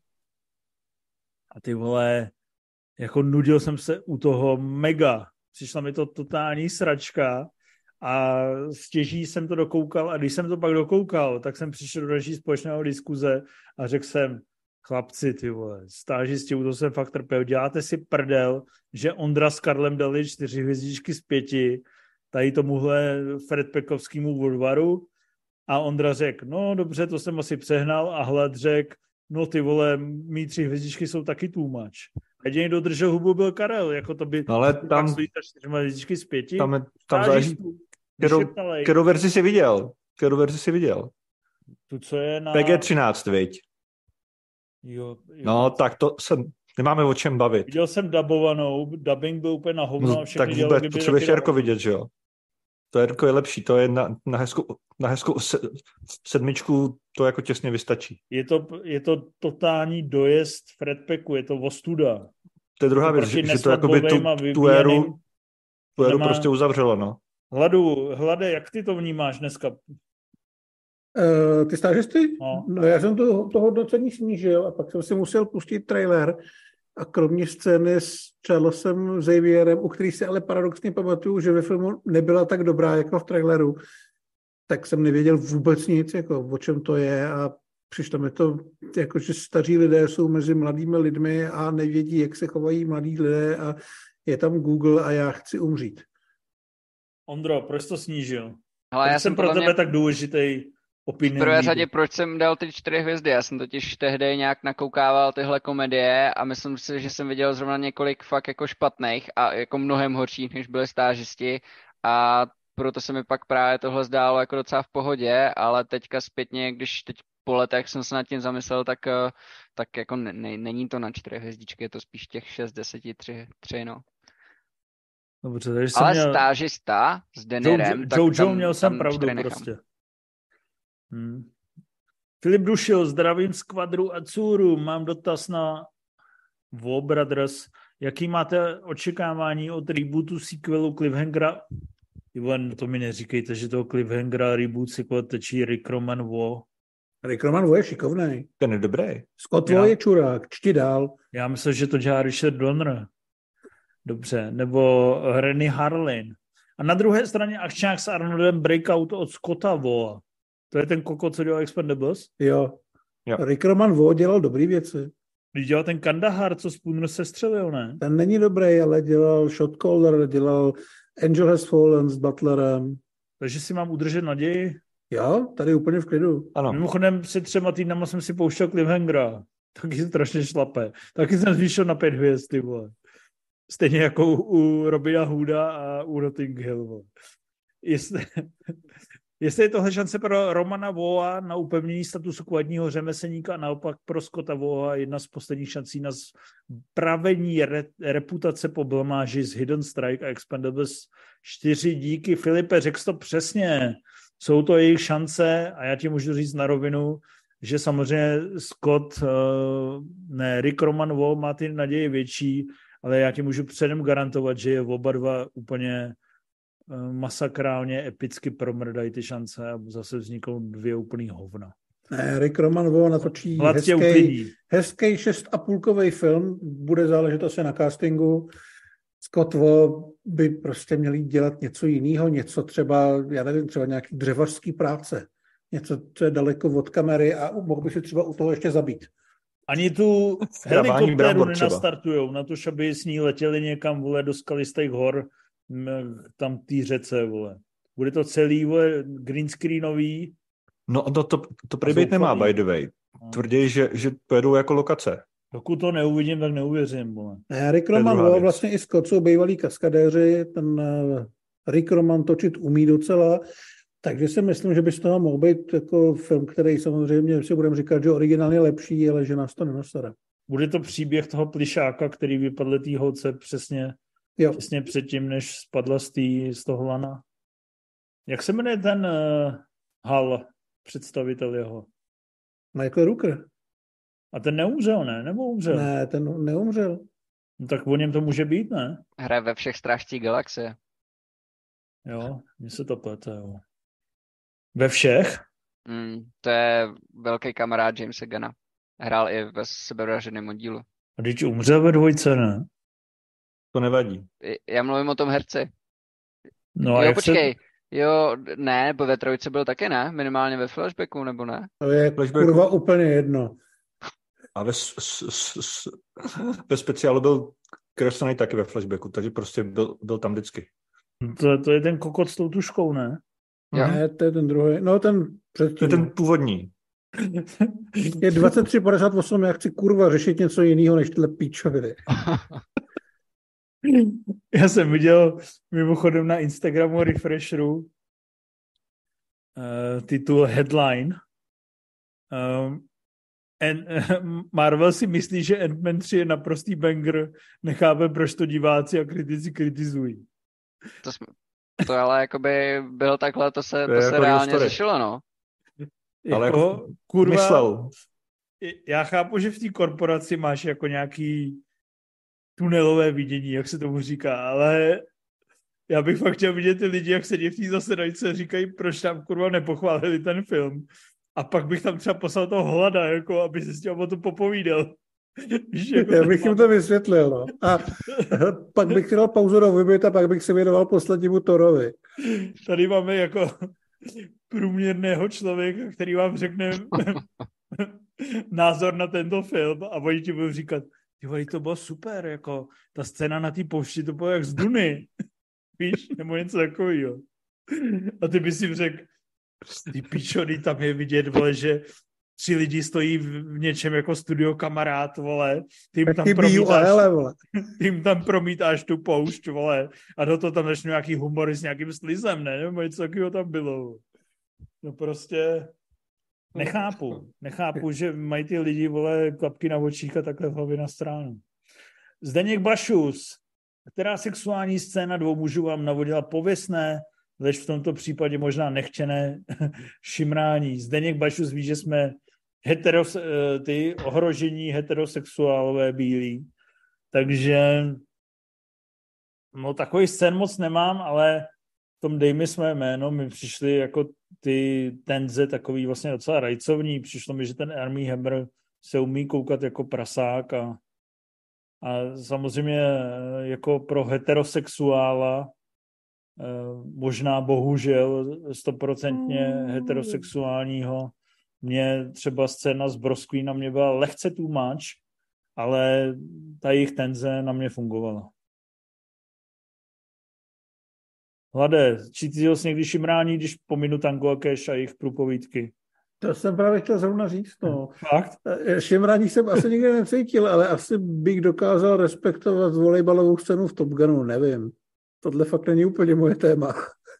a ty vole, jako nudil jsem se u toho mega. Přišla mi to totální sračka a stěží jsem to dokoukal a když jsem to pak dokoukal, tak jsem přišel do další společného diskuze a řekl jsem, chlapci, ty vole, stážisti, u toho jsem fakt trpěl, děláte si prdel, že Ondra s Karlem dali čtyři hvězdičky z pěti tady tomuhle Fred Pekovskému Woodwaru a Ondra řekl, no dobře, to jsem asi přehnal a Hlad řekl, no ty vole, mý tři hvězdičky jsou taky too much. Jediný, kdo držel hubu, byl Karel, jako to by... No ale tam... stojí ta čtyři hvězdičky z pěti. Tam, tam záleží, kterou, kterou verzi jsi viděl? Kterou verzi jsi viděl? Tu, co je na... P G třináct, viď? Jo, jo. No, tak to se nemáme o čem bavit. Viděl jsem dabovanou, dubbing byl úplně na hovno no, a všechny tak dialogy vůbec potřebuješ Jarko vidět, že jo? To Jarko je lepší, to je na, na, hezkou, na hezkou sedmičku, to jako těsně vystačí. Je to, je to totální dojezd Fredpeku, je to ostuda. To je druhá věc, že, že to jakoby tu, tu éru, tu éru nemá... prostě uzavřelo, no. Hladu, Hlade, jak ty to vnímáš dneska? Uh, ty stážisty? No. no já jsem to, to hodnocení snížil a pak jsem si musel pustit trailer a kromě scény s Charlesem Xavierem, u který si ale paradoxně pamatuju, že ve filmu nebyla tak dobrá jako v traileru, tak jsem nevěděl vůbec nic, jako, o čem to je a přišlo mi to, jako, že staří lidé jsou mezi mladými lidmi a nevědí, jak se chovají mladí lidé a je tam Google a já chci umřít. Ondro, proč to snížil? Hele, já jsem pro tebe mě... tak důležitý opinion. V prvé řadě, proč jsem dal ty čtyři hvězdy? Já jsem totiž tehdy nějak nakoukával tyhle komedie a myslím si, že jsem viděl zrovna několik fakt jako špatných a jako mnohem horších, než byli stážisti a proto se mi pak právě tohle zdálo jako docela v pohodě, ale teďka zpětně, když teď po letech jsem se nad tím zamyslel, tak, tak jako ne, ne, není to na čtyři hvězdičky, je to spíš těch šest, deset, tři, tři no. Dobře, takže ale měl... stážista s Denirem, Joe, tak Joe, tam, Joe měl jsem pravdu prostě. Hmm. Filip Dušil, zdravím z Kvadru a Cůru. Mám dotaz na War Brothers. Jaký máte očekávání od rebootu sequelu Cliffhangera? Ivan, to mi neříkejte, že toho Cliffhangera reboot sequel tečí Rick Roman War. Rick Roman War je šikovnej. Ten je dobrý. Scott War je čurák, čti dál. Já myslím, že to dělá Richard Donner. Dobře, nebo Renny Harlin. A na druhé straně akčňák s Arnoldem Breakout od Scotta War. To je ten koko, co dělal Expendables? Jo. jo. Rick Roman War dělal dobrý věci. Když dělal ten Kandahar, co Spooner se střelil, ne? Ten není dobrý, ale dělal Shot Caller, dělal Angel Has Fallen s Butlerem. Takže si mám udržet naději? Jo, tady úplně v klidu. Ano. Mimochodem před třema týdnama jsem si pouštěl Cliffhangera. Taky strašně šlape. Taky jsem zvýšil na pět hvězd, ty vole. Stejně jako u, u Robina Hooda a u Notting Hill, vole. Jestli... Jestli je tohle šance pro Romana Voa na upevnění statusu kvalitního řemeslníka a naopak pro Scotta Voa jedna z posledních šancí na spravení re, reputace po blamáži z Hidden Strike a Expendables čtyři. Díky, Filipe, řekl to přesně. Jsou to jejich šance a já ti můžu říct na rovinu, že samozřejmě Scott, ne, Rick Roman Voa má ty naděje větší, ale já ti můžu předem garantovat, že je oba dva úplně masakrálně, epicky promrdají ty šance a zase vzniknou dvě úplný hovna. Ne, Rick Roman Vo natočí hezký, hezký šest a půlkový film, bude záležet asi na castingu. Scott Vo by prostě měli dělat něco jiného, něco třeba, já nevím, třeba nějaký dřevařský práce. něco, co je daleko od kamery a mohl by si třeba u toho ještě zabít. Ani tu helikoptéru nenastartujou, na to, aby s ní letěli někam, vole, do skalistých hor, tam té řece, vole. Bude to celý, vole, green screenový. No to, to, to prý nemá, by the way. Tvrdí, že, že pojedou jako lokace. Dokud to neuvidím, tak neuvěřím, vole. Ne, Rick Roman, vlastně i Scott jsou bývalí kaskadéři, ten Rick Roman točit umí docela, takže si myslím, že by z toho mohl být jako film, který samozřejmě si budeme říkat, že originálně lepší, ale že nás to nenastará. Bude to příběh toho plišáka, který vypadl té holce přesně, přesně předtím, než spadla z, tý, z toho lana. Jak se jmenuje ten uh, Hal, představitel jeho? Michael Rooker. A ten neumřel, ne? Nebo umřel? Ne, ten neumřel. No, tak o něm to může být, ne? Hraje ve všech Strážcích galaxie. Jo, mně se to plete, jo. Ve všech? Mm, to je velký kamarád Jamesa Gunna. Hrál i ve sebevražedném oddílu. A když umřel ve dvojce, ne? To nevadí. Já mluvím o tom herci. No a jo, jak počkej. se... Jo, ne, bo ve trojce byl taky, ne? Minimálně ve flashbacku, nebo ne? To je flashbacku... kurva úplně jedno. A ve, s, s, s, ve speciálu byl kreslený taky ve flashbacku, takže prostě byl, byl tam vždycky. To, to je ten kokot s tou tuškou, ne? Ne, to je ten druhý. No ten předtím. To je ten původní. Je dvacet tři padesát osm, já chci kurva řešit něco jiného, než tyhle píčoviny. Já jsem viděl mimochodem na Instagramu Refresheru uh, titul headline. Um, and, uh, Marvel si myslí, že Ant-Man tři je naprostý banger, nechápe, proč to diváci a kritici kritizují. To, jsme, to ale jakoby bylo takhle, to se, to to se jako reálně řešilo, no. Ale jako, jako kurva, myslel. Já chápu, že v té korporaci máš jako nějaký tunelové vidění, jak se tomu říká, ale já bych fakt chtěl vidět ty lidi, jak sedí v té zasedačce a říkají, proč tam kurva nepochválili ten film. A pak bych tam třeba poslal toho Hlada, jako, aby se s tím o to popovídal. Víš, jako já bych jim to vysvětlil, no. A pak bych si dal pauzu do vybyt a pak bych se věnoval poslednímu Thorovi. Tady máme jako průměrného člověka, který vám řekne názor na tento film a oni ti budou říkat, tyhle, to bylo super, jako ta scéna na té poušti, to bylo jak z Duny, víš, nebo něco takového. A ty bys jim řekl, ty pičony, tam je vidět, vole, že tři lidi stojí v něčem jako studio kamarád, vole, ty jim tam promítáš, ty jim tam promítáš tu poušť, vole, a do toho tam začne nějaký humory s nějakým slizem, ne, nebo něco takového tam bylo. No prostě nechápu, nechápu, že mají ty lidi, vole, klapky na očích a takhle v hlavě na stránu. Zdeněk Bašus, která sexuální scéna dvou mužů vám navodila pověstné, lež v tomto případě možná nechtěné šimrání. Zdeněk Bašus ví, že jsme heteros, ty ohrožení heterosexuálové bílí, takže no takový scén moc nemám, ale v tom dej mi své jméno, mi přišly jako ty tenze takový vlastně docela rajcovní, přišlo mi, že ten Armie Hammer se umí koukat jako prasák a, a samozřejmě jako pro heterosexuála možná bohužel stoprocentně heterosexuálního. Mně třeba scéna z Broskví na mě byla lehce too much, ale ta jejich tenze na mě fungovala. Hlade, cítil jsi někdy šimrání, když pominu Tango a Cash a jejich průpovídky? To jsem právě chtěl zrovna říct, no. Fakt? Šimrání jsem asi nikdy necítil, ale asi bych dokázal respektovat volejbalovou scénu v Top Gunu, nevím. Tohle fakt není úplně moje téma.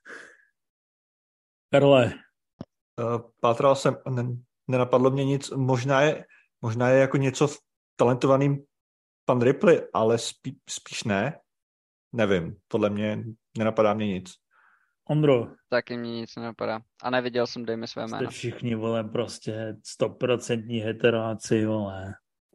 Karle. Uh, pátral jsem, ne, nenapadlo mě nic, možná je, možná je jako něco v talentovaným pan Ripley, ale spí, spíš ne. Nevím, podle mě nenapadá mě nic. Ondro. Taky mě nic nenapadá. A neviděl jsem, dej mi své jméno. Jste všichni, vole, prostě stoprocentní heteráci, vole.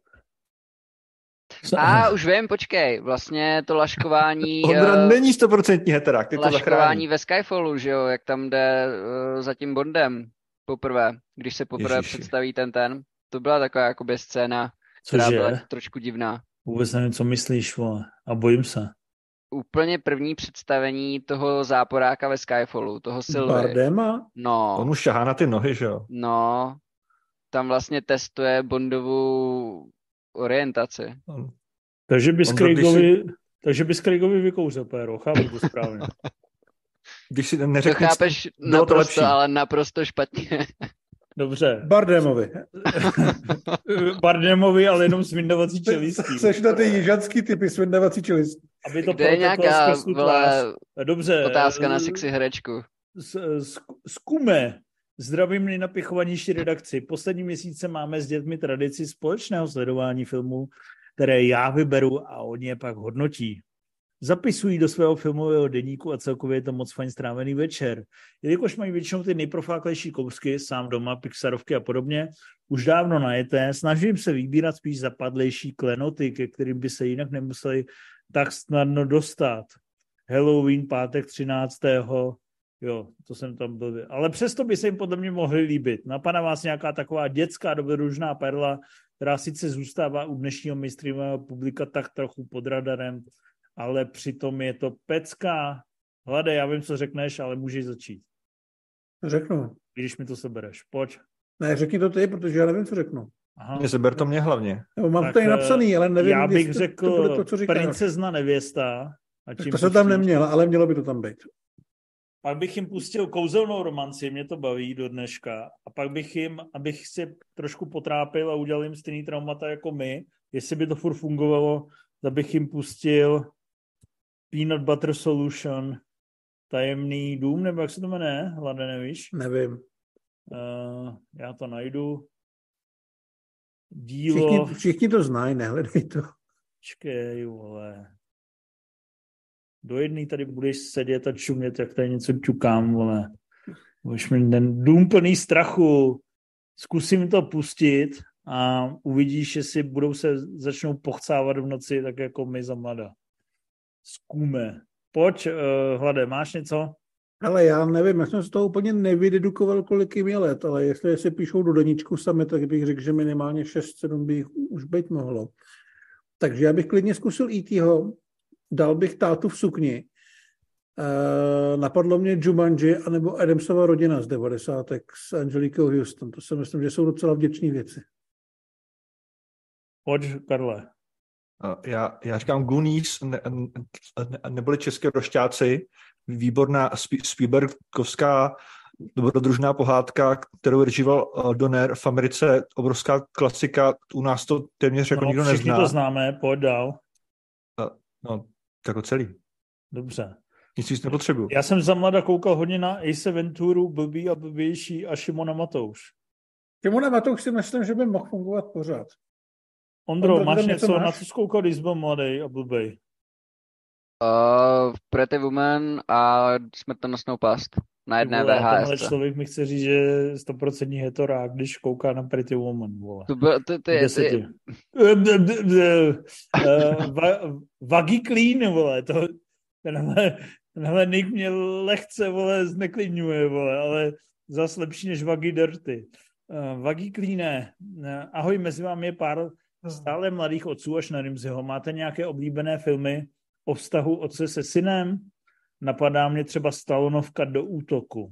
A už vím, počkej, vlastně to laškování... Ondra uh, není stoprocentní heterák, ty to zachrání. Laškování ve Skyfallu, že jo, jak tam jde uh, za tím Bondem poprvé, když se poprvé Ježiši. Představí ten ten. To byla taková jakoby scéna, Cože? která byla trošku divná. Vůbec nevím, co myslíš, vole, a bojím se. úplně první představení toho záporáka ve Skyfallu, toho Sylvie. Bardema? No. On už šahá na ty nohy, že jo? No, tam vlastně testuje Bondovou orientaci. On, Takže bys on Craigovi, když si, takže bys Craigovi vykouřil péro, chápu to správně. když si To neřekl nic, chápeš bylo to lepší. naprosto, ale naprosto špatně. Dobře. Bardemovi. Bardemovi, ale jenom s vyndovací čelistí. Seš na ty jižanský typy s vyndovací čelistí. Aby to Kde je proteklo nějaká skrz tu tvář. Dobře. otázka na sexy herečku? Zkume. Zdravím nejnapichovanější redakci. Poslední měsíce máme s dětmi tradici společného sledování filmů, které já vyberu a oni je pak hodnotí. Zapisují do svého filmového deníku a celkově je to moc fajn strávený večer. Jelikož mají většinou ty nejprofláklejší kousky, sám doma, Pixarovky a podobně, už dávno najeté, snažím se vybírat spíš zapadlejší klenoty, ke kterým by se jinak nemuseli tak snadno dostat. Halloween, pátek třináctého Jo, to jsem tam byl. Ale přesto by se jim podle mě mohly líbit. Napadá vás nějaká taková dětská dobrodružná perla, která sice zůstává u dnešního mainstreamového publika tak trochu pod radarem, ale přitom je to pecka. Hlade, já vím, co řekneš, ale můžeš začít. Řeknu. Když mi to sebereš. Pojď. Ne, řekni to ty, protože já nevím, co řeknu. Aha. Mě seber to mě hlavně. Jo, mám Tak, to tady napsaný, ale nevím, já bych to, řekl to bude to, co říkáš. Princezna nevěsta. A Tak tím to se tam neměla, ale mělo by to tam být. Pak bych jim pustil Kouzelnou romanci, mě to baví do dneška. A pak bych jim, abych si trošku potrápil a udělal jim stejný traumata jako my, jestli by to furt fungovalo, tak bych jim pustil Peanut Butter Solution, Tajemný dům, nebo jak se to jmenuje? Hlade, nevíš? Nevím. Uh, já to najdu. Dílo... Všichni, všichni to znají, nehledej to. Počkej, vole. Do jedný tady budeš sedět a čumět, jak tady něco ťukám, vole. Budeš mi ten dům plný strachu. Zkusím to pustit a uvidíš, jestli budou se, začnou pochcávat v noci, tak jako my za mlada. Zkume. Pojď, uh, Hlade, máš něco? Ale já nevím, já jsem z toho úplně nevydedukoval, kolik jim je let, ale jestli si píšou do deníčku sami, tak bych řekl, že minimálně šest sedm by jich už být mohlo. Takže já bych klidně zkusil í té ho, dal bych Tátu v sukni, e, napadlo mě Jumanji anebo Adamsova rodina z devadesátek s Angelikou Houston. To si myslím, že jsou docela vděčné věci. Pojď, Karle. Já, já říkám Goonies, ne, ne, neboli české rošťáci, výborná Spielbergovská dobrodružná pohádka, kterou režíval Donner v Americe, obrovská klasika, u nás to téměř jako no, nikdo všichni nezná. to známe, pojď dál. No, tak o celý. Dobře. Nic víc nepotřebuju. Já jsem za mlada koukal hodně na Ace Venturu, Blbý a blbější a Šimona Matouš. Šimona Matouš si myslím, že by mohl fungovat pořád. Ondro, Ondro, máš něco, máš? na co zkoukal, když byl mladý a blbej? Uh, Pretty Woman a Smrtonosnou past na jedné Vole, V H S. tenhle člověk mi chce říct, že je stoprocentní hetorák, když kouká na Pretty Woman. Vole. To bylo, to, to je, to je, Vaggy Clean, vole, to, tenhle, tenhle nick mě lehce, vole, zneklidňuje, vole, ale zas lepší než Vaggy Dirty. Uh, Vaggy Clean, ahoj, mezi vámi je pár stále mladých otců až na Rimziho. Máte nějaké oblíbené filmy o vztahu otce se synem? Napadá mě třeba Stallonovka Do útoku.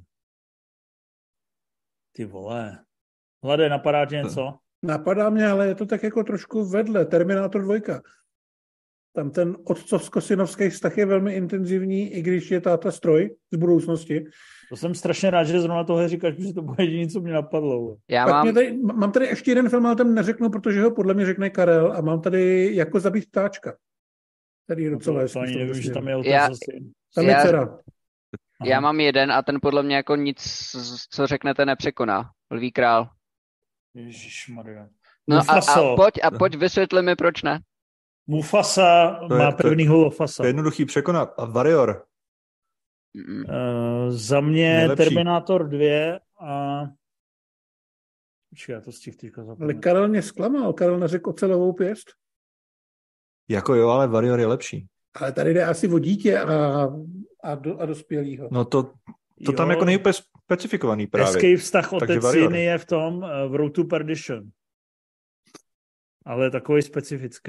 Ty vole. Hlade, napadá tě něco? Napadá mě, ale je to tak jako trošku vedle. Terminátor dvojka. Tam ten otcovsko-synovský vztah je velmi intenzivní, i když je táta stroj z budoucnosti. To jsem strašně rád, že zrovna tohle říkáš, protože to bude jediné, co mě napadlo. Já Pak mám... mě tady, mám tady ještě jeden film, ale ten neřeknu, protože ho podle mě řekne Karel a mám tady Jako zabít ptáčka. Tady je docela no to, to ani nevím, že tam je otec Já- a syn. Tam je Já- dcera. Já mám jeden a ten podle mě jako nic, co řeknete, nepřekoná. Lví král. Ježišmarja. No a, Mufaso. a, pojď, a pojď vysvětli mi, proč ne. Mufasa To je- má to je- prvního Lofasa. To je jednoduchý překonat. A Warrior. Mm. Uh, za mě Nejlepší. Terminátor dva a... Počkej, já to z těch teďka Ale zapomněl. Karel mě zklamal. Karel neřekl ocelovou pěst. Jako jo, ale Warrior je lepší. Ale tady jde asi o dítě a, a, do, a dospělýho. No to, to tam jako nejúplně specifikovaný právě. Hezký vztah Takže otec Warrior. syny je v tom uh, v Road to Perdition. Ale takový specifický.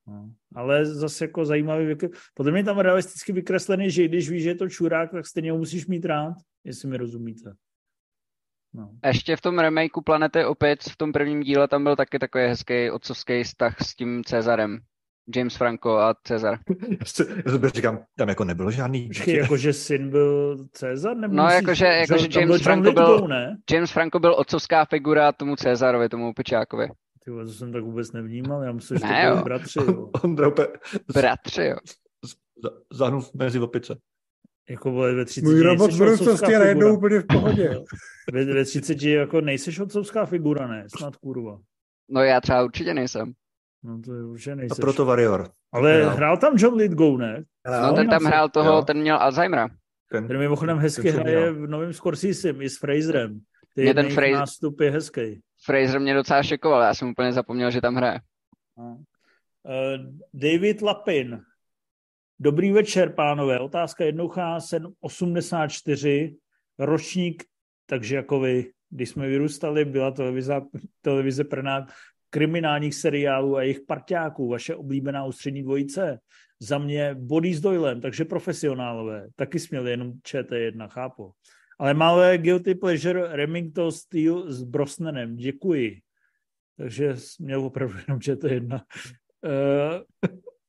No. Ale zase jako zajímavý vykres... Podle mě tam realisticky vykreslený, že když víš, že je to čurák, tak stejně ho musíš mít rád, jestli mi rozumíte. No. Ještě v tom remakeu Planety opic, v tom prvním díle tam byl taky takový hezký otcovský vztah s tím Cezarem. James Franco a Cezar. Já si říkám, tam jako nebylo žádný... Počkej, jakože syn byl Cezar? Nebo no, jakože jako, James, Franco byl, ne? James Franco byl otcovská figura tomu Cezarovi, tomu opičákovi. Ty to jsem tak vůbec nevnímal, já myslím, že to byli bratři. Jo. Ondra opět... Bratři, jo. Zahnul mezi opice. Jako ve třiceti Můj robot v budoucnosti je najednou úplně v pohodě. ve, ve třiceti jako nejseš otcovská figura, ne? Snad kurva. No já třeba určitě nejsem. No to je určitě nejseš. A proto Warrior. Ale hrál, hrál tam John Lithgow, ne? No ten tam hrál toho, jo. Ten měl Alzheimera. Ten, ten mimochodem hezky hraje v novém Scorsesem i s Fraserem. Ty ten Fraser... nástup je hezký. Fraser mě docela šokoval, já jsem úplně zapomněl, že tam hraje. Uh, David Lapin. Dobrý večer, pánové. Otázka jednoduchá, jsem osmdesát čtyři, ročník, takže jako vy, když jsme vyrůstali, byla televize, televize plná kriminálních seriálů a jejich parťáků, vaše oblíbená ústřední dvojice. Za mě Body s Doylem, takže profesionálové. Taky směli jenom Č T jedna, chápu. Ale malé guilty pleasure Remington Steel s Brosnanem. Děkuji. Takže měl opravdu jenom Č T jedna. Uh,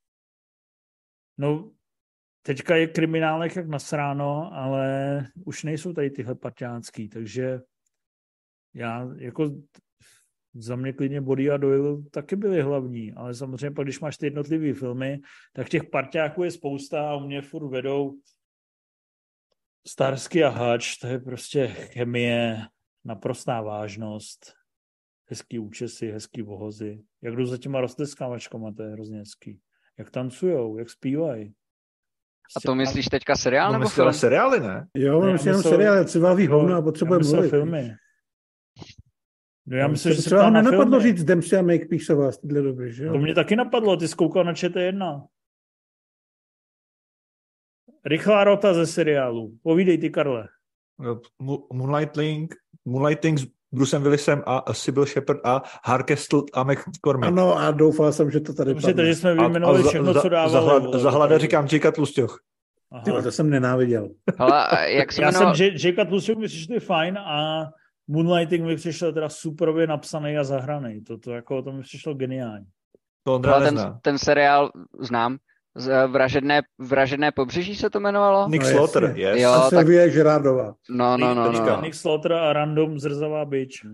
no, teďka je kriminálek jak nasráno, ale už nejsou tady tyhle parťánský, takže já jako za mě klidně Body a Doyle taky byly hlavní, ale samozřejmě pak, když máš ty jednotlivý filmy, tak těch parťáků je spousta a u mě furt vedou Starsky a Hutch, to je prostě chemie, naprostá vážnost, hezký účesy, hezký vohozy. Jak jdou za těma rostleskávačkama, to je hrozně hezký. Jak tancujou, jak zpívají. A to myslíš teďka seriál no, nebo film? seriály, ne? Jo, ne, myslím jenom seriály, třeba ví hovno a potřebuje mluvit. Filmy. No já myslím, že se třeba ho nenapadlo filmy. říct Dempsey a Makepeaceová z téhle doby, že jo? To mě taky napadlo, ty zkoukal na Č T jedna. Rychlá rota ze seriálu. Povídej ty, Karle. Moonlighting, Moonlighting s Brucem Willisem a Sybil Shepherd a Harkestle a McCormick. Ano, a doufal jsem, že to tady Dobře, takže jsme vyjmenovali všechno, za, co dávalo. Za hlada říkám Jakea Tlusťoch. Tyhle, to jsem nenáviděl. Ale jak se Já jmenoval... jsem Jakea Tlusťoch mi přišli fajn a Moonlighting mi přišel teda superově napsaný a zahraný. To, to, jako, to mi přišlo geniální. To Ondra ten, ten seriál znám. Z vražedné, vražedné pobřeží se to jmenovalo? Nick no, Slaughter, yes. Jo, a tak... Sylvie Gerardová. No, no, no, no. Nick Slaughter a random zrzavá bič.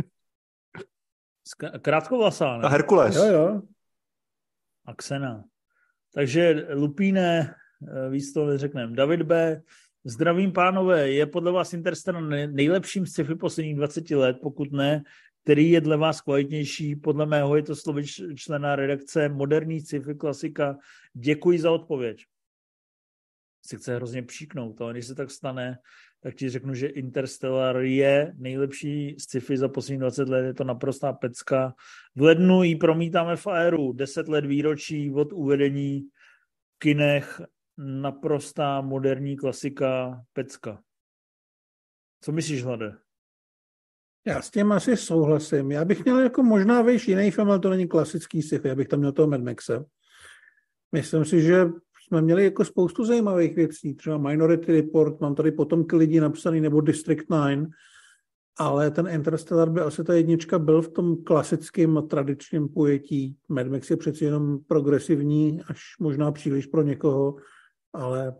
Krátkovlasá, ne? A Herkules. Jo, jo. A Xena. Takže Lupíne, víc to neřekneme. David B. Zdravím, pánové. Je podle vás Interstellar nejlepším sci-fi posledních dvacet let? Pokud ne, který je dle vás kvalitnější? Podle mého je to slovy člena redakce moderní sci-fi klasika. Děkuji za odpověď. Si chce hrozně příknout, ale když se tak stane, tak ti řeknu, že Interstellar je nejlepší sci-fi za posledních dvacet let, je to naprostá pecka. V lednu ji promítáme v Aeru, deset let výročí od uvedení v kinech, naprostá moderní klasika, pecka. Co myslíš, Hlade? Já s tím asi souhlasím. Já bych měl jako možná vejš jiný film, ale to není klasický sci-fi, já bych tam měl toho Mad Maxe. Myslím si, že jsme měli jako spoustu zajímavých věcí, třeba Minority Report, mám tady Potomky lidí napsaný, nebo District nine, ale ten Interstellar by asi ta jednička byl v tom klasickém tradičním pojetí. Mad Max je přeci jenom progresivní, až možná příliš pro někoho, ale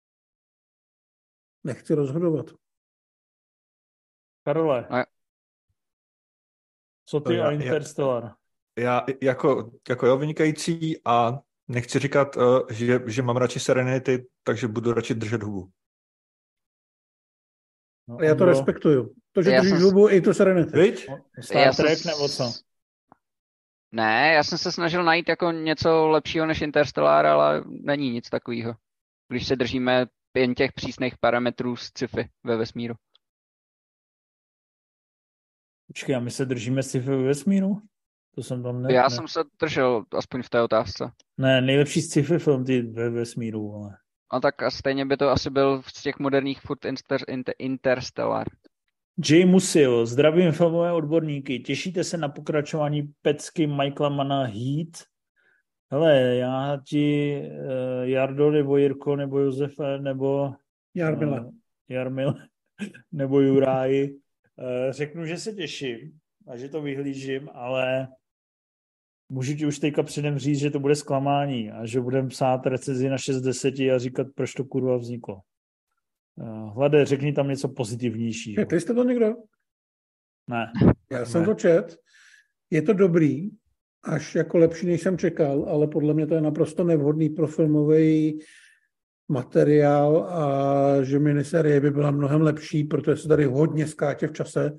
nechci rozhodovat. Karole, co ty já, a Interstellar? Já, já jako, jako jo, vynikající a nechci říkat, uh, že, že mám radši Serenity, takže budu radši držet hubu. No, já to bylo... respektuju. To, že já držíš jsem... hubu, i to Serenity. Víš? Star Trek jsem... nebo co? Ne, já jsem se snažil najít jako něco lepšího než Interstellar, ale není nic takového. Když se držíme jen těch přísných parametrů z sci-fi ve vesmíru. Počkej, a my se držíme sci-fi ve vesmíru? To jsem tam ne... Já ne. jsem se držel, aspoň v té otázce. Ne, nejlepší sci-fi film ty ve vesmíru, ale... No tak a stejně by to asi byl z těch moderních furt inter, inter, Interstellar. Jay Musil, zdravím filmové odborníky. Těšíte se na pokračování pecky Michaela Manna Heat? Hele, já ti uh, Jardo, nebo Jirko, nebo Josefe, nebo Jarmila. Uh, Jarmil, nebo Juráji, uh, řeknu, že se těším a že to vyhlížím, ale můžu ti už teďka předem říct, že to bude zklamání a že budeme psát recenzi na šest z deseti a říkat, proč to kurva vzniklo. Uh, Hlade, řekni tam něco pozitivnějšího. Četli jste to někdo? Ne. Já jsem Ne. to čet. Je to dobrý, až jako lepší, než jsem čekal, ale podle mě to je naprosto nevhodný pro filmový materiál a že miniserie by byla mnohem lepší, protože se tady hodně skáče v čase.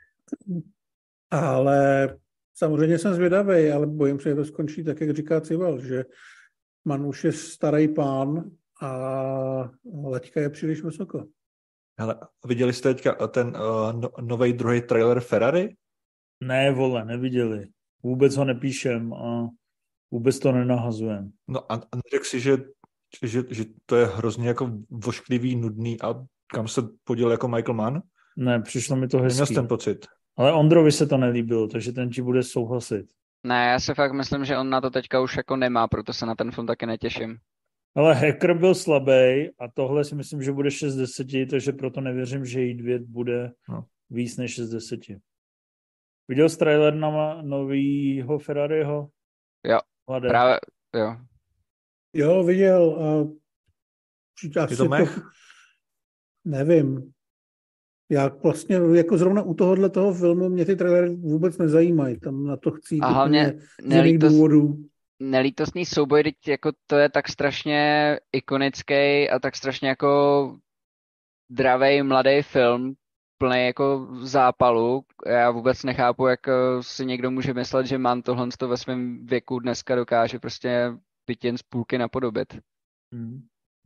Ale samozřejmě jsem zvědavý, ale bojím se, že to skončí tak, jak říká Cival, že Man už je starý pán a laťka je příliš vysoko. Hele, viděli jste teďka ten uh, no, nový druhý trailer Ferrari? Ne, vole, neviděli. Vůbec ho nepíšem a vůbec to nenahazujem. No a, a řekl si, že, že, že to je hrozně jako vošklivý, nudný a kam se poděl jako Michael Mann? Ne, přišlo mi to Neměl jsi hezký. ten pocit? Ale Ondrovi se to nelíbilo, takže ten ti bude souhlasit. Ne, já si fakt myslím, že on na to teďka už jako nemá, proto se na ten film taky netěším. Ale Hacker byl slabý a tohle si myslím, že bude šest z deseti, takže proto nevěřím, že jí dvě bude no. víc než šest z deseti. Viděl jsi trailer na novýho Ferrariho? Jo, Hlade. právě, jo. Jo, viděl. A Je to mech? Nevím. Já vlastně jako zrovna u tohohle toho filmu mě ty trailery vůbec nezajímají. Tam na to chci jít A hlavně z jiných důvodů. Nelítostný souboj, teď jako to je tak strašně ikonický a tak strašně jako dravej mladý film, plný jako zápalu. Já vůbec nechápu, jak si někdo může myslet, že mám tohle to ve svém věku dneska dokáže prostě byt jen z půlky napodobit. Hmm.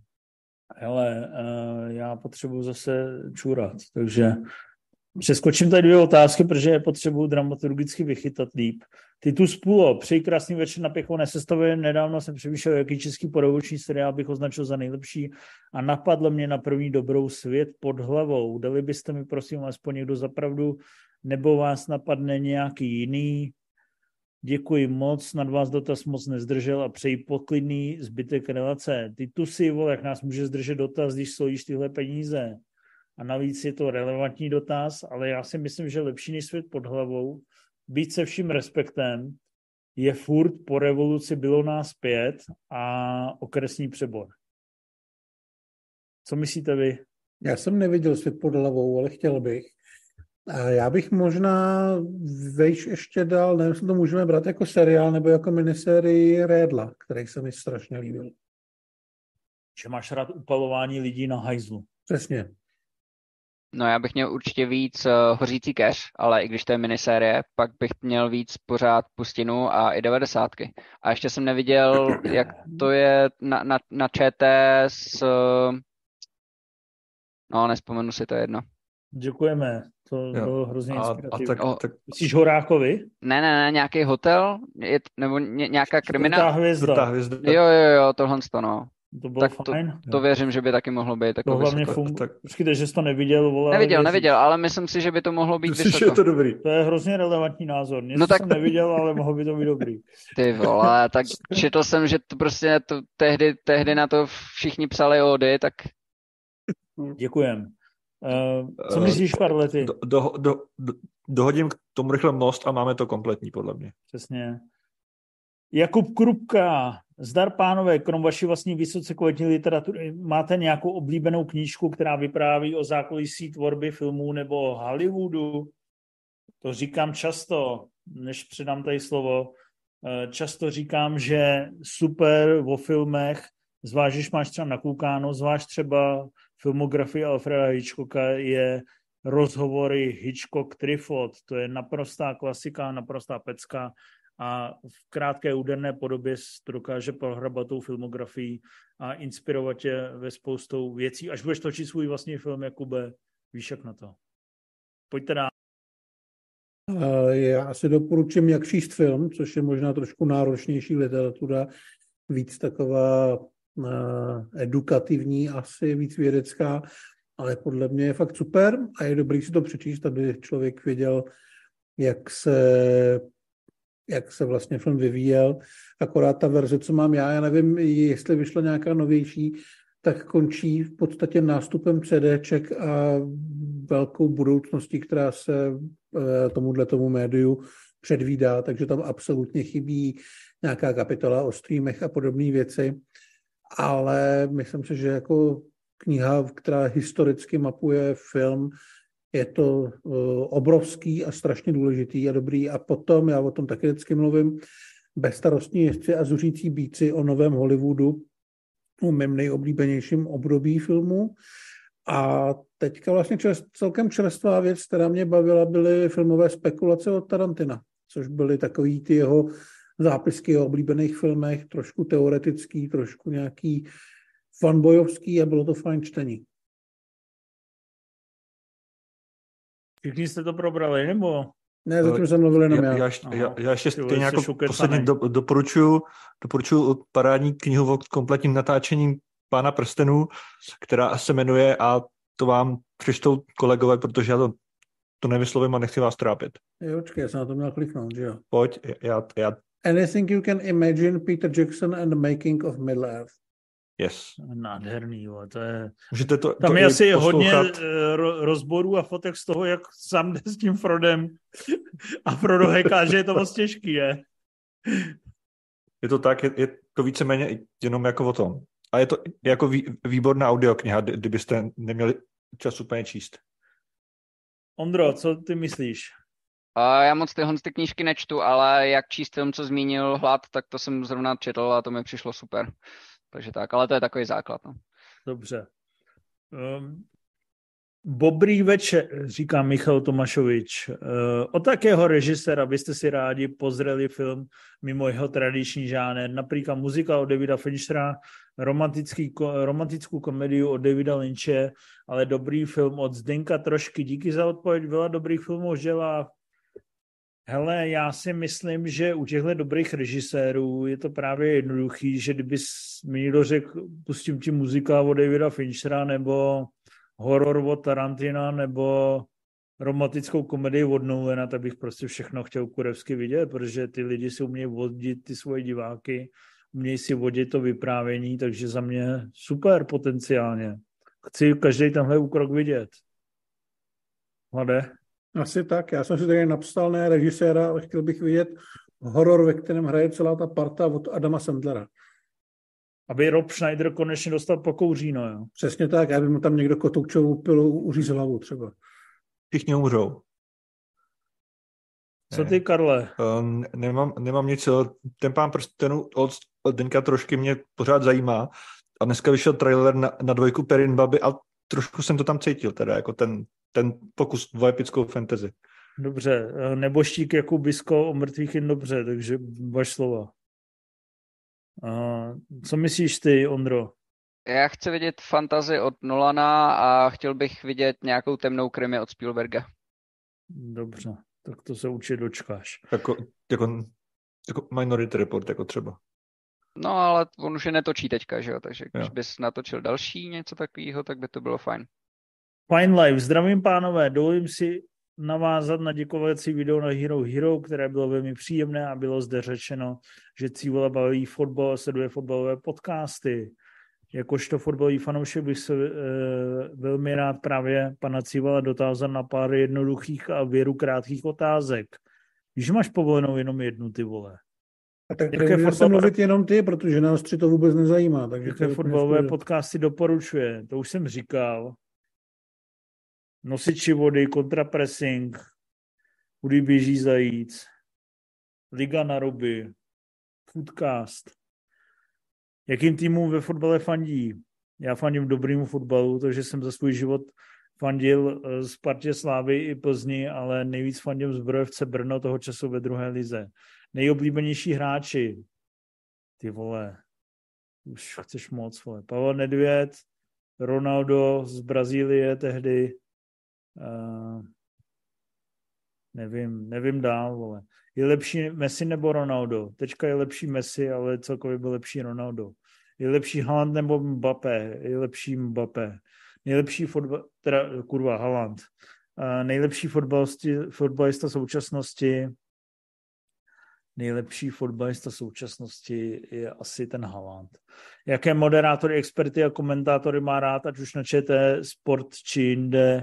Hele, uh, já potřebuji zase čůrat, takže přeskočím tady dvě otázky, protože je potřebuji dramaturgicky vychytat líp. Titus Pulo, přeji krásný večer na Pěchou nesestavujeme. Nedávno jsem přemýšlel, jaký český podoboční seriál bych označil za nejlepší a napadlo mě na první dobrou Svět pod hlavou. Dali byste mi prosím aspoň někdo za pravdu, nebo vás napadne nějaký jiný? Děkuji moc, nad vás dotaz moc nezdržel a přeji poklidný zbytek relace. Titusy, vole, jak nás může zdržet dotaz, když stojíš tyhle peníze? A navíc je to relevantní dotaz, ale já si myslím, že lepší než Svět pod hlavou, být se vším respektem, je furt po revoluci bylo nás pět a okresní přebor. Co myslíte vy? Já jsem neviděl Svět pod hlavou, ale chtěl bych. A já bych možná vejš ještě dal, nevím, jestli to můžeme brát jako seriál nebo jako minisérii Rédla, který se mi strašně líbil. Že máš rád upalování lidí na hajzlu. Přesně. No já bych měl určitě víc uh, Hořící keř, ale i když to je minisérie, pak bych měl víc pořád Pustinu a i devadesátky. A ještě jsem neviděl, jak to je na, na, na ČT s... Uh, no, nespomenu si, to je jedno. Děkujeme, to jo. Bylo hrozně inspirativní. A, a tak, oh. tak... Myslíš Horákovi? Ne, ne, ne, nějaký hotel, je, nebo ně, nějaká kriminál... Čtvrtá hvězda. Čtvrtá hvězda. Jo, jo, jo, tohle to, no. To bylo tak fajn. To, to věřím, že by taky mohlo být to jako hlavně vysoko. fun... tak... Počkejte, že jsi to neviděl. Vole, neviděl, věříš. neviděl, ale myslím si, že by to mohlo být Myslíš, vysoko. že je to dobrý. To je hrozně relevantní názor. Něco no tak... jsem neviděl, ale mohlo by to být dobrý. Ty vole, tak četl jsem, že to prostě to, tehdy, tehdy na to všichni psali ódy, tak... Děkujem. Uh, co myslíš, Karlety? Do, do, do, do, dohodím k tomu rychle most a máme to kompletní, podle mě. Přesně. Jakub Krupka, zdar pánové, krom vaší vlastní vysoce kvalitní literatury, máte nějakou oblíbenou knížku, která vypráví o zákulisí tvorby filmů nebo Hollywoodu? To říkám často, než předám tady slovo. Často říkám, že super o filmech, zvlášť, když máš třeba nakoukáno, zvlášť třeba filmografii Alfreda Hitchcocka, je rozhovory Hitchcock-Truffaut. To je naprostá klasika, naprostá pecka a v krátké úderné podobě to dokáže prohrabat tou filmografií a inspirovat tě ve spoustou věcí. Až budeš točit svůj vlastní film, Jakube, víš jak na to. Pojďte dál. Já asi doporučím Jak číst film, což je možná trošku náročnější literatura, víc taková edukativní, asi víc vědecká, ale podle mě je fakt super a je dobrý si to přečíst, aby člověk věděl, jak se jak se vlastně film vyvíjel. Akorát ta verze, co mám já, já nevím, jestli vyšla nějaká novější, tak končí v podstatě nástupem CDček a velkou budoucností, která se tomuhle tomu médiu předvídá, takže tam absolutně chybí nějaká kapitola o streamech a podobné věci. Ale myslím si, že jako kniha, která historicky mapuje film, je to obrovský a strašně důležitý a dobrý. A potom, já o tom taky vždycky mluvím, Bezstarostní jezdci a zuřící býci o novém Hollywoodu, o mém nejoblíbenějším období filmu. A teďka vlastně čerst, celkem čerstvá věc, která mě bavila, byly filmové spekulace od Tarantina, což byly takový ty jeho zápisky o oblíbených filmech, trošku teoretický, trošku nějaký fanbojovský a bylo to fajn čtení. Všichni jste to probrali, nebo? Ne, zatím jsem mluvil jenom já. Já, já, Aha. já, já ještě Ty vole, stejně jsi jako šukecanej. posledně do, doporučuji, doporučuji parádní knihu o kompletním natáčením Pána prstenů, která se jmenuje, a to vám přečtou kolegové, protože já to, to nevyslovím a nechci vás trápit. Jo, počkej, já jsem na to měl kliknout, že jo. Pojď, já, já, Anything you can imagine, Peter Jackson and the making of Middle Earth. yes. Nádherný, jo, to je... Můžete to, Tam to je i asi hodně poslouchat. eh, ro- rozborů a fotek z toho, jak sám jde s tím Frodem a Frodo heká, že je to moc těžký, je. Je to tak, je, je to víceméně jenom jako o tom. A je to jako vý, výborná audiokniha, kdy- kdybyste neměli čas úplně číst. Ondro, co ty myslíš? A já moc tyhle ty knížky nečtu, ale jak číst film, co zmínil Hlad, tak to jsem zrovna četl a to mi přišlo super. Takže tak, ale to je takový základ. No. Dobře. Um, Dobrý večer, říká Michal Tomašovič. Uh, od takého režiséra byste si rádi pozreli film mimo jeho tradiční žánr, například muzika od Davida Finchera, romantický, romantickou komediu od Davida Lynche, ale dobrý film od Zdenka Trošky. Díky za odpověď, byla dobrých filmů dělá. Hele, já si myslím, že u těchto dobrých režisérů je to právě jednoduchý, že kdyby mi někdo řekl, pustím ti muzika od Davida Finchera nebo horor od Tarantina nebo romantickou komedii od Nolana, tak bych prostě všechno chtěl kurevsky vidět, protože ty lidi si umějí vodit ty svoje diváky, umějí si vodit to vyprávění, takže za mě super potenciálně. Chci každý tenhle úkrok vidět. Hlade? Asi tak. Já jsem si tady napsal ne režiséra, ale chtěl bych vidět horor, ve kterém hraje celá ta parta od Adama Sandlera. Aby Rob Schneider konečně dostal pokouříno, jo? Přesně tak, aby mu tam někdo kotoučovou pilou uřízl hlavu třeba. Všichni umřou. Co ty, Karle? Uh, nemám, nemám nic. Ten Pán prstenů od, od Denka Trošky mě pořád zajímá. A dneska vyšel trailer na, na dvojku Perrin Baby a trošku jsem to tam cítil, teda jako ten, ten pokus o epickou fantasy. Dobře, neboštík Jakub Bisko o mrtvých jen dobře, takže vaš slova. A co myslíš ty, Ondro? Já chci vidět fantasy od Nolana a chtěl bych vidět nějakou temnou krimi od Spielberga. Dobře, tak to se určitě dočkáš. Jako, jako, jako Minority Report, jako třeba. No ale on už je netočí teďka, že jo, takže když Jo. bys natočil další něco takového, tak by to bylo fajn. Fine Life, zdravím pánové, dovolím si navázat na děkovací video na Hero Hero, které bylo velmi příjemné a bylo zde řečeno, že Cívola baví fotbal a sleduje fotbalové podcasty. Jakožto fotbalový fanoušek bych se e, velmi rád právě pana Cívola dotázal na pár jednoduchých a věru krátkých otázek. Když máš povolenou jenom jednu, ty vole. A tak Jaké tady fotbalové- mluvit jenom ty, protože nás tři to vůbec nezajímá. Takže to Jaké je úplně fotbalové v pohodě. podcasty doporučuje? To už jsem říkal. Nosiči vody, kontrapressing, kudy běží zajíc, Liga na ruby, Foodcast. Jakým týmům ve fotbale fandí? Já fandím dobrýmu fotbalu, takže jsem za svůj život fandil Spartě, Slávy i Plzni, ale nejvíc fandím Zbrojovce Brno toho času ve druhé lize. Nejoblíbenější hráči. Ty vole, už chceš moc, vole. Pavel Nedvěd, Ronaldo z Brazílie tehdy, uh, nevím, nevím dál, vole. Je lepší Messi nebo Ronaldo? Teďka je lepší Messi, ale celkově byl lepší Ronaldo. Je lepší Haaland nebo Mbappé? Je lepší Mbappé. Nejlepší fotbal, teda kurva, Haaland. Uh, nejlepší fotbalista současnosti nejlepší fotbalista současnosti je asi ten Haaland. Jaké moderátory, experty a komentátory má rád, ať už na ČT Sport či jinde?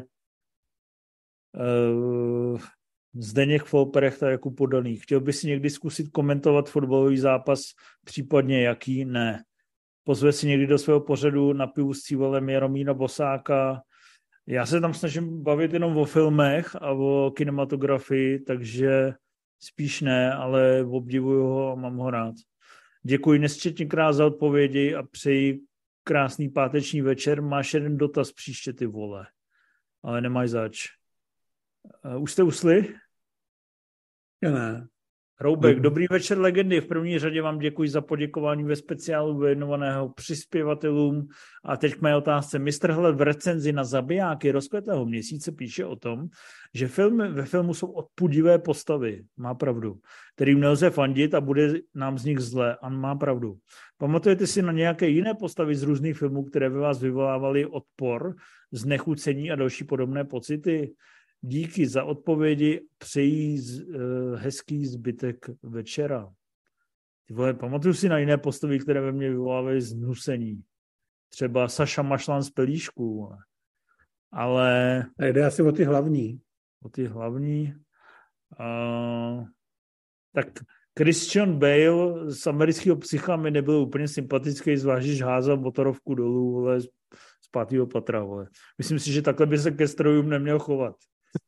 Uh, Zdeněk Folprecht a Jakub Podaný. Chtěl by si někdy zkusit komentovat fotbalový zápas, případně jaký? Ne. Pozve si někdy do svého pořadu na pivu s cívalem Jaromíra Bosáka. Já se tam snažím bavit jenom o filmech a o kinematografii, takže spíš ne, ale obdivuju ho a mám ho rád. Děkuji nesčetněkrát za odpovědi a přeji krásný páteční večer. Máš jeden dotaz příště, ty vole. Ale nemáš zač. Uh, už jste usli? Já ne. Roubek, dobrý večer legendy. V první řadě vám děkuji za poděkování ve speciálu věnovaného přispěvatelům. A teď k mé otázce. mistr Hled v recenzi na Zabijáky rozkvetlého měsíce píše o tom, že filmy, ve filmu jsou odpudivé postavy. Má pravdu. Kterým nelze fandit a bude nám z nich zle. A má pravdu. Pamatujete si na nějaké jiné postavy z různých filmů, které ve vás vyvolávaly odpor, znechucení a další podobné pocity? Díky za odpovědi, přeji z, uh, hezký zbytek večera. Ty vole, pamatuju si na jiné postavy, které ve mně vyvolávaly znusení. Třeba Saša Mašlan z Pelíšku. Ale... A jde asi o ty hlavní. O ty hlavní. Uh, tak Christian Bale z Amerického psycha mi nebyl úplně sympatický, zvlášť, když házal motorovku dolů, vole, z pátého patra. Vole. Myslím si, že takhle by se ke strojům neměl chovat.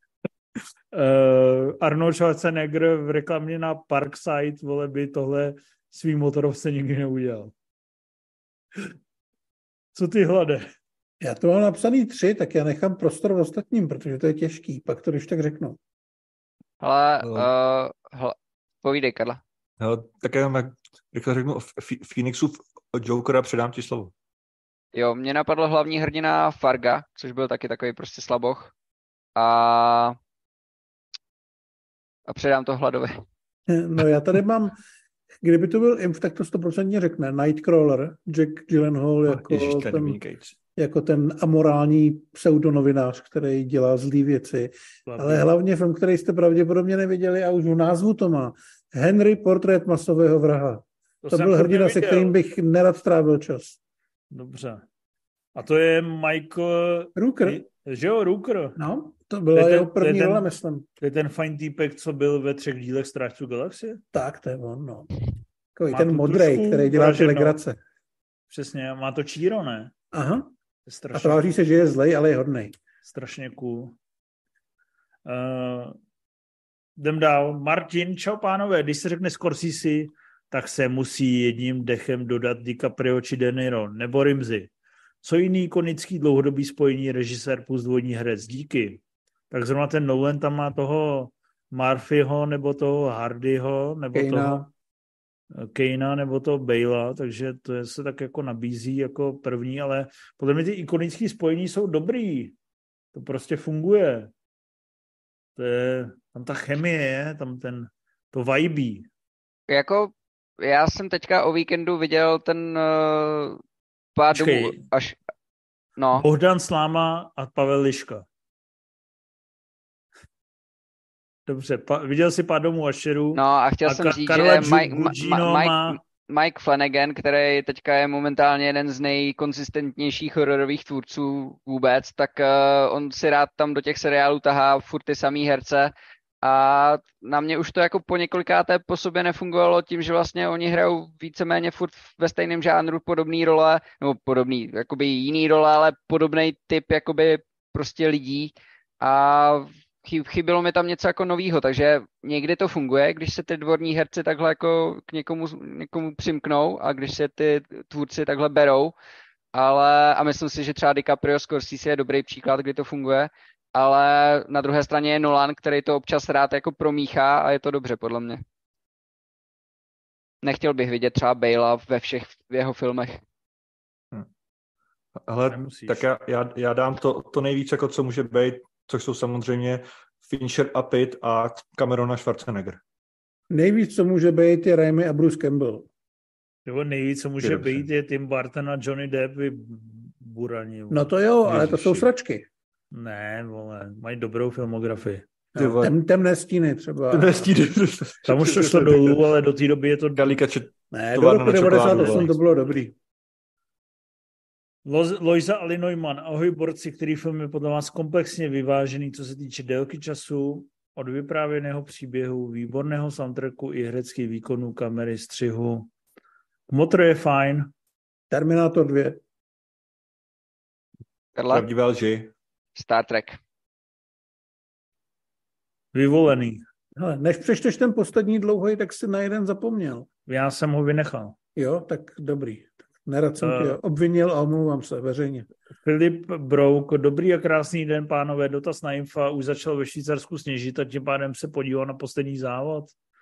Uh, Arnold Schwarzenegger v reklamě na Parkside, vole, by tohle svý motorovce nikdy neudělal. Co ty, Hlade? Já to mám napsaný tři, tak já nechám prostor v ostatním, protože to je těžký. Pak to když tak řeknu. Ale uh, hle, povídej, Karla. No, tak já jak rychle řeknu o Phoenixu Jokera, předám ti slovo. Jo, mě napadl hlavní hrdina Farga, což byl taky takový prostě slaboch. A A předám to Hladovi. No já tady mám, kdyby to byl imp, tak to stoprocentně řekne. Nightcrawler, Jack Gyllenhaal jako, Ježiš, ten, jako ten amorální pseudonovinář, který dělá zlý věci. Hlavně. Ale hlavně film, který jste pravděpodobně neviděli a už v názvu to má. Henry, portrét masového vraha. To, to byl hrdina, se kterým bych nerad trávil čas. Dobře. A to je Michael... Rooker. Že jo, Rooker. No, to byla to jeho první role, myslím. To je ten fajn týpek, co byl ve třech dílech Strážců galaxie? Tak, to je on, no. Takový ten modrej, který dělá ty legrace. Přesně, má to číro, ne? Aha. A tváří se, že je zlej, ale je hodnej. Strašně cool. Uh, jdem dál. Martin, čau pánové, když se řekne Scorsese, tak se musí jedním dechem dodat DiCaprio či De Niro, nebo Rimzi. Co jiný ikonický dlouhodobý spojení režisér plus dvojní herec? Díky. Tak zrovna ten Nolan tam má toho Murphyho, nebo toho Hardyho, nebo Kejna. toho Kejna, nebo toho Balea, takže to je, se tak jako nabízí jako první, ale podle mě ty ikonické spojení jsou dobrý. To prostě funguje. To je, tam ta chemie je, tam ten, to vibe. Jako, já jsem teďka o víkendu viděl ten uh, pár domů, až, no. Bohdan Sláma a Pavel Liška. Dobře, pa, viděl jsi Pár domů Ašerů. No a chtěl a jsem ka- říct, Karla že Mike, Gugino Mike, má... Mike Flanagan, který teďka je momentálně jeden z nejkonzistentnějších hororových tvůrců vůbec, tak uh, on si rád tam do těch seriálů tahá furt ty samý herce a na mě už to jako po několikáté po sobě nefungovalo tím, že vlastně oni hrajou víceméně furt ve stejném žánru podobný role, nebo podobný, jakoby jiný role, ale podobný typ jakoby prostě lidí a chybilo mi tam něco jako novýho, takže někdy to funguje, když se ty dvorní herci takhle jako k někomu, někomu přimknou a když se ty tvůrci takhle berou, ale a myslím si, že třeba DiCaprio Scorsese je dobrý příklad, kdy to funguje, ale na druhé straně je Nolan, který to občas rád jako promíchá a je to dobře podle mě. Nechtěl bych vidět třeba Balea ve všech jeho filmech. Hm. Ale tak já, já, já dám to, to nejvíc, jako co může být, což jsou samozřejmě Fincher a Pitt a Cameron a Schwarzenegger. Nejvíc, co může být, je Raimi a Bruce Campbell. Nebo nejvíc, co může být, je Tim Burton a Johnny Depp i Burani. No to jo, ale Ježiši. To jsou sračky. Ne, vole, mají dobrou filmografii. Tem, temné stíny třeba. Temné stíny. Tam už to šlo dolů, ale do té doby je to... Kalikače. Ne, do roku devadesát osm to bylo dobrý. Lojza Ali Neumann, ahoj borci, který film je podle vás komplexně vyvážený, co se týče délky času, od vyprávěného příběhu, výborného soundtracku i hereckých výkonů, kamery, střihu. Motor je fajn. Terminátor dva. Karla? Pravdivé lži. Star Trek. Vyvolený. Hele, než přečteš ten poslední dlouhý, tak si na jeden zapomněl. Já jsem ho vynechal. Jo, tak dobrý. Nerad jsem Uh, tě obvinil a omlouvám se veřejně. Filip Brouk, dobrý a krásný den, pánové, dotaz na Infa, už začal ve Švýcarsku sněžit a tím pádem se podíval na poslední závod.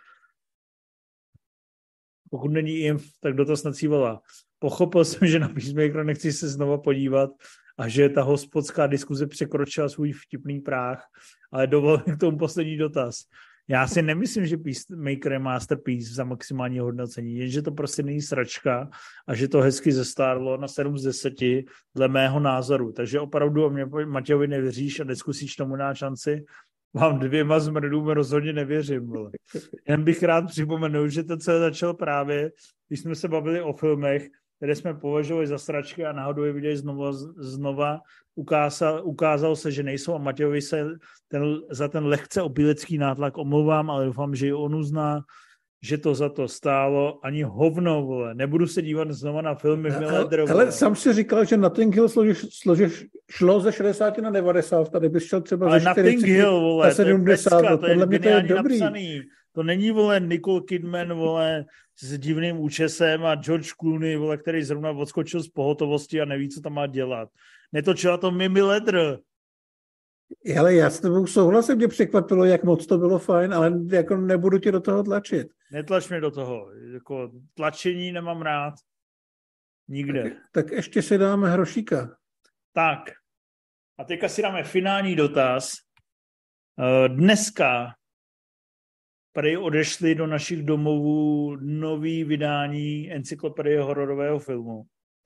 Pokud není Inf, tak dotaz na Cívala. Pochopil jsem, že na Peacemaker nechci se znova podívat a že ta hospodská diskuze překročila svůj vtipný práh, ale dovolím k tomu poslední dotaz. Já si nemyslím, že Peacemaker je masterpiece za maximální hodnocení, jenže to prostě není sračka a že to hezky zestárlo na sedm z deseti dle mého názoru. Takže opravdu o mě Matějovi nevěříš a neskusíš tomu dát šanci. Vám dvěma zmrdům rozhodně nevěřím. Vole. Jen bych rád připomenul, že to celé začalo právě, když jsme se bavili o filmech, které jsme považovali za sračky a náhodou je viděli znova, znova ukázal, ukázalo se, že nejsou a Matějovi se ten, za ten lehce opílecký nátlak omlouvám, ale doufám, že i on uzná, že to za to stálo. Ani hovno, vole. Nebudu se dívat znova na filmy v Milledru. Ale sám si říkal, že Notting Hill složiš, složiš, šlo ze šedesát na devadesát, tady bys šel třeba ale ze čtyřicet Notting Hill, vole, sedmdesát, to je pecka, to je podle mě to je dobrý. Napsaný. To není, vole, Nicole Kidman, vole, s divným účesem a George Clooney, vole, který zrovna odskočil z pohotovosti a neví, co tam má dělat. Netočila to Mimi Leder. Hele, já s tebou souhlasím, mě překvapilo, jak moc to bylo fajn, ale jako nebudu tě do toho tlačit. Netlač mě do toho. Jako tlačení nemám rád. Nikde. Tak, tak ještě si dáme hrošíka. Tak. A teďka si dáme finální dotaz. Dneska prej odešli do našich domovů nový vydání encyklopedie hororového filmu.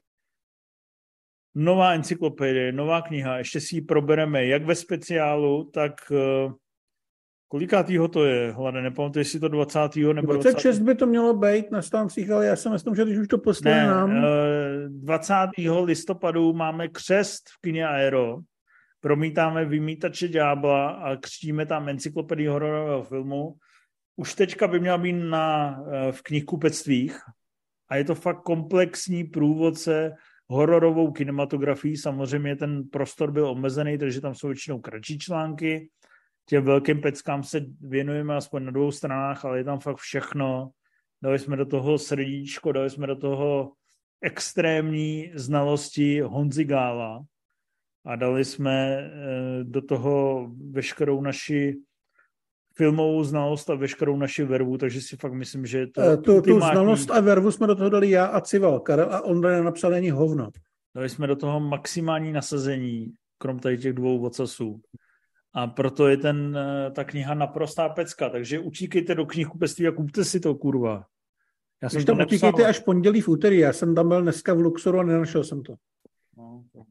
Nová encyklopedie, nová kniha, ještě si ji probereme jak ve speciálu, tak uh, kolikátýho to je, Hlade, nepamatuji si to dvacátého nebo dvacet šest by to mělo být na stáncích, ale já jsem myslím, že když už to poslali nám. Uh, dvacátého listopadu máme křest v kině Aero, promítáme Vymítače ďábla a křtíme tam encyklopedii hororového filmu. Už teďka by měla být na, v knihkupectvích a je to fakt komplexní průvodce hororovou kinematografii. Samozřejmě ten prostor byl omezený, takže tam jsou většinou kratší články. Těm velkým peckám se věnujeme aspoň na dvou stranách, ale je tam fakt všechno. Dali jsme do toho srdíčko, dali jsme do toho extrémní znalosti Honzy Gála a dali jsme do toho veškerou naši filmovou znalost a veškerou naši vervu, takže si fakt myslím, že je to tu, ultimátní... tu znalost a vervu jsme do toho dali já a Cival. Karel a Ondra nenapsal ani hovno. Dali jsme do toho maximální nasazení, krom tady těch dvou vocasů. A proto je ten, ta kniha naprostá pecka, takže utíkejte do knihkupectví a kupte si to, kurva. Já jsem to nepsal. Utíkejte až pondělí v úterý, já jsem tam byl dneska v Luxoru a nenašel jsem to. No, to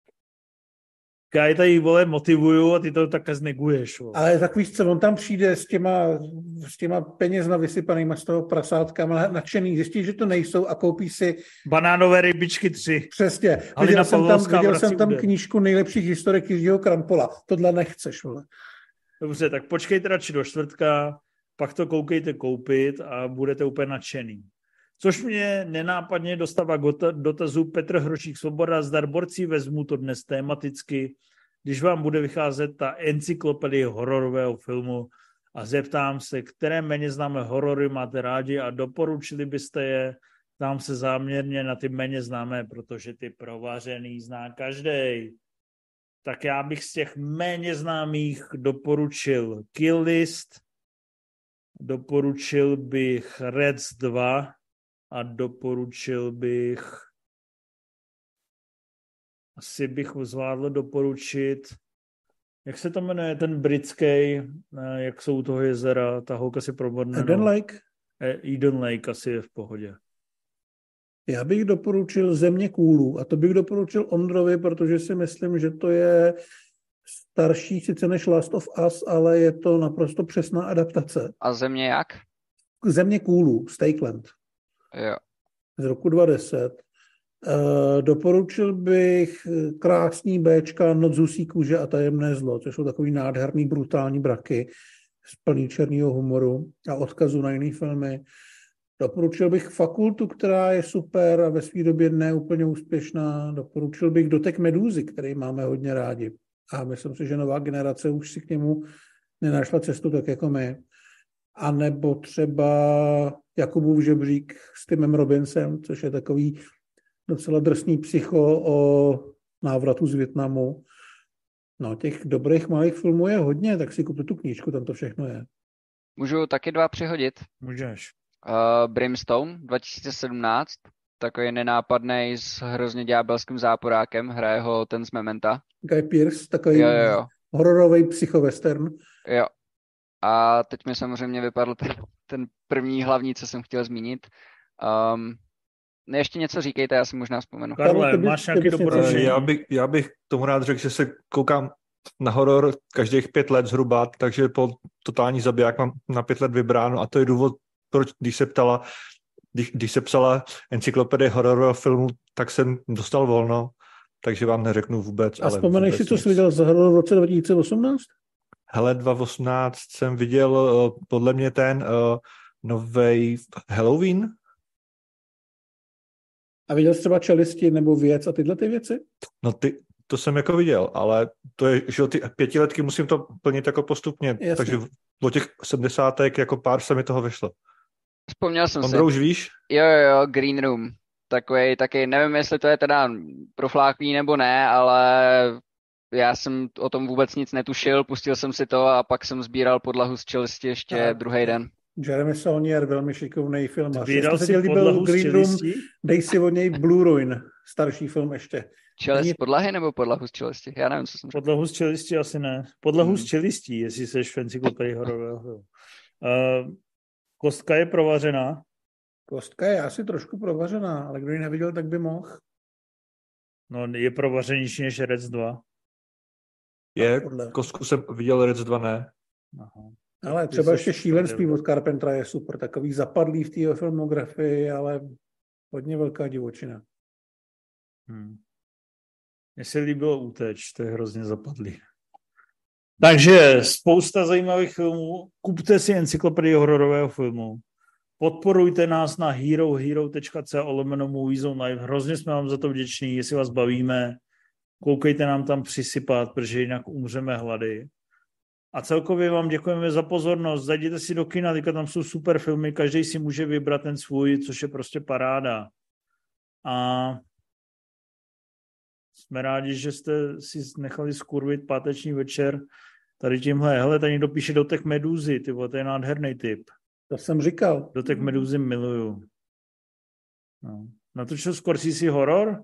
já je tady, vole, motivuju a ty to také zneguješ. Vole. Ale tak víš co, on tam přijde s těma, s těma penězma vysypanýma z toho prasátka, nadšený, zjistí, že to nejsou a koupí si... Banánové rybičky tři. Přesně. Viděl jsem tam, viděl jsem tam knížku nejlepších historik Jiřího Krampola. Tohle nechceš, vole. Dobře, tak počkejte radši do čtvrtka, pak to koukejte koupit a budete úplně nadšený. Což mě nenápadně dostává k dotazu Petr Hrošík Svoboda. Zdar borci, vezmu to dnes tematicky, když vám bude vycházet ta encyklopedie hororového filmu a zeptám se, které méně známé horory máte rádi a doporučili byste je. Tam se záměrně na ty méně známé, protože ty provařený zná každej. Tak já bych z těch méně známých doporučil Kill List, doporučil bych Reds dva, a doporučil bych, asi bych zvládl doporučit, jak se to jmenuje, ten britský, jak jsou u toho jezera, ta holka si probodne. Eden Lake? Eden Lake asi je v pohodě. Já bych doporučil Země kůlů a to bych doporučil Ondrovi, protože si myslím, že to je starší sice než Last of Us, ale je to naprosto přesná adaptace. A země jak? Země kůlů, Stakeland. Jo. Z roku dva tisíce deset. Uh, doporučil bych krásný Bčka Noc husí kůže a tajemné zlo, což jsou takový nádherný, brutální braky z plný černýho humoru a odkazu na jiný filmy. Doporučil bych Fakultu, která je super a ve své době neúplně úspěšná. Doporučil bych Dotek medúzy, který máme hodně rádi. A myslím si, že nová generace už si k němu nenašla cestu tak jako my. A nebo třeba Jakubův žebřík s Timem Robinsem, což je takový docela drsný psycho o návratu z Vietnamu. No, těch dobrých malých filmů je hodně, tak si kupte tu knížku, tam to všechno je. Můžu taky dva přihodit? Můžeš. Uh, Brimstone dva tisíce sedmnáct, takový nenápadnej s hrozně ďábelským záporákem, hraje ho ten z Mementa. Guy Pearce, takový jo, jo, jo. hororový psychowestern. Jo. A teď mi samozřejmě vypadl ten, ten první hlavní, co jsem chtěl zmínit. Um, ještě něco říkejte, já si možná vzpomenu. Karle, máš nějaký doporučení? Já bych, já bych tomu rád řekl, že se koukám na horor každých pět let zhruba, takže po Totální zabiják mám na pět let vybráno a to je důvod, proč když se ptala, když, když se psala encyklopedie hororového filmu, tak jsem dostal volno, takže vám neřeknu vůbec. A vzpomeneš si, co jsi viděl za horor v roce dva tisíce osmnáct? Hele, dva tisíce osmnáct jsem viděl uh, podle mě ten uh, novej Halloween. A viděl jsi třeba Čelisti nebo Věc a tyhle ty věci? No ty, to jsem jako viděl, ale to je, že ty pětiletky musím to plnit jako postupně, Jasně. Takže o těch sedmdesátek jako pár se mi toho vyšlo. Vzpomněl jsem Ondro, si. už víš? Jo, jo, jo, Green Room. Takový, taky, nevím, jestli to je teda profláklý nebo ne, ale já jsem o tom vůbec nic netušil, pustil jsem si to a pak jsem sbíral podlahu z Čelisti ještě a druhý den. Jeremy Saulnier, velmi šikovný film. Sbíral si podlahu z Čelisti? Dej si od něj Blue Ruin, starší film ještě. Čelist Není... podlahy nebo podlahu z Čelisti? Já nevím, co jsem řekl. Podlahu z Čelisti asi ne. Podlahu hmm. z Čelistí, jestli seš v encyklopedii hororového. Uh, kostka je provařená? Kostka je asi trošku provařená, ale kdo ji neviděl, tak by mohl. No, je provařenější než Rec dva. Je, kostku jsem viděl, Rec dva ne. Aha. Ale třeba ještě Šílenství od Carpentera je super, takový zapadlý v té filmografii, ale hodně velká divočina. Hmm. Mně se líbilo Úteč, to je hrozně zapadlý. Takže spousta zajímavých filmů. Kupte si encyklopedii hororového filmu. Podporujte nás na herohero tečka co lomeno Movies on Live. Hrozně jsme vám za to vděční, jestli vás bavíme. Koukejte nám tam přisypat, protože jinak umřeme hlady. A celkově vám děkujeme za pozornost. Zajděte si do kina, teďka tam jsou super filmy, každý si může vybrat ten svůj, což je prostě paráda. A jsme rádi, že jste si nechali skurvit páteční večer tady tímhle. Hele, tady někdo píše Dotek medúzy, ty vole, to je nádherný tip. To jsem říkal. Dotek medúzy miluju. No. Natočil Scorsese horor?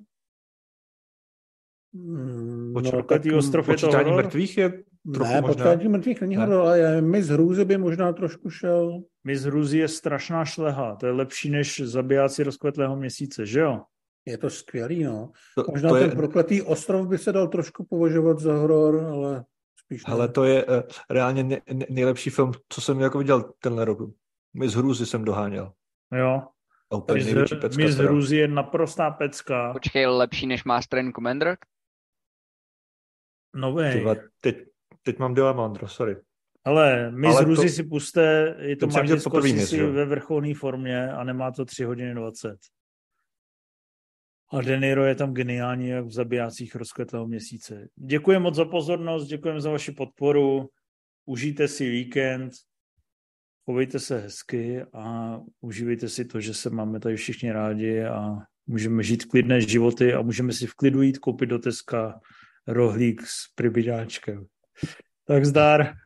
Mm, Poč- no, Prokletý ostrov je to horor? mrtvých je trochu ne, možná. Počítání mrtvých není horor, ale Miss Hrůzy by možná trošku šel. Miss Hrůzy je strašná šleha. To je lepší než Zabijáci rozkvetlého měsíce, že jo? Je to skvělý, no. To, Možná to ten je... Prokletý ostrov by se dal trošku považovat za horor, ale spíš ne. Hele, to je uh, reálně ne, ne, nejlepší film, co jsem jako viděl tenhle rok. Miss Hrůzy jsem doháněl. Jo. Miss Hrůzy je naprostá pecka. Počkej, lepší než Master and Commander? Novej. Teď, teď mám dilema, Ondro, sorry. Ale Miss Hrůzy to... si puste, je to Martin Scorsese ve vrcholné formě a nemá to tři hodiny dvacet. A De Niro je tam geniální, jak v Zabijácích rozkvetlého měsíce. Děkuji moc za pozornost, děkujeme za vaši podporu, užijte si víkend, chovejte se hezky a užívejte si to, že se máme tady všichni rádi a můžeme žít klidné životy a můžeme si v klidu jít koupit do Teska rohlík s pribidáčkem. Tak zdar.